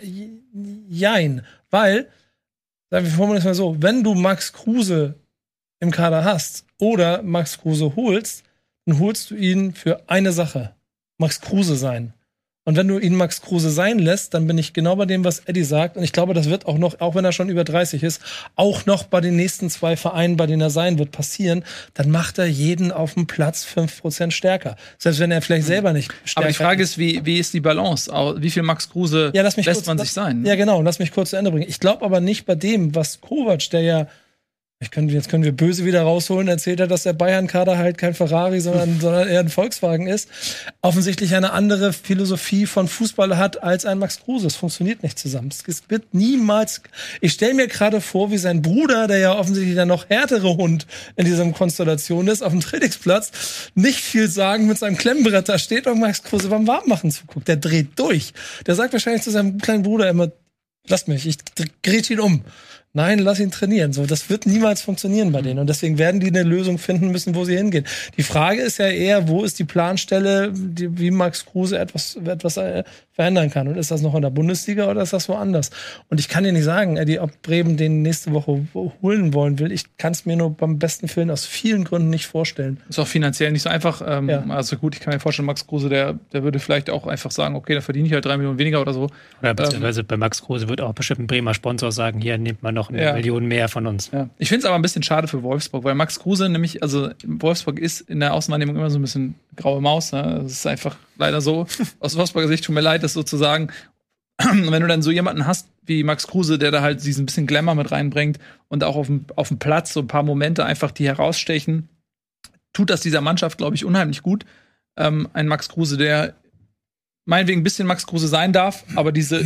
jein. Weil, sagen wir formulieren es mal so, wenn du Max Kruse im Kader hast oder Max Kruse holst, dann holst du ihn für eine Sache. Max Kruse sein. Und wenn du ihn Max Kruse sein lässt, dann bin ich genau bei dem, was Eddie sagt. Und ich glaube, das wird auch noch, auch wenn er schon über 30 ist, auch noch bei den nächsten 2 Vereinen, bei denen er sein wird, passieren. Dann macht er jeden auf dem Platz 5% stärker. Selbst wenn er vielleicht selber nicht stärker ist. Aber die Frage ist, wie ist die Balance? Wie viel Max Kruse lässt man sich sein? Ja, genau. Lass mich kurz zu Ende bringen. Ich glaube aber nicht bei dem, was Kovac, der ja jetzt können wir böse wieder rausholen, erzählt er, dass der Bayern-Kader halt kein Ferrari, sondern eher ein Volkswagen ist, offensichtlich eine andere Philosophie von Fußball hat als ein Max Kruse. Es funktioniert nicht zusammen. Es wird niemals. Ich stelle mir gerade vor, wie sein Bruder, der ja offensichtlich der noch härtere Hund in dieser Konstellation ist, auf dem Trainingsplatz, nicht viel sagen mit seinem Klemmbrett. Da steht doch Max Kruse beim Warmmachen zuguckt. Der dreht durch. Der sagt wahrscheinlich zu seinem kleinen Bruder immer, lass mich, ich grätsch ihn um. Nein, lass ihn trainieren. So, das wird niemals funktionieren bei denen. Und deswegen werden die eine Lösung finden müssen, wo sie hingehen. Die Frage ist ja eher, wo ist die Planstelle, wie Max Kruse etwas verändern kann. Und ist das noch in der Bundesliga oder ist das woanders? Und ich kann dir nicht sagen, Eddie, ob Bremen den nächste Woche holen wollen will. Ich kann es mir nur beim besten Willen aus vielen Gründen nicht vorstellen. Ist auch finanziell nicht so einfach. Also gut, ich kann mir vorstellen, Max Kruse, der würde vielleicht auch einfach sagen, okay, da verdiene ich halt 3 Millionen weniger oder so. Oder beziehungsweise bei Max Kruse wird auch bestimmt ein Bremer Sponsor sagen, hier nimmt man noch eine Million mehr von uns. Ja. Ich finde es aber ein bisschen schade für Wolfsburg, weil Max Kruse nämlich, also Wolfsburg ist in der Außenwahrnehmung immer so ein bisschen graue Maus. Ne? Das ist einfach leider so. Aus Wolfsburger Sicht tut mir leid, das so zu sagen. Und wenn du dann so jemanden hast wie Max Kruse, der da halt diesen bisschen Glamour mit reinbringt und auch auf dem Platz so ein paar Momente einfach, die herausstechen, tut das dieser Mannschaft, glaube ich, unheimlich gut. Ein Max Kruse, der meinetwegen ein bisschen Max Kruse sein darf, aber diese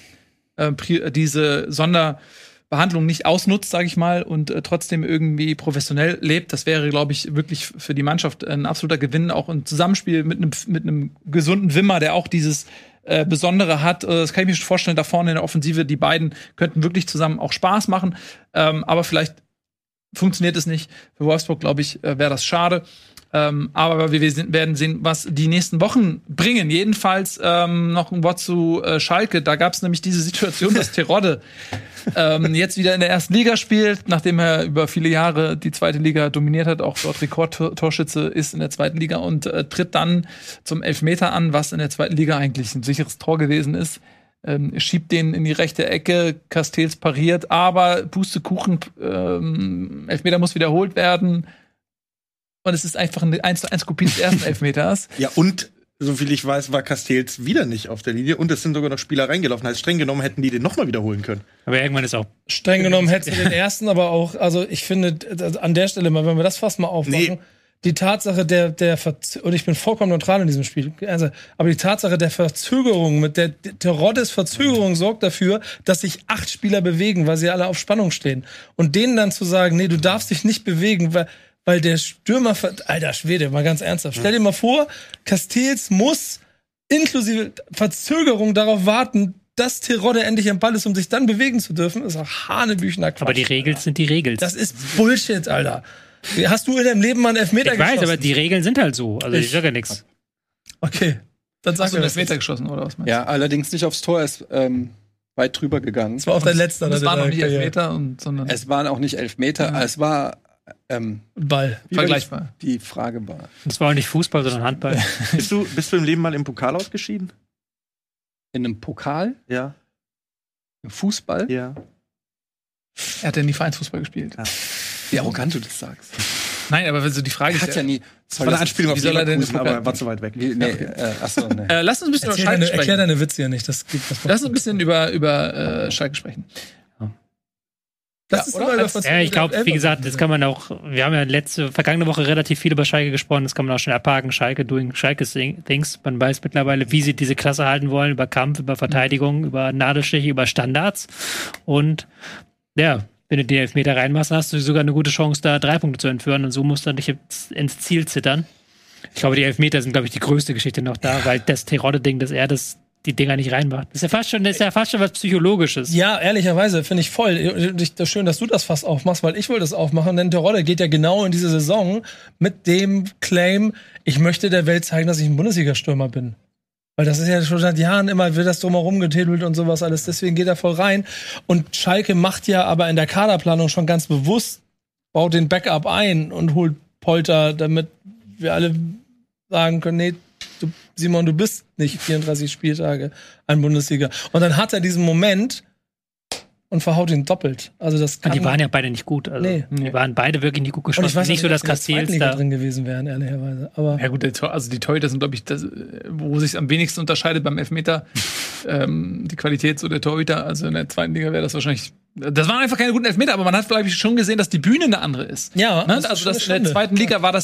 Sonderbehandlung nicht ausnutzt, sage ich mal, und trotzdem irgendwie professionell lebt. Das wäre, glaube ich, wirklich für die Mannschaft ein absoluter Gewinn, auch im Zusammenspiel mit einem gesunden Wimmer, der auch dieses Besondere hat. Das kann ich mir schon vorstellen, da vorne in der Offensive, die beiden könnten wirklich zusammen auch Spaß machen. Aber vielleicht funktioniert es nicht. Für Wolfsburg, glaube ich, wäre das schade. Aber wir werden sehen, was die nächsten Wochen bringen. Jedenfalls noch ein Wort zu Schalke. Da gab es nämlich diese Situation, dass Terodde jetzt wieder in der ersten Liga spielt, nachdem er über viele Jahre die zweite Liga dominiert hat, auch dort Rekordtorschütze ist in der zweiten Liga und tritt dann zum Elfmeter an, was in der zweiten Liga eigentlich ein sicheres Tor gewesen ist. Schiebt den in die rechte Ecke, Castells pariert, aber Pustekuchen, Elfmeter muss wiederholt werden. Und es ist einfach eine 1:1 Kopie des ersten Elfmeters. Ja, und soviel ich weiß, war Castells wieder nicht auf der Linie und es sind sogar noch Spieler reingelaufen. Heißt, streng genommen hätten die den nochmal wiederholen können. Aber irgendwann ist auch. Streng genommen hätten sie den ersten, aber auch, also ich finde, an der Stelle mal, wenn wir das fast mal aufmachen, die Tatsache und ich bin vollkommen neutral in diesem Spiel, also, aber die Tatsache der Verzögerung, mit der Teroddes Verzögerung sorgt dafür, dass sich 8 Spieler bewegen, weil sie alle auf Spannung stehen. Und denen dann zu sagen, nee, du darfst dich nicht bewegen, weil der Stürmer, alter Schwede, mal ganz ernsthaft. Stell dir mal vor, Castells muss inklusive Verzögerung darauf warten, dass Terodde endlich am Ball ist, um sich dann bewegen zu dürfen. Das ist auch hanebüchner Quatsch. Aber die Regeln sind die Regeln. Das ist Bullshit, Alter. Hast du in deinem Leben mal einen Elfmeter geschossen? Ich weiß, aber die Regeln sind halt so. Also ich sage ja nichts. Okay. Dann Hast du einen Elfmeter geschossen, oder was meinst du? Ja, allerdings nicht aufs Tor, er ist weit drüber gegangen. Das war auch dein letzter. Das waren auch nicht Elfmeter, sondern Es waren auch nicht Elfmeter, es war Ball. Vergleichbar. Die Frage war. Das war auch nicht Fußball, sondern Handball. Bist du im Leben mal im Pokal ausgeschieden? In einem Pokal? Ja. Im Fußball? Ja. Er hat ja nie Vereinsfußball gespielt. Ja. Wie arrogant du das sagst. Nein, aber wenn so die Frage Hat ja nie. Das war eine Anspielung auf wie soll er denn Leverkusen, Pokal- aber war zu weit weg. Achso, ne. Lass uns ein bisschen über Schalke Erklär sprechen. deine Witze ja nicht. Das geht was. Lass uns ein bisschen über Schalke sprechen. Das ist oder? immer Als- Ja, ich glaube, wie gesagt, das kann man auch, wir haben ja vergangene Woche relativ viel über Schalke gesprochen, das kann man auch schon abhaken, Schalke doing Schalke things. Man weiß mittlerweile, wie sie diese Klasse halten wollen, über Kampf, über Verteidigung, über Nadelstiche, über Standards. Und wenn du die Elfmeter reinmachst, dann hast du sogar eine gute Chance, da 3 Punkte zu entführen und so musst du nicht ins Ziel zittern. Ich glaube, die Elfmeter sind, glaube ich, die größte Geschichte noch da, weil das Terodde-Ding, dass er die Dinger nicht reinmacht. Das ist ja fast schon was Psychologisches. Ja, ehrlicherweise finde ich voll. Schön, dass du das fast aufmachst, weil ich will das aufmachen, denn Terodde geht ja genau in diese Saison mit dem Claim, ich möchte der Welt zeigen, dass ich ein Bundesliga-Stürmer bin. Weil das ist ja schon seit Jahren immer, wird das drumherum getitelt und sowas alles, deswegen geht er voll rein. Und Schalke macht ja aber in der Kaderplanung schon ganz bewusst, baut den Backup ein und holt Polter, damit wir alle sagen können, nee, Simon, du bist nicht 34 Spieltage ein Bundesliga. Und dann hat er diesen Moment und verhaut ihn doppelt. Also das kann Und die waren ja beide nicht gut. Also, Nee. Die waren beide wirklich nicht gut und ich geschossen. weiß Nicht so, dass in der zweiten Castells Liga da. drin gewesen wären, ehrlicherweise. Aber Ja gut, die Torhüter sind, glaube ich, das, wo sich am wenigsten unterscheidet beim Elfmeter. Die Qualität so der Torhüter. Also in der zweiten Liga wäre das wahrscheinlich. Das waren einfach keine guten Elfmeter, aber man hat, glaube ich, schon gesehen, dass die Bühne eine andere ist. ja, Ne? ist Also schon das eine in der Schande. zweiten Liga war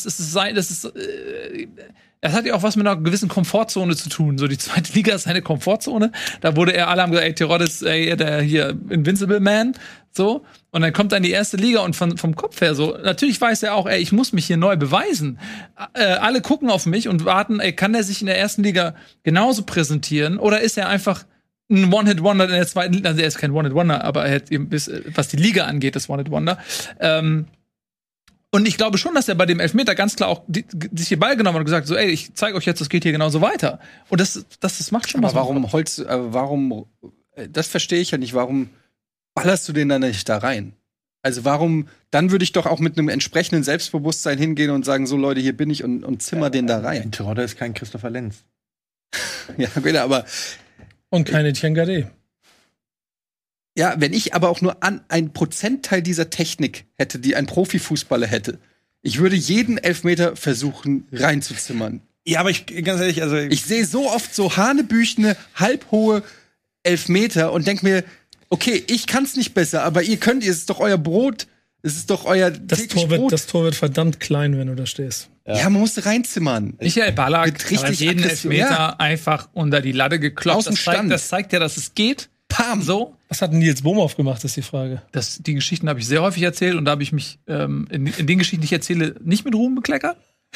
das hat ja auch was mit einer gewissen Komfortzone zu tun. So, die zweite Liga ist eine Komfortzone. Da wurde alle haben gesagt, ey, Terodde ist der hier Invincible Man. So. Und dann kommt er in die erste Liga und vom Kopf her so. Natürlich weiß er auch, ey, ich muss mich hier neu beweisen. Alle gucken auf mich und warten, ey, kann der sich in der ersten Liga genauso präsentieren? Oder ist er einfach ein One-Hit-Wonder in der zweiten Liga? Also er ist kein One-Hit-Wonder, aber er hat eben was die Liga angeht, das One-Hit-Wonder. Und ich glaube schon, dass er bei dem Elfmeter ganz klar auch sich den Ball genommen hat und gesagt, so, ey, ich zeige euch jetzt, das geht hier genauso weiter. Und das macht schon was. Aber warum das verstehe ich ja nicht, warum ballerst du den dann nicht da rein? Also dann würde ich doch auch mit einem entsprechenden Selbstbewusstsein hingehen und sagen, so Leute, hier bin ich und zimmer den da rein. Terodde ist kein Christopher Lenz. Ja, gut, aber Und keine Tiengade. ja, wenn ich aber auch nur ein Prozentteil dieser Technik hätte, die ein Profifußballer hätte, ich würde jeden Elfmeter versuchen reinzuzimmern. Ja, aber ganz ehrlich, also Ich sehe so oft so hanebüchene, halbhohe Elfmeter und denke mir, okay, ich kann's nicht besser, aber ihr könnt, es ist doch euer Brot, es ist doch euer täglich Brot. Das Tor wird verdammt klein, wenn du da stehst. Ja, man musste reinzimmern. Michael Ballack Mit richtig hat jeden Aggression, Elfmeter einfach unter die Latte geklopft. Aus dem Stand. Das zeigt ja, dass es geht. Pam! So. Was hat denn Nils Bohmhoff gemacht, ist die Frage. Die Geschichten habe ich sehr häufig erzählt und da habe ich mich in den Geschichten, die ich erzähle, nicht mit Ruhm bekleckert.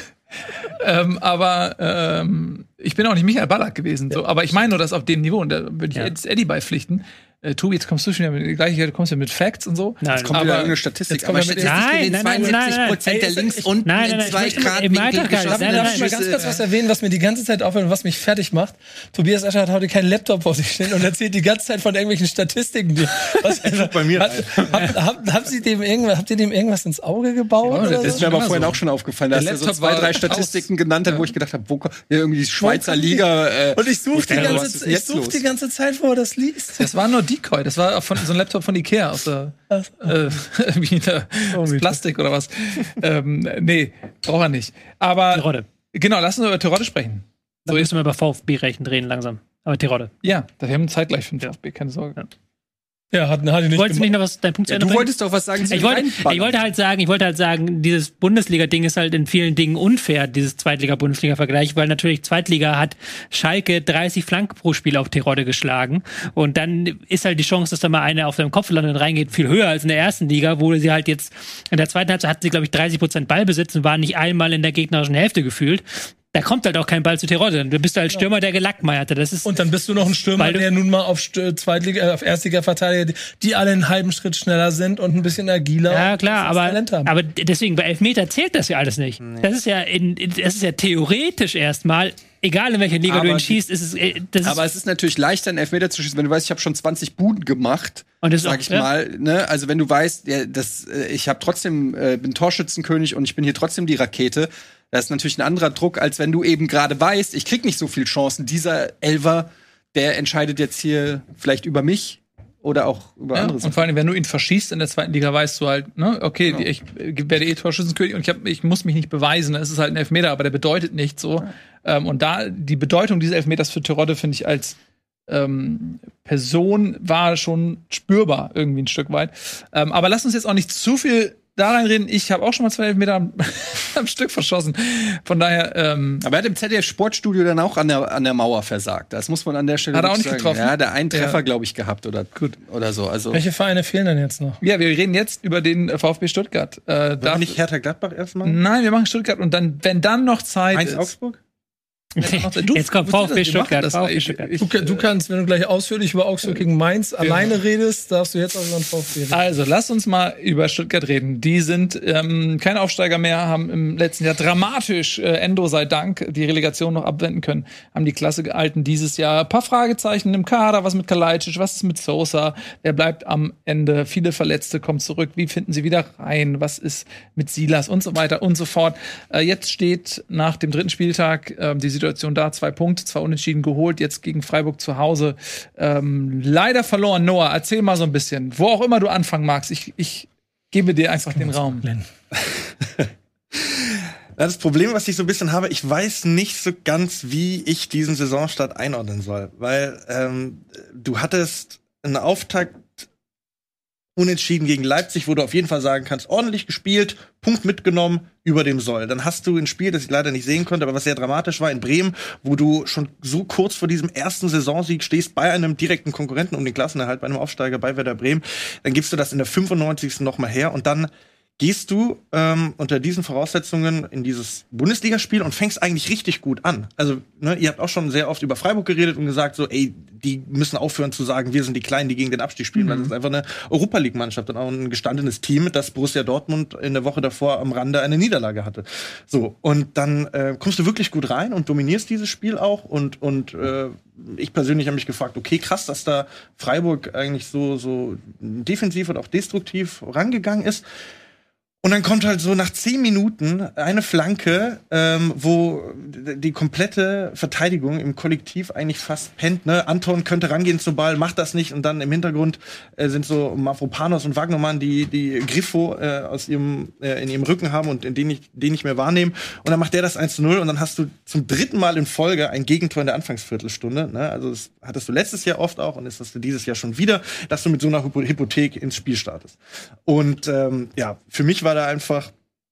Aber ich bin auch nicht Michael Ballack gewesen. So. Aber ich meine nur, dass auf dem Niveau, und da würde ich jetzt Eddie beipflichten. Tobi, jetzt kommst du schon wieder, du kommst ja mit Facts und so. Nein, Jetzt kommt wieder irgendeine Statistik. jetzt kommen wir mit- Nein, nein, 72% der links unten Nein, in nein, 2 ich möchte Grad im Winkel Alltag gar nicht. geschossene Nein, Darf ich mal ganz kurz was erwähnen, was mir die ganze Zeit auffällt und was mich fertig macht? Tobias Escher hat heute keinen Laptop vor sich stehen und erzählt die ganze Zeit von irgendwelchen Statistiken. bei mir. Habt ihr dem irgendwas ins Auge gebaut? Ja, oder das Das so? ist mir aber immer vorhin so. auch schon aufgefallen, dass Der er so Laptop 2, 3 war Statistiken genannt hat, wo ich gedacht habe, irgendwie die Schweizer Liga. Und ich suche die, was ist denn jetzt los? die ganze Zeit, wo er das liest. Das war nur Decoy. Das war so ein Laptop von Ikea aus der Plastik oder was. Nee, braucht er nicht. Aber Terodde. genau, lass uns über Terodde sprechen. So müssen wir über VfB-Rechten drehen langsam. Aber Terodde. Ja, wir haben zeitgleich für den VfB, keine Sorge. Ja. Ja, hat die nicht Wolltest du nicht noch was, dein Punkt zu Ende bringen? Du wolltest doch was sagen. Ich wollte halt sagen, dieses Bundesliga-Ding ist halt in vielen Dingen unfair, dieses Zweitliga-Bundesliga-Vergleich, weil natürlich Zweitliga hat Schalke 30 Flanken pro Spiel auf Terodde geschlagen und dann ist halt die Chance, dass da mal eine auf deinem Kopf landet und reingeht, viel höher als in der ersten Liga, wo sie halt jetzt in der zweiten Halbzeit hatten sie, glaube ich, 30% Ballbesitz und waren nicht einmal in der gegnerischen Hälfte gefühlt. Da kommt halt auch kein Ball zu Terodde. Du bist halt Stürmer, der gelackmeierte. Und dann bist du noch ein Stürmer, der nun mal auf auf Erstliga-Verteidiger, die alle einen halben Schritt schneller sind und ein bisschen agiler. Ja, klar, aber deswegen, bei Elfmeter zählt das ja alles nicht. Nee. Das ist ja theoretisch erstmal, egal in welcher Liga du ihn schießt, aber es ist natürlich leichter, einen Elfmeter zu schießen, wenn du weißt, ich habe schon 20 Buden gemacht. Und das sag ich mal, ne? Also wenn du weißt, ich habe trotzdem bin Torschützenkönig und ich bin hier trotzdem die Rakete. Das ist natürlich ein anderer Druck, als wenn du eben gerade weißt, ich krieg nicht so viel Chancen. Dieser Elfer, der entscheidet jetzt hier vielleicht über mich oder auch über andere Sachen. Und vor allem, wenn du ihn verschießt in der zweiten Liga, weißt du halt, ne, okay, genau. Ich werde Torschützenkönig und ich muss mich nicht beweisen. Es ist halt ein Elfmeter, aber der bedeutet nichts so. Ja. Und da die Bedeutung dieses Elfmeters für Terodde finde ich als Person war schon spürbar irgendwie ein Stück weit. Aber lass uns jetzt auch nicht zu viel da reinreden. Ich habe auch schon mal 2 Elfmeter am Stück verschossen. Von daher. Aber er hat im ZDF-Sportstudio dann auch an der Mauer versagt. Das muss man an der Stelle hat er auch nicht sagen. Getroffen? Ja, der einen Treffer, glaube ich, gehabt oder so. Also welche Vereine fehlen denn jetzt noch? Ja, wir reden jetzt über den VfB Stuttgart. Darf nicht Hertha Gladbach erstmal? Nein, wir machen Stuttgart und dann, wenn dann noch Zeit ist. Augsburg? Jetzt kommt VfB Stuttgart. Du kannst, wenn du gleich ausführlich über Augsburg gegen Mainz alleine redest, darfst du jetzt auch über den VfB reden. Also, lass uns mal über Stuttgart reden. Die sind kein Aufsteiger mehr, haben im letzten Jahr dramatisch, Endo sei Dank, die Relegation noch abwenden können, haben die Klasse gehalten dieses Jahr. Ein paar Fragezeichen im Kader, was mit Kalajdzic, was ist mit Sosa, wer bleibt am Ende, viele Verletzte kommen zurück, wie finden sie wieder rein, was ist mit Silas und so weiter und so fort. Jetzt steht nach dem 3. Spieltag die Situation da, 2 Punkte, 2 Unentschieden geholt, jetzt gegen Freiburg zu Hause. Leider verloren. Noah, erzähl mal so ein bisschen, wo auch immer du anfangen magst. Ich gebe dir einfach den Raum. Das Problem, was ich so ein bisschen habe, ich weiß nicht so ganz, wie ich diesen Saisonstart einordnen soll. Weil du hattest einen Auftakt Unentschieden gegen Leipzig, wo du auf jeden Fall sagen kannst, ordentlich gespielt, Punkt mitgenommen, über dem Soll. Dann hast du ein Spiel, das ich leider nicht sehen konnte, aber was sehr dramatisch war, in Bremen, wo du schon so kurz vor diesem ersten Saisonsieg stehst, bei einem direkten Konkurrenten um den Klassenerhalt, bei einem Aufsteiger, bei Werder Bremen. Dann gibst du das in der 95. noch mal her und dann gehst du unter diesen Voraussetzungen in dieses Bundesligaspiel und fängst eigentlich richtig gut an. Also, ne, ihr habt auch schon sehr oft über Freiburg geredet und gesagt so, ey, die müssen aufhören zu sagen, wir sind die Kleinen, die gegen den Abstieg spielen, weil das ist einfach eine Europa-League-Mannschaft und auch ein gestandenes Team, das Borussia Dortmund in der Woche davor am Rande eine Niederlage hatte. So, und dann kommst du wirklich gut rein und dominierst dieses Spiel auch und ich persönlich habe mich gefragt, okay, krass, dass da Freiburg eigentlich so defensiv und auch destruktiv rangegangen ist. Und dann kommt halt so nach 10 Minuten eine Flanke, wo die komplette Verteidigung im Kollektiv eigentlich fast pennt. Ne? Anton könnte rangehen zum Ball, macht das nicht. Und dann im Hintergrund sind so Mavropanos und Wagnermann, die Griffo in ihrem Rücken haben und den nicht mehr wahrnehmen. Und dann macht der das 1:0 und dann hast du zum 3. Mal in Folge ein Gegentor in der Anfangsviertelstunde. Ne? Also das hattest du letztes Jahr oft auch und das hast du dieses Jahr schon wieder, dass du mit so einer Hypothek ins Spiel startest. Und für mich war da einfach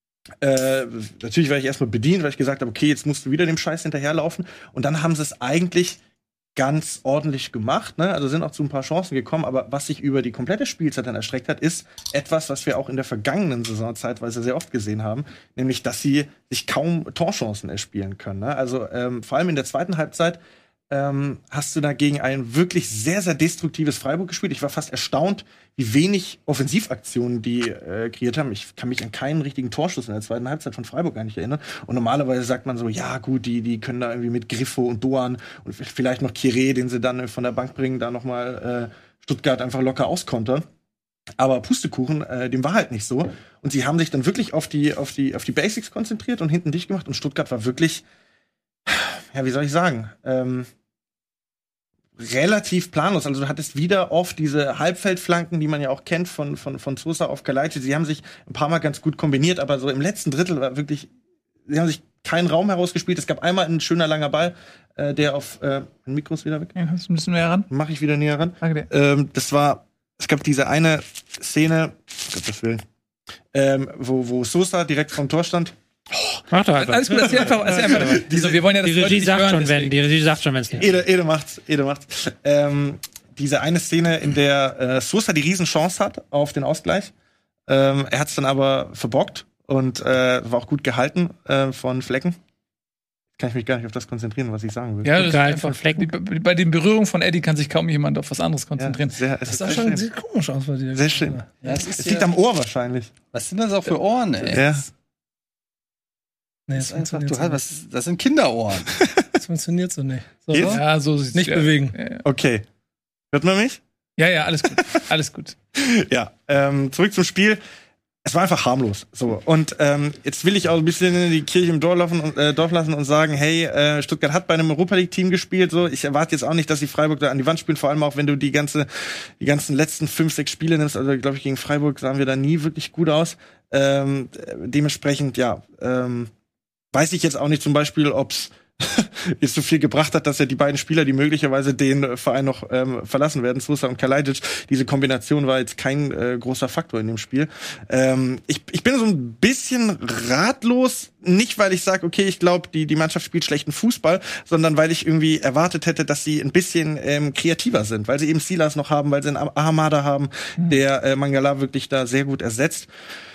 natürlich war ich erstmal bedient, weil ich gesagt habe, okay, jetzt musst du wieder dem Scheiß hinterherlaufen. Und dann haben sie es eigentlich ganz ordentlich gemacht, ne? Also sind auch zu ein paar Chancen gekommen, aber was sich über die komplette Spielzeit dann erstreckt hat, ist etwas, was wir auch in der vergangenen Saison zeitweise sehr oft gesehen haben, nämlich, dass sie sich kaum Torchancen erspielen können, ne? Also vor allem in der zweiten Halbzeit hast du dagegen ein wirklich sehr, sehr destruktives Freiburg gespielt. Ich war fast erstaunt, wie wenig Offensivaktionen die kreiert haben. Ich kann mich an keinen richtigen Torschuss in der zweiten Halbzeit von Freiburg gar nicht erinnern. Und normalerweise sagt man so, ja gut, die können da irgendwie mit Griffo und Doan und vielleicht noch Kire, den sie dann von der Bank bringen, da noch mal Stuttgart einfach locker auskontern. Aber Pustekuchen, dem war halt nicht so. Und sie haben sich dann wirklich auf die Basics konzentriert und hinten dicht gemacht. Und Stuttgart war wirklich, ja, wie soll ich sagen, relativ planlos. Also du hattest wieder oft diese Halbfeldflanken, die man ja auch kennt von Sosa auf Kalajdzic. Sie haben sich ein paar Mal ganz gut kombiniert, aber so im letzten Drittel war wirklich, sie haben sich keinen Raum herausgespielt. Es gab einmal ein schöner langer Ball, der auf Mikro ist wieder weg. Ja, kannst du ein bisschen näher ran? Mach ich wieder näher ran. Danke dir. Das war es gab diese eine Szene, Gottes Willen, wo Sosa direkt vom Tor stand. Mach doch einfach. Alles gut, erzähl einfach. Wir wollen ja Die Regie sagt schon, wenn es nicht. Ede macht's. Diese eine Szene, in der Sosa die Riesenchance hat auf den Ausgleich. Er hat's dann aber verbockt und war auch gut gehalten von Flecken. Kann ich mich gar nicht auf das konzentrieren, was ich sagen will. Ja, das ist einfach Flecken. Bei den Berührungen von Eddie kann sich kaum jemand auf was anderes konzentrieren. Ja, das sieht komisch aus bei dir. Sehr schön. Ja, es liegt am Ohr wahrscheinlich. Was sind das auch für Ohren, ey? Ja. Nee, das, einfach, das sind Kinderohren. Das funktioniert so nicht. So, Ja, so sieht's nicht bewegen. Ja. Okay. Hört man mich? Ja, alles gut. Alles gut. Ja, zurück zum Spiel. Es war einfach harmlos. So. Und jetzt will ich auch ein bisschen in die Kirche im Dorf lassen und sagen, hey, Stuttgart hat bei einem Europa-League-Team gespielt. So. Ich erwarte jetzt auch nicht, dass sie Freiburg da an die Wand spielen, vor allem auch, wenn du die ganzen letzten 5, 6 Spiele nimmst. Also, glaube ich, gegen Freiburg sahen wir da nie wirklich gut aus. Dementsprechend, weiß ich jetzt auch nicht zum Beispiel, ob's jetzt so viel gebracht hat, dass ja die beiden Spieler, die möglicherweise den Verein noch verlassen werden, Sosa und Kalajdzic, diese Kombination war jetzt kein großer Faktor in dem Spiel. Ich bin so ein bisschen ratlos, nicht weil ich sage, okay, ich glaube, die Mannschaft spielt schlechten Fußball, sondern weil ich irgendwie erwartet hätte, dass sie ein bisschen kreativer sind, weil sie eben Silas noch haben, weil sie einen Ahamada haben, der Mangala wirklich da sehr gut ersetzt.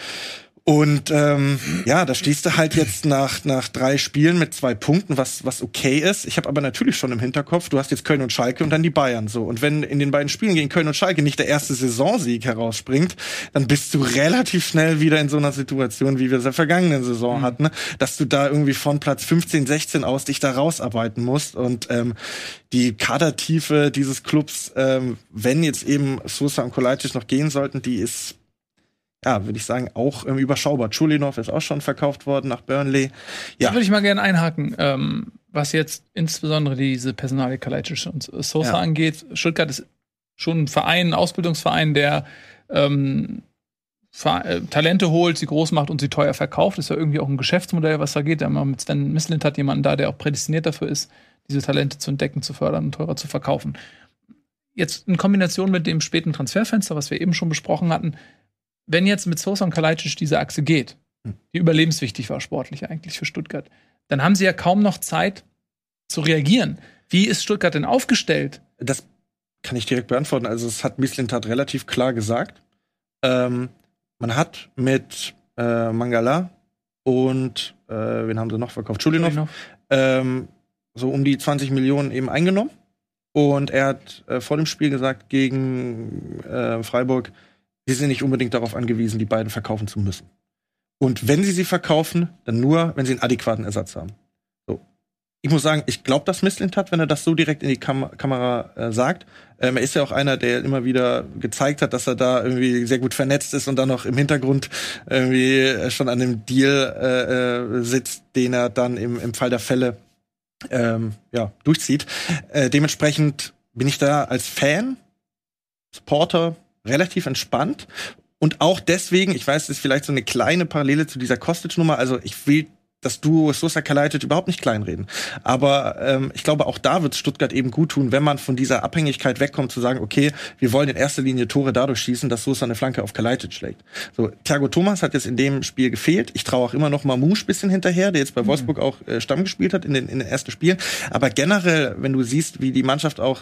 Und da stehst du halt jetzt nach 3 Spielen mit 2 Punkten, was okay ist. Ich habe aber natürlich schon im Hinterkopf, du hast jetzt Köln und Schalke und dann die Bayern so. Und wenn in den beiden Spielen gegen Köln und Schalke nicht der erste Saisonsieg herausspringt, dann bist du relativ schnell wieder in so einer Situation, wie wir es in der vergangenen Saison hatten, dass du da irgendwie von Platz 15, 16 aus dich da rausarbeiten musst. Und die Kadertiefe dieses Clubs, wenn jetzt eben Sosa und Kalajdzic noch gehen sollten, die ist, ja, würde ich sagen, auch überschaubar. Chulinov ist auch schon verkauft worden nach Burnley. Ja. Da würde ich mal gerne einhaken, was jetzt insbesondere diese Personalie Kalajdzic und Sosa angeht. Stuttgart ist schon ein Verein, ein Ausbildungsverein, der Talente holt, sie groß macht und sie teuer verkauft. Das ist ja irgendwie auch ein Geschäftsmodell, was da geht. Da mit Stan Mislintat hat jemanden da, der auch prädestiniert dafür ist, diese Talente zu entdecken, zu fördern und teurer zu verkaufen. Jetzt in Kombination mit dem späten Transferfenster, was wir eben schon besprochen hatten, wenn jetzt mit Sosa und Kalajdzic diese Achse geht, die überlebenswichtig war sportlich eigentlich für Stuttgart, dann haben sie ja kaum noch Zeit zu reagieren. Wie ist Stuttgart denn aufgestellt? Das kann ich direkt beantworten. Also es hat Mislintat relativ klar gesagt. Man hat mit Mangala und wen haben sie noch verkauft? Chulinov. So um die 20 Millionen eben eingenommen. Und er hat vor dem Spiel gesagt gegen Freiburg, sie sind nicht unbedingt darauf angewiesen, die beiden verkaufen zu müssen. Und wenn sie verkaufen, dann nur, wenn sie einen adäquaten Ersatz haben. So. Ich muss sagen, ich glaube das Mislintat, wenn er das so direkt in die Kamera sagt. Er ist ja auch einer, der immer wieder gezeigt hat, dass er da irgendwie sehr gut vernetzt ist und dann noch im Hintergrund irgendwie schon an einem Deal sitzt, den er dann im Fall der Fälle durchzieht. Dementsprechend bin ich da als Fan, Supporter, relativ entspannt und auch deswegen, ich weiß, das ist vielleicht so eine kleine Parallele zu dieser Kostic-Nummer, also ich will das Duo Sosa Kalajdzic überhaupt nicht kleinreden, aber ich glaube, auch da wird Stuttgart eben gut tun, wenn man von dieser Abhängigkeit wegkommt, zu sagen, okay, wir wollen in erster Linie Tore dadurch schießen, dass Sosa eine Flanke auf Kalajdzic schlägt. So, Thiago Thomas hat jetzt in dem Spiel gefehlt, ich traue auch immer noch Mamouche bisschen hinterher, der jetzt bei Wolfsburg auch Stamm gespielt hat in den ersten Spielen, aber generell, wenn du siehst, wie die Mannschaft auch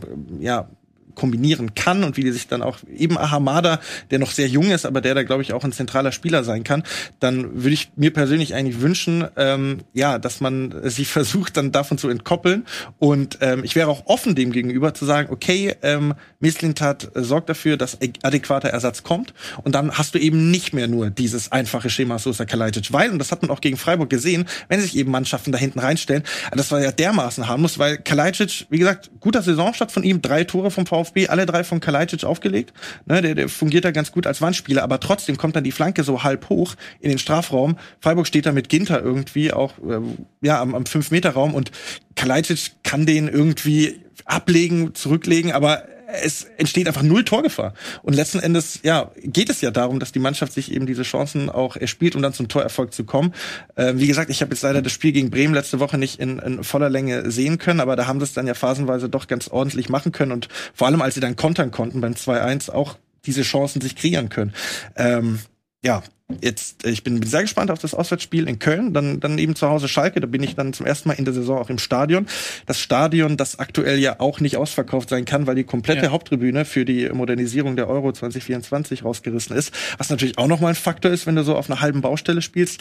kombinieren kann und wie die sich dann auch eben Ahamada, der noch sehr jung ist, aber der da, glaube ich, auch ein zentraler Spieler sein kann, dann würde ich mir persönlich eigentlich wünschen, dass man sich versucht, dann davon zu entkoppeln. Und ich wäre auch offen dem gegenüber zu sagen, okay, Mislintat sorgt dafür, dass adäquater Ersatz kommt. Und dann hast du eben nicht mehr nur dieses einfache Schema Sosa Kalajdzic, weil, und das hat man auch gegen Freiburg gesehen, wenn sich eben Mannschaften da hinten reinstellen, das war ja dermaßen harmlos, weil Kalajdzic, wie gesagt, guter Saisonstart von ihm, 3 Tore vom VfB, alle 3 von Kalajdzic aufgelegt. Ne, der fungiert da ganz gut als Wandspieler, aber trotzdem kommt dann die Flanke so halb hoch in den Strafraum. Freiburg steht da mit Ginter irgendwie auch am 5-Meter-Raum und Kalajdzic kann den irgendwie ablegen, zurücklegen, aber es entsteht einfach null Torgefahr. Und letzten Endes, ja, geht es ja darum, dass die Mannschaft sich eben diese Chancen auch erspielt, um dann zum Torerfolg zu kommen. Wie gesagt, ich habe jetzt leider das Spiel gegen Bremen letzte Woche nicht in voller Länge sehen können, aber da haben sie es dann ja phasenweise doch ganz ordentlich machen können und vor allem, als sie dann kontern konnten beim 2-1, auch diese Chancen sich kreieren können. Ja, jetzt, ich bin sehr gespannt auf das Auswärtsspiel in Köln, dann eben zu Hause Schalke, da bin ich dann zum ersten Mal in der Saison auch im Stadion. Das Stadion, das aktuell ja auch nicht ausverkauft sein kann, weil die komplette Haupttribüne für die Modernisierung der Euro 2024 rausgerissen ist, was natürlich auch nochmal ein Faktor ist, wenn du so auf einer halben Baustelle spielst.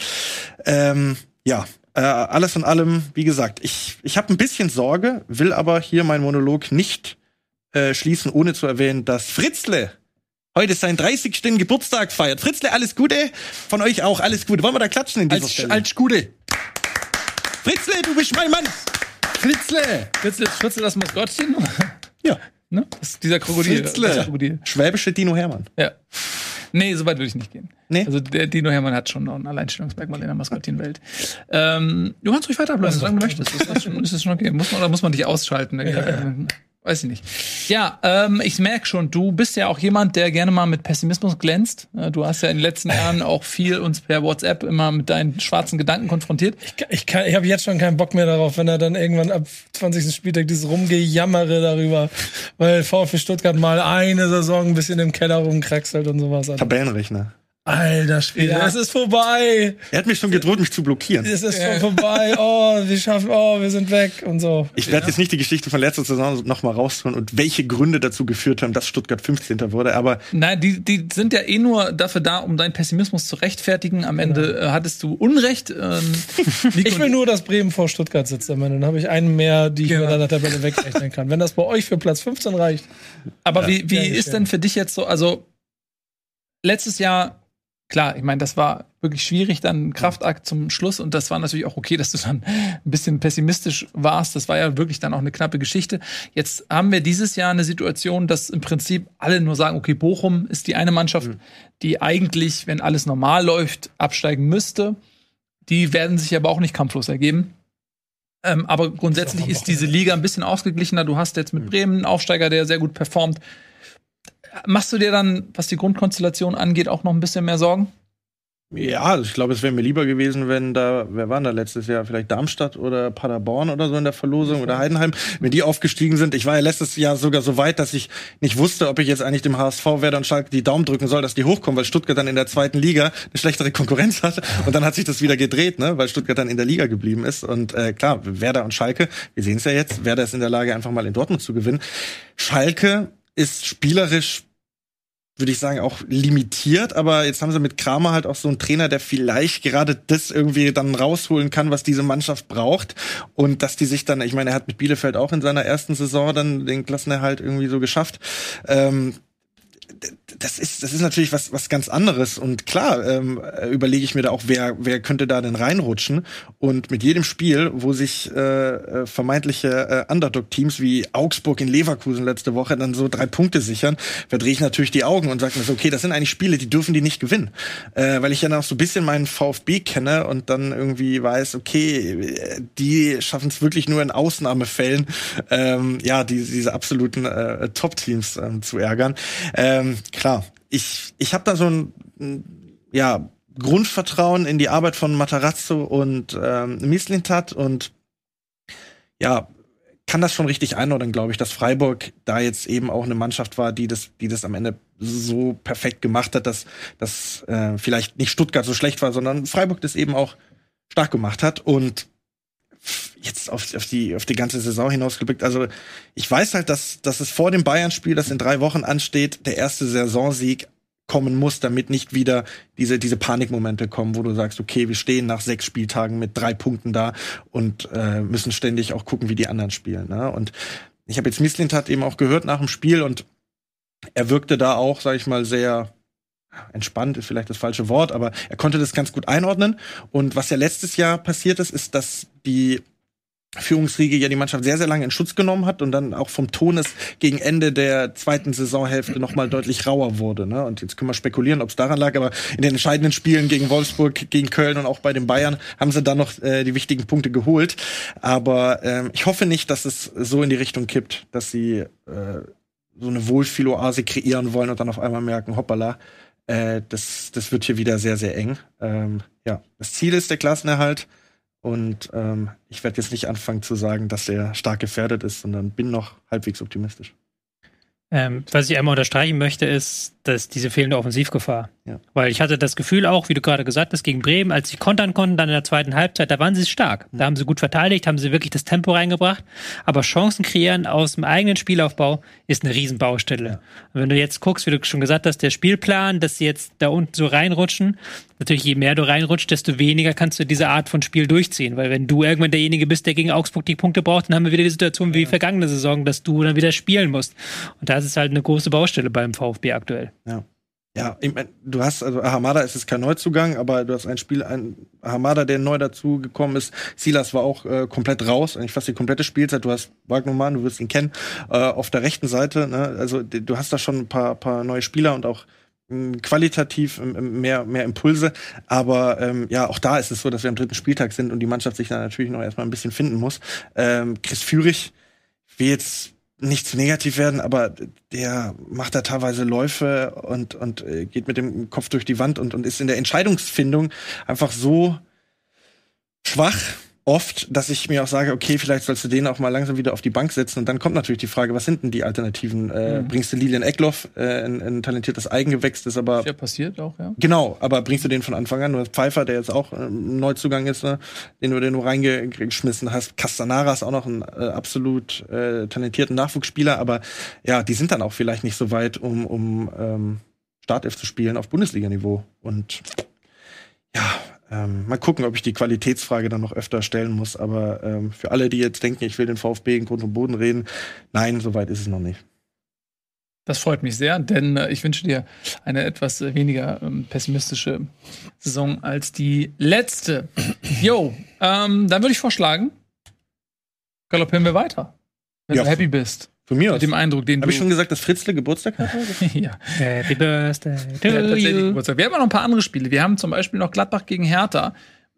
Alles in allem, wie gesagt, ich habe ein bisschen Sorge, will aber hier meinen Monolog nicht schließen, ohne zu erwähnen, dass Fritzle heute seinen 30. Geburtstag feiert. Fritzle, alles Gute. Von euch auch alles Gute. Wollen wir da klatschen in dieser Stelle? Alles Gute. Fritzle, du bist mein Mann. Fritzle das Maskottchen? Ja. Ne? Das ist dieser Krokodil. Fritzle. Schwäbische Dino Hermann. Ja. Nee, so weit würde ich nicht gehen. Nee? Also der Dino Hermann hat schon noch ein Alleinstellungsmerkmal in der Maskottchenwelt. Du kannst ruhig weiterbleiben, solange du möchtest. Ist das schon okay? Muss man dich ausschalten? Ja. Weiß ich nicht. Ja, ich merke schon, du bist ja auch jemand, der gerne mal mit Pessimismus glänzt. Du hast ja in den letzten Jahren auch viel uns per WhatsApp immer mit deinen schwarzen Gedanken konfrontiert. Ich habe jetzt schon keinen Bock mehr darauf, wenn er dann irgendwann ab 20. Spieltag dieses Rumgejammere darüber, weil VfB Stuttgart mal eine Saison ein bisschen im Keller rumkraxelt und sowas. Tabellenrechner. Alter Schwede, es ist vorbei. Er hat mich schon gedroht, mich zu blockieren. Es ist schon vorbei. Wir sind weg und so. Ich werde jetzt nicht die Geschichte von letzter Saison noch mal rausholen und welche Gründe dazu geführt haben, dass Stuttgart 15. wurde, aber nein, die sind ja eh nur dafür da, um deinen Pessimismus zu rechtfertigen. Am Ende hattest du Unrecht. Ich will nur, dass Bremen vor Stuttgart sitzt am Ende. Dann habe ich einen mehr, die ich mir dann nach der Tabelle wegrechnen kann. Wenn das bei euch für Platz 15 reicht. Aber wie ist denn für dich jetzt so, also letztes Jahr, klar, ich meine, das war wirklich schwierig, dann ein Kraftakt zum Schluss und das war natürlich auch okay, dass du dann ein bisschen pessimistisch warst. Das war ja wirklich dann auch eine knappe Geschichte. Jetzt haben wir dieses Jahr eine Situation, dass im Prinzip alle nur sagen, okay, Bochum ist die eine Mannschaft, die eigentlich, wenn alles normal läuft, absteigen müsste. Die werden sich aber auch nicht kampflos ergeben. Aber grundsätzlich ist diese Liga ein bisschen ausgeglichener. Du hast jetzt mit Bremen einen Aufsteiger, der sehr gut performt. Machst du dir dann, was die Grundkonstellation angeht, auch noch ein bisschen mehr Sorgen? Ja, ich glaube, es wäre mir lieber gewesen, wenn da, wer waren da letztes Jahr? Vielleicht Darmstadt oder Paderborn oder so in der Verlosung oder Heidenheim, wenn die aufgestiegen sind. Ich war ja letztes Jahr sogar so weit, dass ich nicht wusste, ob ich jetzt eigentlich dem HSV, Werder und Schalke die Daumen drücken soll, dass die hochkommen, weil Stuttgart dann in der zweiten Liga eine schlechtere Konkurrenz hat. Und dann hat sich das wieder gedreht, ne, weil Stuttgart dann in der Liga geblieben ist. Und klar, Werder und Schalke, wir sehen es ja jetzt, Werder ist in der Lage, einfach mal in Dortmund zu gewinnen. Schalke ist spielerisch, würde ich sagen, auch limitiert, aber jetzt haben sie mit Kramer halt auch so einen Trainer, der vielleicht gerade das irgendwie dann rausholen kann, was diese Mannschaft braucht und dass die sich dann, ich meine, er hat mit Bielefeld auch in seiner ersten Saison dann den Klassenerhalt irgendwie so geschafft. Das ist natürlich was ganz anderes und klar überlege ich mir da auch, wer könnte da denn reinrutschen und mit jedem Spiel, wo sich vermeintliche Underdog-Teams wie Augsburg in Leverkusen letzte Woche dann so 3 Punkte sichern, verdrehe ich natürlich die Augen und sage mir so, okay, das sind eigentlich Spiele, die dürfen die nicht gewinnen, weil ich ja noch so ein bisschen meinen VfB kenne und dann irgendwie weiß, okay, die schaffen es wirklich nur in Ausnahmefällen, diese absoluten Top-Teams zu ärgern. Klar, ich habe da so ein Grundvertrauen in die Arbeit von Matarazzo und Mislintat und ja, kann das schon richtig einordnen, glaube ich, dass Freiburg da jetzt eben auch eine Mannschaft war, die das am Ende so perfekt gemacht hat, dass vielleicht nicht Stuttgart so schlecht war, sondern Freiburg das eben auch stark gemacht hat und jetzt auf die ganze Saison hinausgeblickt. Also ich weiß halt, dass es vor dem Bayern-Spiel, das in 3 Wochen ansteht, der erste Saisonsieg kommen muss, damit nicht wieder diese Panikmomente kommen, wo du sagst, okay, wir stehen nach 6 Spieltagen mit 3 Punkten da und müssen ständig auch gucken, wie die anderen spielen. Ne? Und ich habe jetzt Mislintat eben auch gehört nach dem Spiel und er wirkte da auch, sag ich mal, sehr entspannt ist vielleicht das falsche Wort, aber er konnte das ganz gut einordnen. Und was ja letztes Jahr passiert ist, dass die Führungsriege ja die Mannschaft sehr, sehr lange in Schutz genommen hat und dann auch vom Ton es gegen Ende der zweiten Saisonhälfte noch mal deutlich rauer wurde. Ne? Und jetzt können wir spekulieren, ob es daran lag, aber in den entscheidenden Spielen gegen Wolfsburg, gegen Köln und auch bei den Bayern haben sie dann noch die wichtigen Punkte geholt. Aber ich hoffe nicht, dass es so in die Richtung kippt, dass sie so eine Wohlfühloase kreieren wollen und dann auf einmal merken, hoppala, das wird hier wieder sehr, sehr eng. Das Ziel ist der Klassenerhalt und ich werde jetzt nicht anfangen zu sagen, dass der stark gefährdet ist, sondern bin noch halbwegs optimistisch. Was ich einmal unterstreichen möchte, ist, dass diese fehlende Offensivgefahr. Ja. Weil ich hatte das Gefühl auch, wie du gerade gesagt hast, gegen Bremen, als sie kontern konnten, dann in der zweiten Halbzeit, da waren sie stark. Da haben sie gut verteidigt, haben sie wirklich das Tempo reingebracht. Aber Chancen kreieren aus dem eigenen Spielaufbau ist eine Riesenbaustelle. Ja. Und wenn du jetzt guckst, wie du schon gesagt hast, der Spielplan, dass sie jetzt da unten so reinrutschen, natürlich je mehr du reinrutscht, desto weniger kannst du diese Art von Spiel durchziehen. Weil wenn du irgendwann derjenige bist, der gegen Augsburg die Punkte braucht, dann haben wir wieder die Situation wie die vergangene Saison, dass du dann wieder spielen musst. Und das ist halt eine große Baustelle beim VfB aktuell. Ja, ich mein, du hast, also Ahamada ist jetzt kein Neuzugang, aber du hast ein Ahamada, der neu dazu gekommen ist. Silas war auch komplett raus, eigentlich fast die komplette Spielzeit. Du hast Wagnermann, du wirst ihn kennen, auf der rechten Seite. Ne? Also du hast da schon ein paar neue Spieler und auch qualitativ mehr Impulse. Aber auch da ist es so, dass wir am 3. Spieltag sind und die Mannschaft sich da natürlich noch erstmal ein bisschen finden muss. Chris Führig will jetzt nicht zu negativ werden, aber der macht da teilweise Läufe und geht mit dem Kopf durch die Wand und ist in der Entscheidungsfindung einfach so schwach oft, dass ich mir auch sage, okay, vielleicht sollst du den auch mal langsam wieder auf die Bank setzen. Und dann kommt natürlich die Frage, was sind denn die Alternativen? Bringst du Lilian Eckloff, ein talentiertes Eigengewächs, das aber... Ja, passiert auch, ja. Genau, aber bringst du den von Anfang an? Du hast Pfeiffer, der jetzt auch ein Neuzugang ist, ne? den du reingeschmissen hast. Castanara ist auch noch ein absolut talentierten Nachwuchsspieler, aber ja, die sind dann auch vielleicht nicht so weit, um Startelf zu spielen auf Bundesliga-Niveau. Und mal gucken, ob ich die Qualitätsfrage dann noch öfter stellen muss. Aber für alle, die jetzt denken, ich will den VfB in Grund und Boden reden, nein, so weit ist es noch nicht. Das freut mich sehr, denn ich wünsche dir eine etwas weniger pessimistische Saison als die letzte. Jo, dann würde ich vorschlagen, galoppieren wir weiter, wenn du happy bist. Von mir mit dem Eindruck, den Habe ich schon gesagt, dass Fritzle Geburtstag hat? Ja. Happy Birthday to Tatsächlich you. Geburtstag. Wir haben auch noch ein paar andere Spiele. Wir haben zum Beispiel noch Gladbach gegen Hertha.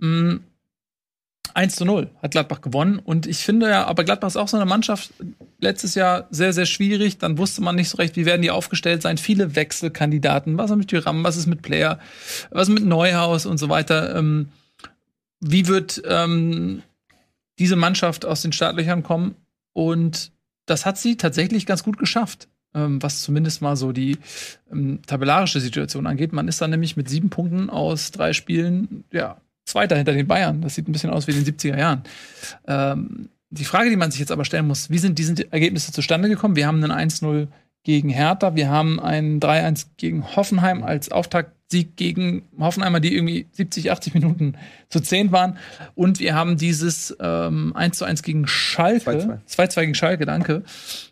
1:0 hat Gladbach gewonnen. Und ich finde ja, aber Gladbach ist auch so eine Mannschaft, letztes Jahr sehr, sehr schwierig. Dann wusste man nicht so recht, wie werden die aufgestellt sein. Viele Wechselkandidaten. Was ist mit Thuram, was ist mit Player, was ist mit Neuhaus und so weiter. Wie wird diese Mannschaft aus den Startlöchern kommen? Und das hat sie tatsächlich ganz gut geschafft, was zumindest mal so die tabellarische Situation angeht. Man ist dann nämlich mit 7 Punkten aus 3 Spielen, Zweiter hinter den Bayern. Das sieht ein bisschen aus wie in den 70er Jahren. Die Frage, die man sich jetzt aber stellen muss, wie sind diese Ergebnisse zustande gekommen? Wir haben einen 1:0 gegen Hertha, wir haben einen 3:1 gegen Hoffenheim als Auftaktsieg gegen Hoffenheimer, die irgendwie 70, 80 Minuten zu 10 waren. Und wir haben dieses 1:1 gegen Schalke. 2:2 gegen Schalke, danke.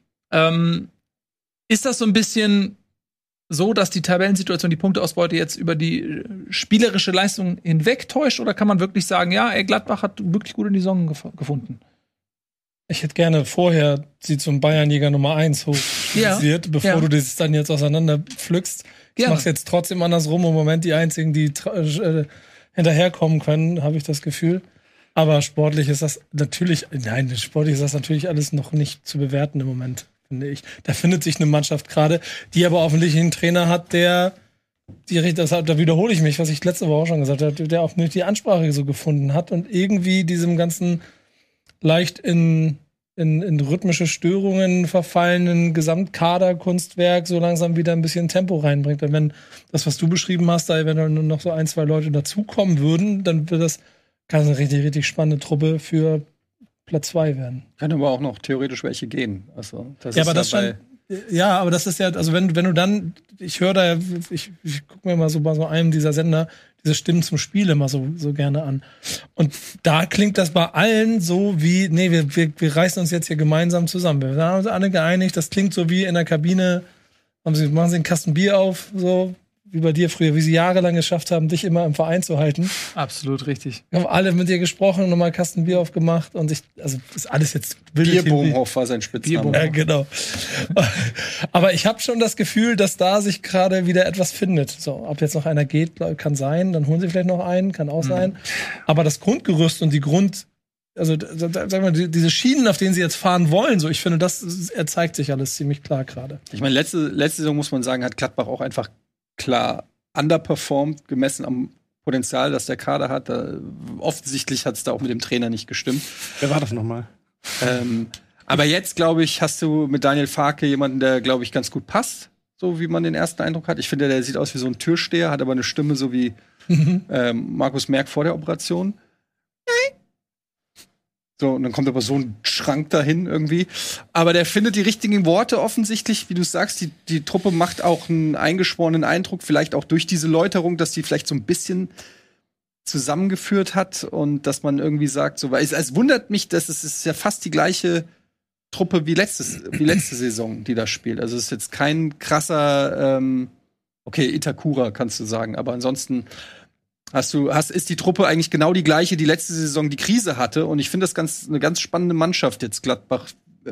Ist das so ein bisschen so, dass die Tabellensituation, die Punkteausbeute jetzt über die spielerische Leistung hinwegtäuscht? Oder kann man wirklich sagen, Gladbach hat wirklich gut in die Saison gefunden? Ich hätte gerne vorher sie zum Bayernjäger Nummer 1 hochstiliert, bevor du das dann jetzt auseinander pflückst. Ich mach's jetzt trotzdem andersrum. Im Moment die einzigen, die hinterherkommen können, habe ich das Gefühl. Aber sportlich ist das natürlich alles noch nicht zu bewerten im Moment, finde ich. Da findet sich eine Mannschaft gerade, die aber offensichtlich einen Trainer hat, da wiederhole ich mich, was ich letzte Woche auch schon gesagt habe, der auch nicht die Ansprache so gefunden hat und irgendwie diesem ganzen leicht in rhythmische Störungen verfallenen Gesamtkaderkunstwerk so langsam wieder ein bisschen Tempo reinbringt. Und wenn das, was du beschrieben hast, da eventuell nur noch so 1, 2 Leute dazukommen würden, dann kann das eine richtig, richtig spannende Truppe für Platz 2 werden. Kann aber auch noch theoretisch welche gehen. Also, das ja, ist aber das schon. Ja, aber das ist ja, also wenn du dann, ich höre da, ich gucke mir mal so bei so einem dieser Sender diese Stimmen zum Spiel immer so gerne an. Und da klingt das bei allen so wie, nee, wir reißen uns jetzt hier gemeinsam zusammen. Wir haben uns alle geeinigt, das klingt so wie in der Kabine, machen sie einen Kasten Bier auf, so wie bei dir früher, wie sie jahrelang geschafft haben, dich immer im Verein zu halten. Absolut richtig. Wir haben alle mit dir gesprochen, nochmal einen Kasten Bier aufgemacht und ist alles jetzt Bierbohmhoff war sein Spitzname. Ja, genau. Aber ich habe schon das Gefühl, dass da sich gerade wieder etwas findet. So, ob jetzt noch einer geht, kann sein, dann holen sie vielleicht noch einen, kann auch sein. Aber das Grundgerüst und die also sag mal, diese Schienen, auf denen sie jetzt fahren wollen, so, ich finde, er zeigt sich alles ziemlich klar gerade. Ich meine, letzte Saison, muss man sagen, hat Gladbach auch einfach klar underperformed, gemessen am Potenzial, das der Kader hat. Offensichtlich hat es da auch mit dem Trainer nicht gestimmt. Wer war das nochmal? Aber jetzt, glaube ich, hast du mit Daniel Farke jemanden, der, glaube ich, ganz gut passt, so wie man den ersten Eindruck hat. Ich finde, der sieht aus wie so ein Türsteher, hat aber eine Stimme so wie Markus Merck vor der Operation. So, und dann kommt aber so ein Schrank dahin irgendwie. Aber der findet die richtigen Worte offensichtlich, wie du sagst. Die Truppe macht auch einen eingeschworenen Eindruck, vielleicht auch durch diese Läuterung, dass die vielleicht so ein bisschen zusammengeführt hat und dass man irgendwie sagt, so, weil es wundert mich, dass es ist ja fast die gleiche Truppe wie letzte Saison, die da spielt. Also es ist jetzt kein krasser, okay, Itakura kannst du sagen, aber ansonsten ist die Truppe eigentlich genau die gleiche, die letzte Saison die Krise hatte. Und ich finde das eine ganz spannende Mannschaft jetzt, Gladbach,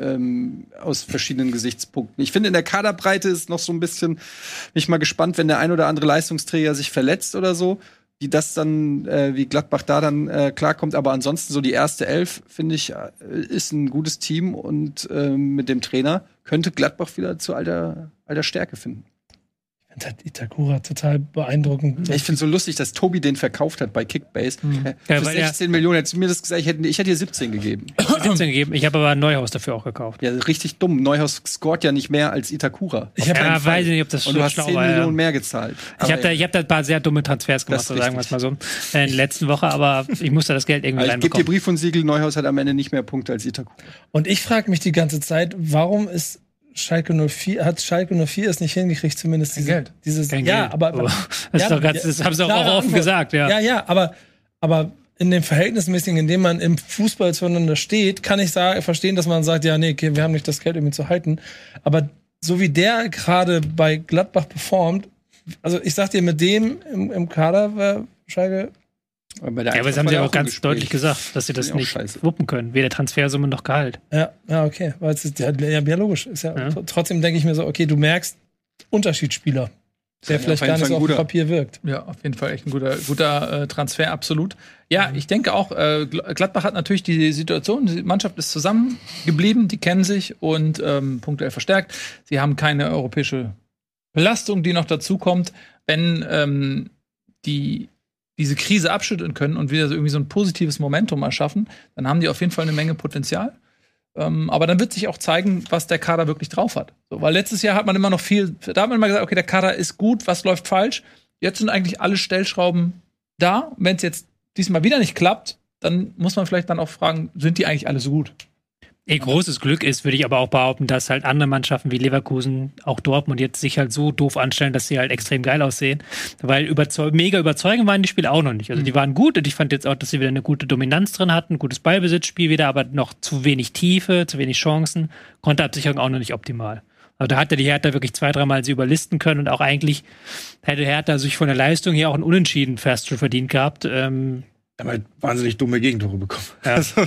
aus verschiedenen Gesichtspunkten. Ich finde, in der Kaderbreite ist noch so ein bisschen, bin ich mal gespannt, wenn der ein oder andere Leistungsträger sich verletzt oder so, wie das dann, wie Gladbach da dann klarkommt. Aber ansonsten so die erste Elf, finde ich, ist ein gutes Team und mit dem Trainer könnte Gladbach wieder zu alter Stärke finden. Ich finde Itakura total beeindruckend. Ja, ich finde es so lustig, dass Tobi den verkauft hat bei Kickbase. Für 16 Millionen. Hättest du mir das gesagt, ich hätte dir 17 gegeben. 17 gegeben. Ich habe aber Neuhaus dafür auch gekauft. Ja, richtig dumm. Neuhaus scoret ja nicht mehr als Itakura. Ich weiß nicht, ob das und du hast 10 Millionen mehr gezahlt. Ich hab da ein paar sehr dumme Transfers gemacht, so sagen wir es mal so, in der letzten Woche, aber ich musste das Geld irgendwie reinbekommen. Ich gebe dir Brief und Siegel, Neuhaus hat am Ende nicht mehr Punkte als Itakura. Und ich frage mich die ganze Zeit, warum ist Schalke 04 es nicht hingekriegt, zumindest Geld. Kein Geld. Aber das haben sie auch offen gesagt, ja. Ja, aber in dem Verhältnismäßigen, in dem man im Fußball zueinander steht, kann ich verstehen, dass man sagt, ja, nee, okay, wir haben nicht das Geld, irgendwie zu halten. Aber so wie der gerade bei Gladbach performt, also ich sag dir, mit dem im Kader war Schalke. Aber das haben sie auch ganz deutlich gesagt, dass sie das nicht wuppen können. Weder Transfersumme noch Gehalt. Ja, okay. Weil es ist ja logisch. Ist ja. Trotzdem denke ich mir so, okay, du merkst Unterschiedsspieler, der vielleicht gar nicht so auf dem Papier wirkt. Ja, auf jeden Fall echt ein guter Transfer, absolut. Ja, ich denke auch, Gladbach hat natürlich die Situation, die Mannschaft ist zusammengeblieben, die kennen sich und punktuell verstärkt. Sie haben keine europäische Belastung, die noch dazu kommt. Wenn diese Krise abschütteln können und wieder irgendwie so ein positives Momentum erschaffen, dann haben die auf jeden Fall eine Menge Potenzial. Aber dann wird sich auch zeigen, was der Kader wirklich drauf hat. So, weil letztes Jahr hat man immer noch da hat man immer gesagt, okay, der Kader ist gut, was läuft falsch? Jetzt sind eigentlich alle Stellschrauben da. Wenn es jetzt diesmal wieder nicht klappt, dann muss man vielleicht dann auch fragen, sind die eigentlich alle so gut? Großes Glück ist, würde ich aber auch behaupten, dass halt andere Mannschaften wie Leverkusen, auch Dortmund jetzt sich halt so doof anstellen, dass sie halt extrem geil aussehen. Weil mega überzeugend waren die Spiele auch noch nicht. Also die waren gut und ich fand jetzt auch, dass sie wieder eine gute Dominanz drin hatten, gutes Ballbesitzspiel wieder, aber noch zu wenig Tiefe, zu wenig Chancen. Konterabsicherung auch noch nicht optimal. Aber da hatte die Hertha wirklich 2-3 Mal sie überlisten können und auch eigentlich hätte Hertha sich von der Leistung hier auch ein Unentschieden fast schon verdient gehabt. Aber wahnsinnig dumme Gegentore bekommen. Ja. Also,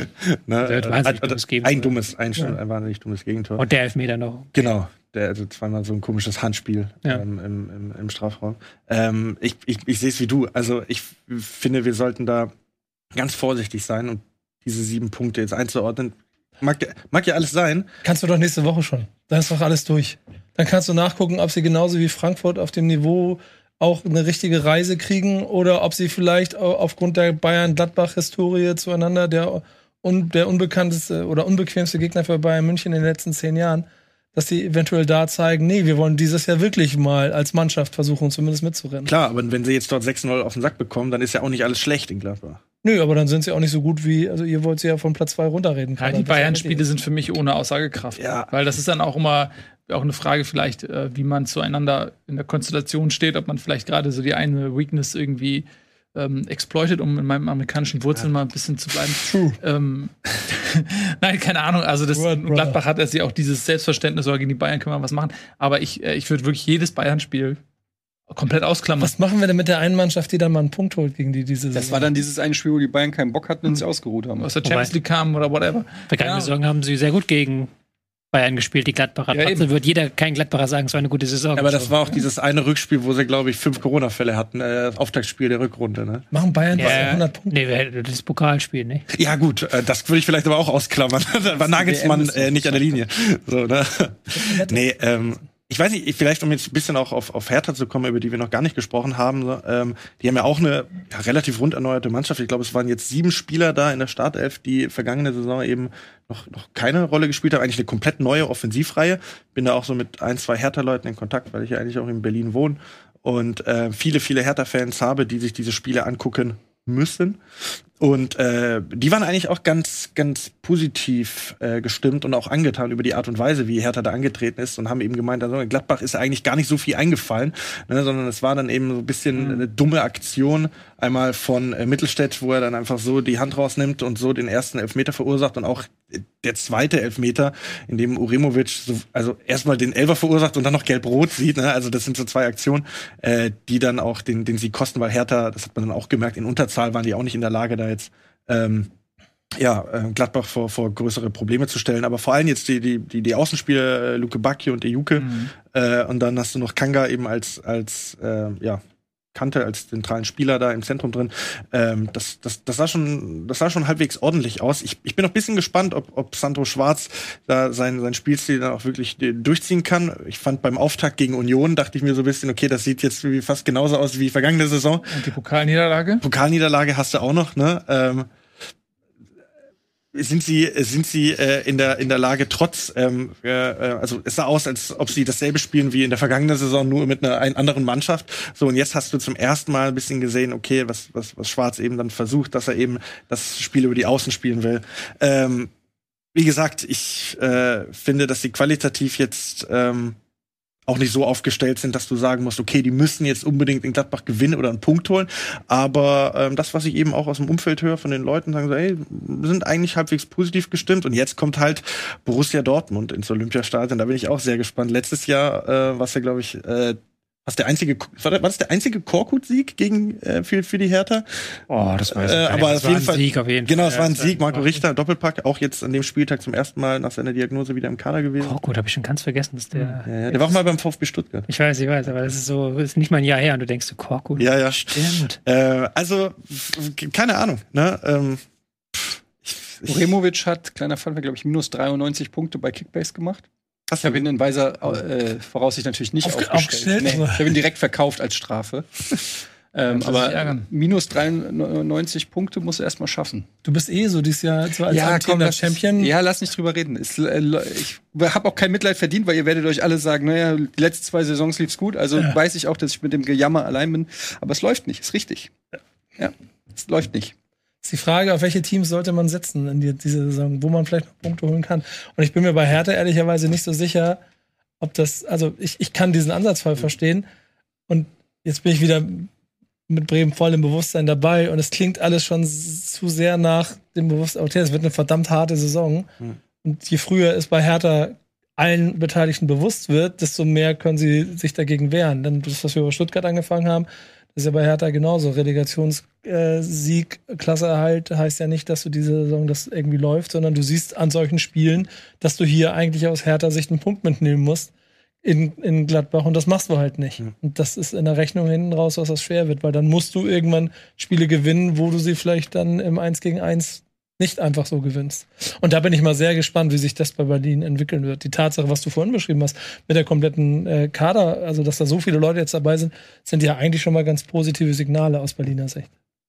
ein wahnsinnig dummes Gegentor. Und der Elfmeter noch. Genau. Also zweimal so ein komisches Handspiel im Strafraum. Ich sehe es wie du. Also ich finde, wir sollten da ganz vorsichtig sein und diese 7 Punkte jetzt einzuordnen. Mag ja alles sein. Kannst du doch nächste Woche schon. Dann ist doch alles durch. Dann kannst du nachgucken, ob sie genauso wie Frankfurt auf dem Niveau auch eine richtige Reise kriegen oder ob sie vielleicht aufgrund der Bayern-Gladbach-Historie zueinander der unbekannteste oder unbequemste Gegner für Bayern München in den letzten 10 Jahren, dass die eventuell da zeigen, nee, wir wollen dieses Jahr wirklich mal als Mannschaft versuchen, zumindest mitzurennen. Klar, aber wenn sie jetzt dort 6-0 auf den Sack bekommen, dann ist ja auch nicht alles schlecht in Gladbach. Nö, aber dann sind sie auch nicht so gut wie, also ihr wollt sie ja von Platz 2 runterreden. Ja, die Bayern-Spiele sind für mich ohne Aussagekraft. Ja. Weil das ist dann auch immer auch eine Frage vielleicht, wie man zueinander in der Konstellation steht, ob man vielleicht gerade so die eine Weakness irgendwie exploitet, um in meinem amerikanischen Wurzeln mal ein bisschen zu bleiben. True. Nein, keine Ahnung. Also Gladbach hat ja auch dieses Selbstverständnis, oder gegen die Bayern können wir was machen. Aber ich würde wirklich jedes Bayern-Spiel komplett ausklammern. Was machen wir denn mit der einen Mannschaft, die dann mal einen Punkt holt gegen diese Saison? Das war dann dieses eine Spiel, wo die Bayern keinen Bock hatten und sie ausgeruht haben. Aus der Champions League kamen oder whatever. Vergangene Saison haben sie sehr gut gegen Bayern gespielt, die Gladbacher. Ja, Trotzdem wird kein Gladbacher sagen, es war eine gute Saison. Aber das war auch dieses eine Rückspiel, wo sie, glaube ich, 5 Corona-Fälle hatten. Das Auftaktspiel der Rückrunde, ne? Machen Bayern 100 Punkte? Nee, das Pokalspiel, ne? Ja, gut, das würde ich vielleicht aber auch ausklammern. Da war Nagelsmann nicht an der Linie. So, ne? Nee, ich weiß nicht, vielleicht um jetzt ein bisschen auch auf Hertha zu kommen, über die wir noch gar nicht gesprochen haben. So, die haben ja auch eine relativ rund erneuerte Mannschaft. Ich glaube, es waren jetzt 7 Spieler da in der Startelf, die vergangene Saison eben noch keine Rolle gespielt haben. Eigentlich eine komplett neue Offensivreihe. Bin da auch so mit 1, 2 Hertha-Leuten in Kontakt, weil ich ja eigentlich auch in Berlin wohne. Und viele Hertha-Fans habe, die sich diese Spiele angucken müssen. Und die waren eigentlich auch ganz, ganz positiv gestimmt und auch angetan über die Art und Weise, wie Hertha da angetreten ist und haben eben gemeint, also Gladbach ist eigentlich gar nicht so viel eingefallen, ne, sondern es war dann eben so ein bisschen eine dumme Aktion, einmal von Mittelstädt, wo er dann einfach so die Hand rausnimmt und so den ersten Elfmeter verursacht und auch der zweite Elfmeter, in dem Uremovic also erstmal den Elfer verursacht und dann noch gelb-rot sieht, ne? Also das sind so 2 Aktionen, die dann auch den Sieg kosten, weil Hertha, das hat man dann auch gemerkt, in Unterzahl waren die auch nicht in der Lage, da jetzt Gladbach vor größere Probleme zu stellen. Aber vor allem jetzt die Außenspieler, Luke Bacchio und Ejuke. Und dann hast du noch Kanga eben als Kante, als zentralen Spieler da im Zentrum drin. Das sah schon halbwegs ordentlich aus. Ich bin noch ein bisschen gespannt, ob Sandro Schwarz da sein Spielstil dann auch wirklich durchziehen kann. Ich fand beim Auftakt gegen Union, dachte ich mir so ein bisschen, okay, das sieht jetzt fast genauso aus wie vergangene Saison. Und die Pokalniederlage? Pokalniederlage hast du auch noch, ne? Sind sie in der Lage, trotz also es sah aus, als ob sie dasselbe spielen wie in der vergangenen Saison, nur mit einer anderen Mannschaft. So, und jetzt hast du zum ersten Mal ein bisschen gesehen, okay, was Schwarz eben dann versucht, dass er eben das Spiel über die Außen spielen will. Wie gesagt, ich finde, dass sie qualitativ jetzt auch nicht so aufgestellt sind, dass du sagen musst, okay, die müssen jetzt unbedingt in Gladbach gewinnen oder einen Punkt holen. Aber das, was ich eben auch aus dem Umfeld höre von den Leuten, sagen so, ey, sind eigentlich halbwegs positiv gestimmt. Und jetzt kommt halt Borussia Dortmund ins Olympiastadion. Da bin ich auch sehr gespannt. Letztes Jahr war es ja, glaube ich, war das der einzige Korkut-Sieg für die Hertha? Oh, das weiß ich nicht. Aber auf jeden Fall, Sieg auf jeden Fall. Genau, es war ein Sieg. Marco Richter, Doppelpack, auch jetzt an dem Spieltag zum ersten Mal nach seiner Diagnose wieder im Kader gewesen. Korkut, habe ich schon ganz vergessen, dass der. Ja, der war auch mal beim VfB Stuttgart. Ich weiß, aber das ist nicht mal ein Jahr her und du denkst, Korkut. Ja. Stimmt. Also, keine Ahnung, ne? Uremovic hat, kleiner Fall, glaube ich, minus 93 Punkte bei Kickbase gemacht. Ich habe ihn in weiser Voraussicht natürlich nicht aufgestellt. Nee, ich habe ihn direkt verkauft als Strafe. Aber minus 93 Punkte muss er erstmal schaffen. Du bist so dieses Jahr so als amtierender Champion. Ja, lass nicht drüber reden. Ich habe auch kein Mitleid verdient, weil ihr werdet euch alle sagen, naja, die letzten 2 Saisons lief's gut. Also weiß ich auch, dass ich mit dem Gejammer allein bin. Aber es läuft nicht, ist richtig. Ja, es läuft nicht. Ist die Frage, auf welche Teams sollte man setzen in dieser Saison, wo man vielleicht noch Punkte holen kann. Und ich bin mir bei Hertha ehrlicherweise nicht so sicher, ob das, also ich kann diesen Ansatz voll verstehen. Und jetzt bin ich wieder mit Bremen voll im Bewusstsein dabei und es klingt alles schon zu sehr nach dem Bewusstsein, okay, es wird eine verdammt harte Saison. Und je früher es bei Hertha allen Beteiligten bewusst wird, desto mehr können sie sich dagegen wehren. Denn das, was wir über Stuttgart angefangen haben, das ist ja bei Hertha genauso. Relegationssieg, Klasseerhalt heißt ja nicht, dass du diese Saison das irgendwie läuft, sondern du siehst an solchen Spielen, dass du hier eigentlich aus Hertha Sicht einen Punkt mitnehmen musst in Gladbach und das machst du halt nicht. Und das ist in der Rechnung hinten raus, was das schwer wird, weil dann musst du irgendwann Spiele gewinnen, wo du sie vielleicht dann im 1 gegen 1 nicht einfach so gewinnst. Und da bin ich mal sehr gespannt, wie sich das bei Berlin entwickeln wird. Die Tatsache, was du vorhin beschrieben hast, mit der kompletten Kader, also dass da so viele Leute jetzt dabei sind ja eigentlich schon mal ganz positive Signale aus Berliner Sicht.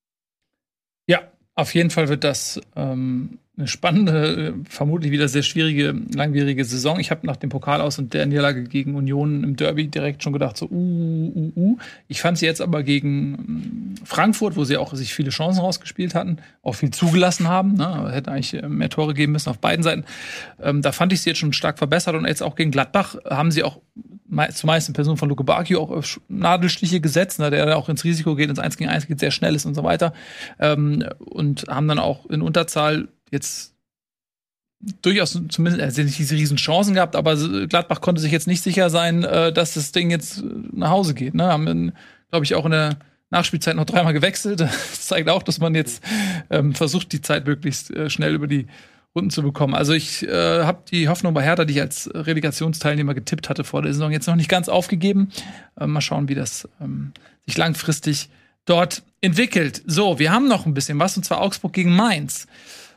Ja, auf jeden Fall wird das eine spannende, vermutlich wieder sehr schwierige, langwierige Saison. Ich habe nach dem Pokal aus und der Niederlage gegen Union im Derby direkt schon gedacht, so Ich fand sie jetzt aber gegen Frankfurt, wo sie auch sich viele Chancen rausgespielt hatten, auch viel zugelassen haben, ne? Hätte eigentlich mehr Tore geben müssen auf beiden Seiten. Da fand ich sie jetzt schon stark verbessert und jetzt auch gegen Gladbach haben sie auch zumeist in Person von Luke Bacchio auch Nadelstiche gesetzt, ne, der auch ins Risiko geht, ins 1 gegen 1 geht, sehr schnell ist und so weiter. Und haben dann auch in Unterzahl jetzt durchaus zumindest nicht diese riesen Chancen gehabt, aber Gladbach konnte sich jetzt nicht sicher sein, dass das Ding jetzt nach Hause geht. Ne? Haben, glaube ich, auch in der Nachspielzeit noch 3-mal gewechselt. Das zeigt auch, dass man jetzt versucht, die Zeit möglichst schnell über die Runden zu bekommen. Also ich habe die Hoffnung bei Hertha, die ich als Relegationsteilnehmer getippt hatte vor der Saison, jetzt noch nicht ganz aufgegeben. Mal schauen, wie das sich langfristig dort entwickelt. So, wir haben noch ein bisschen was, und zwar Augsburg gegen Mainz.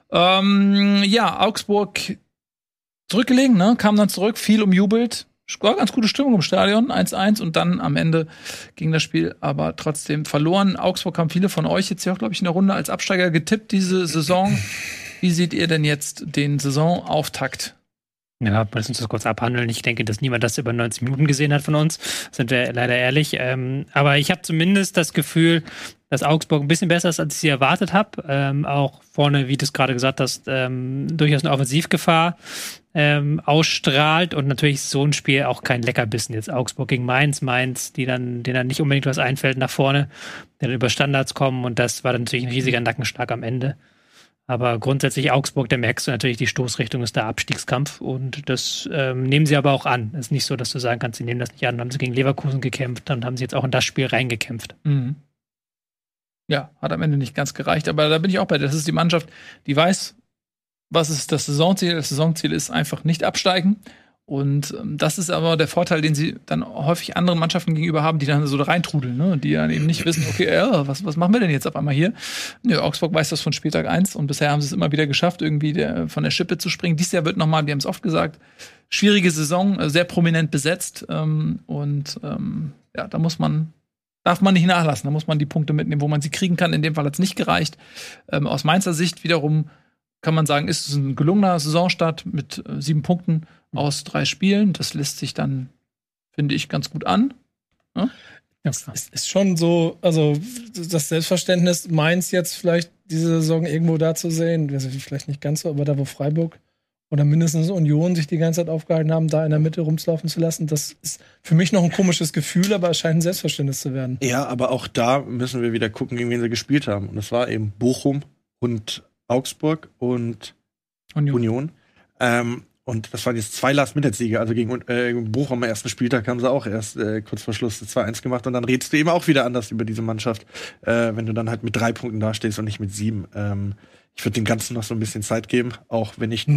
Augsburg zurückgelegen, ne? Kam dann zurück, viel umjubelt. War ganz gute Stimmung im Stadion, 1-1, und dann am Ende ging das Spiel aber trotzdem verloren. Augsburg haben viele von euch jetzt ja auch, glaube ich, in der Runde als Absteiger getippt diese Saison. Wie seht ihr denn jetzt den Saisonauftakt? Ja, lass uns das kurz abhandeln. Ich denke, dass niemand das über 90 Minuten gesehen hat von uns. Sind wir leider ehrlich. Aber ich habe zumindest das Gefühl, dass Augsburg ein bisschen besser ist, als ich sie erwartet habe. Auch vorne, wie du es gerade gesagt hast, durchaus eine Offensivgefahr ausstrahlt. Und natürlich so ein Spiel auch kein Leckerbissen. Jetzt Augsburg gegen Mainz, denen dann nicht unbedingt was einfällt nach vorne, die dann über Standards kommen. Und das war dann natürlich ein riesiger Nackenschlag am Ende. Aber grundsätzlich Augsburg, da merkst du natürlich, die Stoßrichtung ist der Abstiegskampf, und das nehmen sie aber auch an. Es ist nicht so, dass du sagen kannst, sie nehmen das nicht an. Dann haben sie gegen Leverkusen gekämpft, dann haben sie jetzt auch in das Spiel reingekämpft. Mhm. Ja, hat am Ende nicht ganz gereicht, aber da bin ich auch bei dir. Das ist die Mannschaft, die weiß, was ist das Saisonziel. Das Saisonziel ist einfach nicht absteigen. Und das ist aber der Vorteil, den sie dann häufig anderen Mannschaften gegenüber haben, die dann so da reintrudeln, ne? Und die dann eben nicht wissen, okay, was machen wir denn jetzt auf einmal hier? Nö, Augsburg weiß das von Spieltag 1, und bisher haben sie es immer wieder geschafft, irgendwie von der Schippe zu springen. Dieses Jahr wird nochmal, wir haben es oft gesagt, schwierige Saison, sehr prominent besetzt. Da darf man nicht nachlassen. Da muss man die Punkte mitnehmen, wo man sie kriegen kann. In dem Fall hat es nicht gereicht. Aus Mainzer Sicht wiederum kann man sagen, ist es ein gelungener Saisonstart mit 7 Punkten aus 3 Spielen. Das lässt sich dann, finde ich, ganz gut an. Ja? Es ist schon so, also das Selbstverständnis, Mainz jetzt vielleicht diese Saison irgendwo da zu sehen, vielleicht nicht ganz so, aber da, wo Freiburg oder mindestens Union sich die ganze Zeit aufgehalten haben, da in der Mitte rumzulaufen zu lassen, das ist für mich noch ein komisches Gefühl, aber es scheint ein Selbstverständnis zu werden. Ja, aber auch da müssen wir wieder gucken, gegen wen sie gespielt haben. Und das war eben Bochum und Augsburg und Union. Und das waren jetzt 2 Last-Minute-Siege. Also gegen Bochum am ersten Spieltag haben sie auch erst kurz vor Schluss 2-1 gemacht. Und dann redest du eben auch wieder anders über diese Mannschaft, wenn du dann halt mit 3 Punkten dastehst und nicht mit 7. Ich würde dem Ganzen noch so ein bisschen Zeit geben, auch wenn ich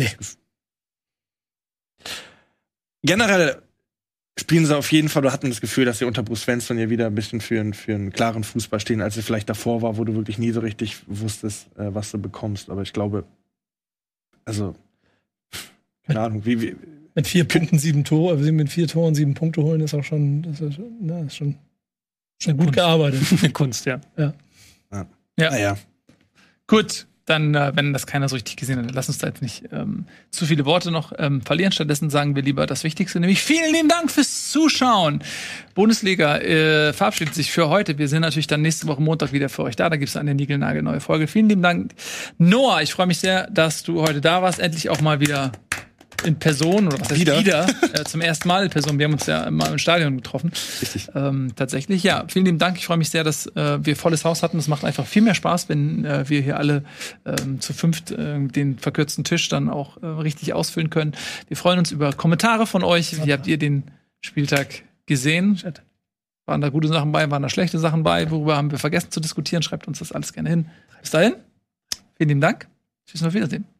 generell spielen sie auf jeden Fall, oder hatten das Gefühl, dass sie unter Bruce Svensson ja wieder ein bisschen für einen klaren Fußball stehen, als sie vielleicht davor war, wo du wirklich nie so richtig wusstest, was du bekommst. Aber ich glaube, also keine Ahnung, wie mit 4 Punkten 7 Tore, mit 4 Toren 7 Punkte holen, ist auch schon, das ist schon gut gearbeitet. Eine Kunst, ja. Naja. Gut, dann, wenn das keiner so richtig gesehen hat, lass uns da jetzt nicht zu viele Worte noch verlieren. Stattdessen sagen wir lieber das Wichtigste, nämlich vielen lieben Dank fürs Zuschauen. Bundesliga verabschiedet sich für heute. Wir sind natürlich dann nächste Woche Montag wieder für euch da. Da gibt es eine niegelnagelneue Folge. Vielen lieben Dank, Noah. Ich freue mich sehr, dass du heute da warst. Endlich auch mal wieder in Person, oder was heißt wieder? Zum ersten Mal in Person. Wir haben uns ja mal im Stadion getroffen. Richtig. Tatsächlich, ja. Vielen lieben Dank. Ich freue mich sehr, dass wir volles Haus hatten. Es macht einfach viel mehr Spaß, wenn wir hier alle zu 5 den verkürzten Tisch dann auch richtig ausfüllen können. Wir freuen uns über Kommentare von euch. Wie habt ihr den Spieltag gesehen? Waren da gute Sachen bei? Waren da schlechte Sachen bei? Worüber haben wir vergessen zu diskutieren? Schreibt uns das alles gerne hin. Bis dahin. Vielen lieben Dank. Tschüss und auf Wiedersehen.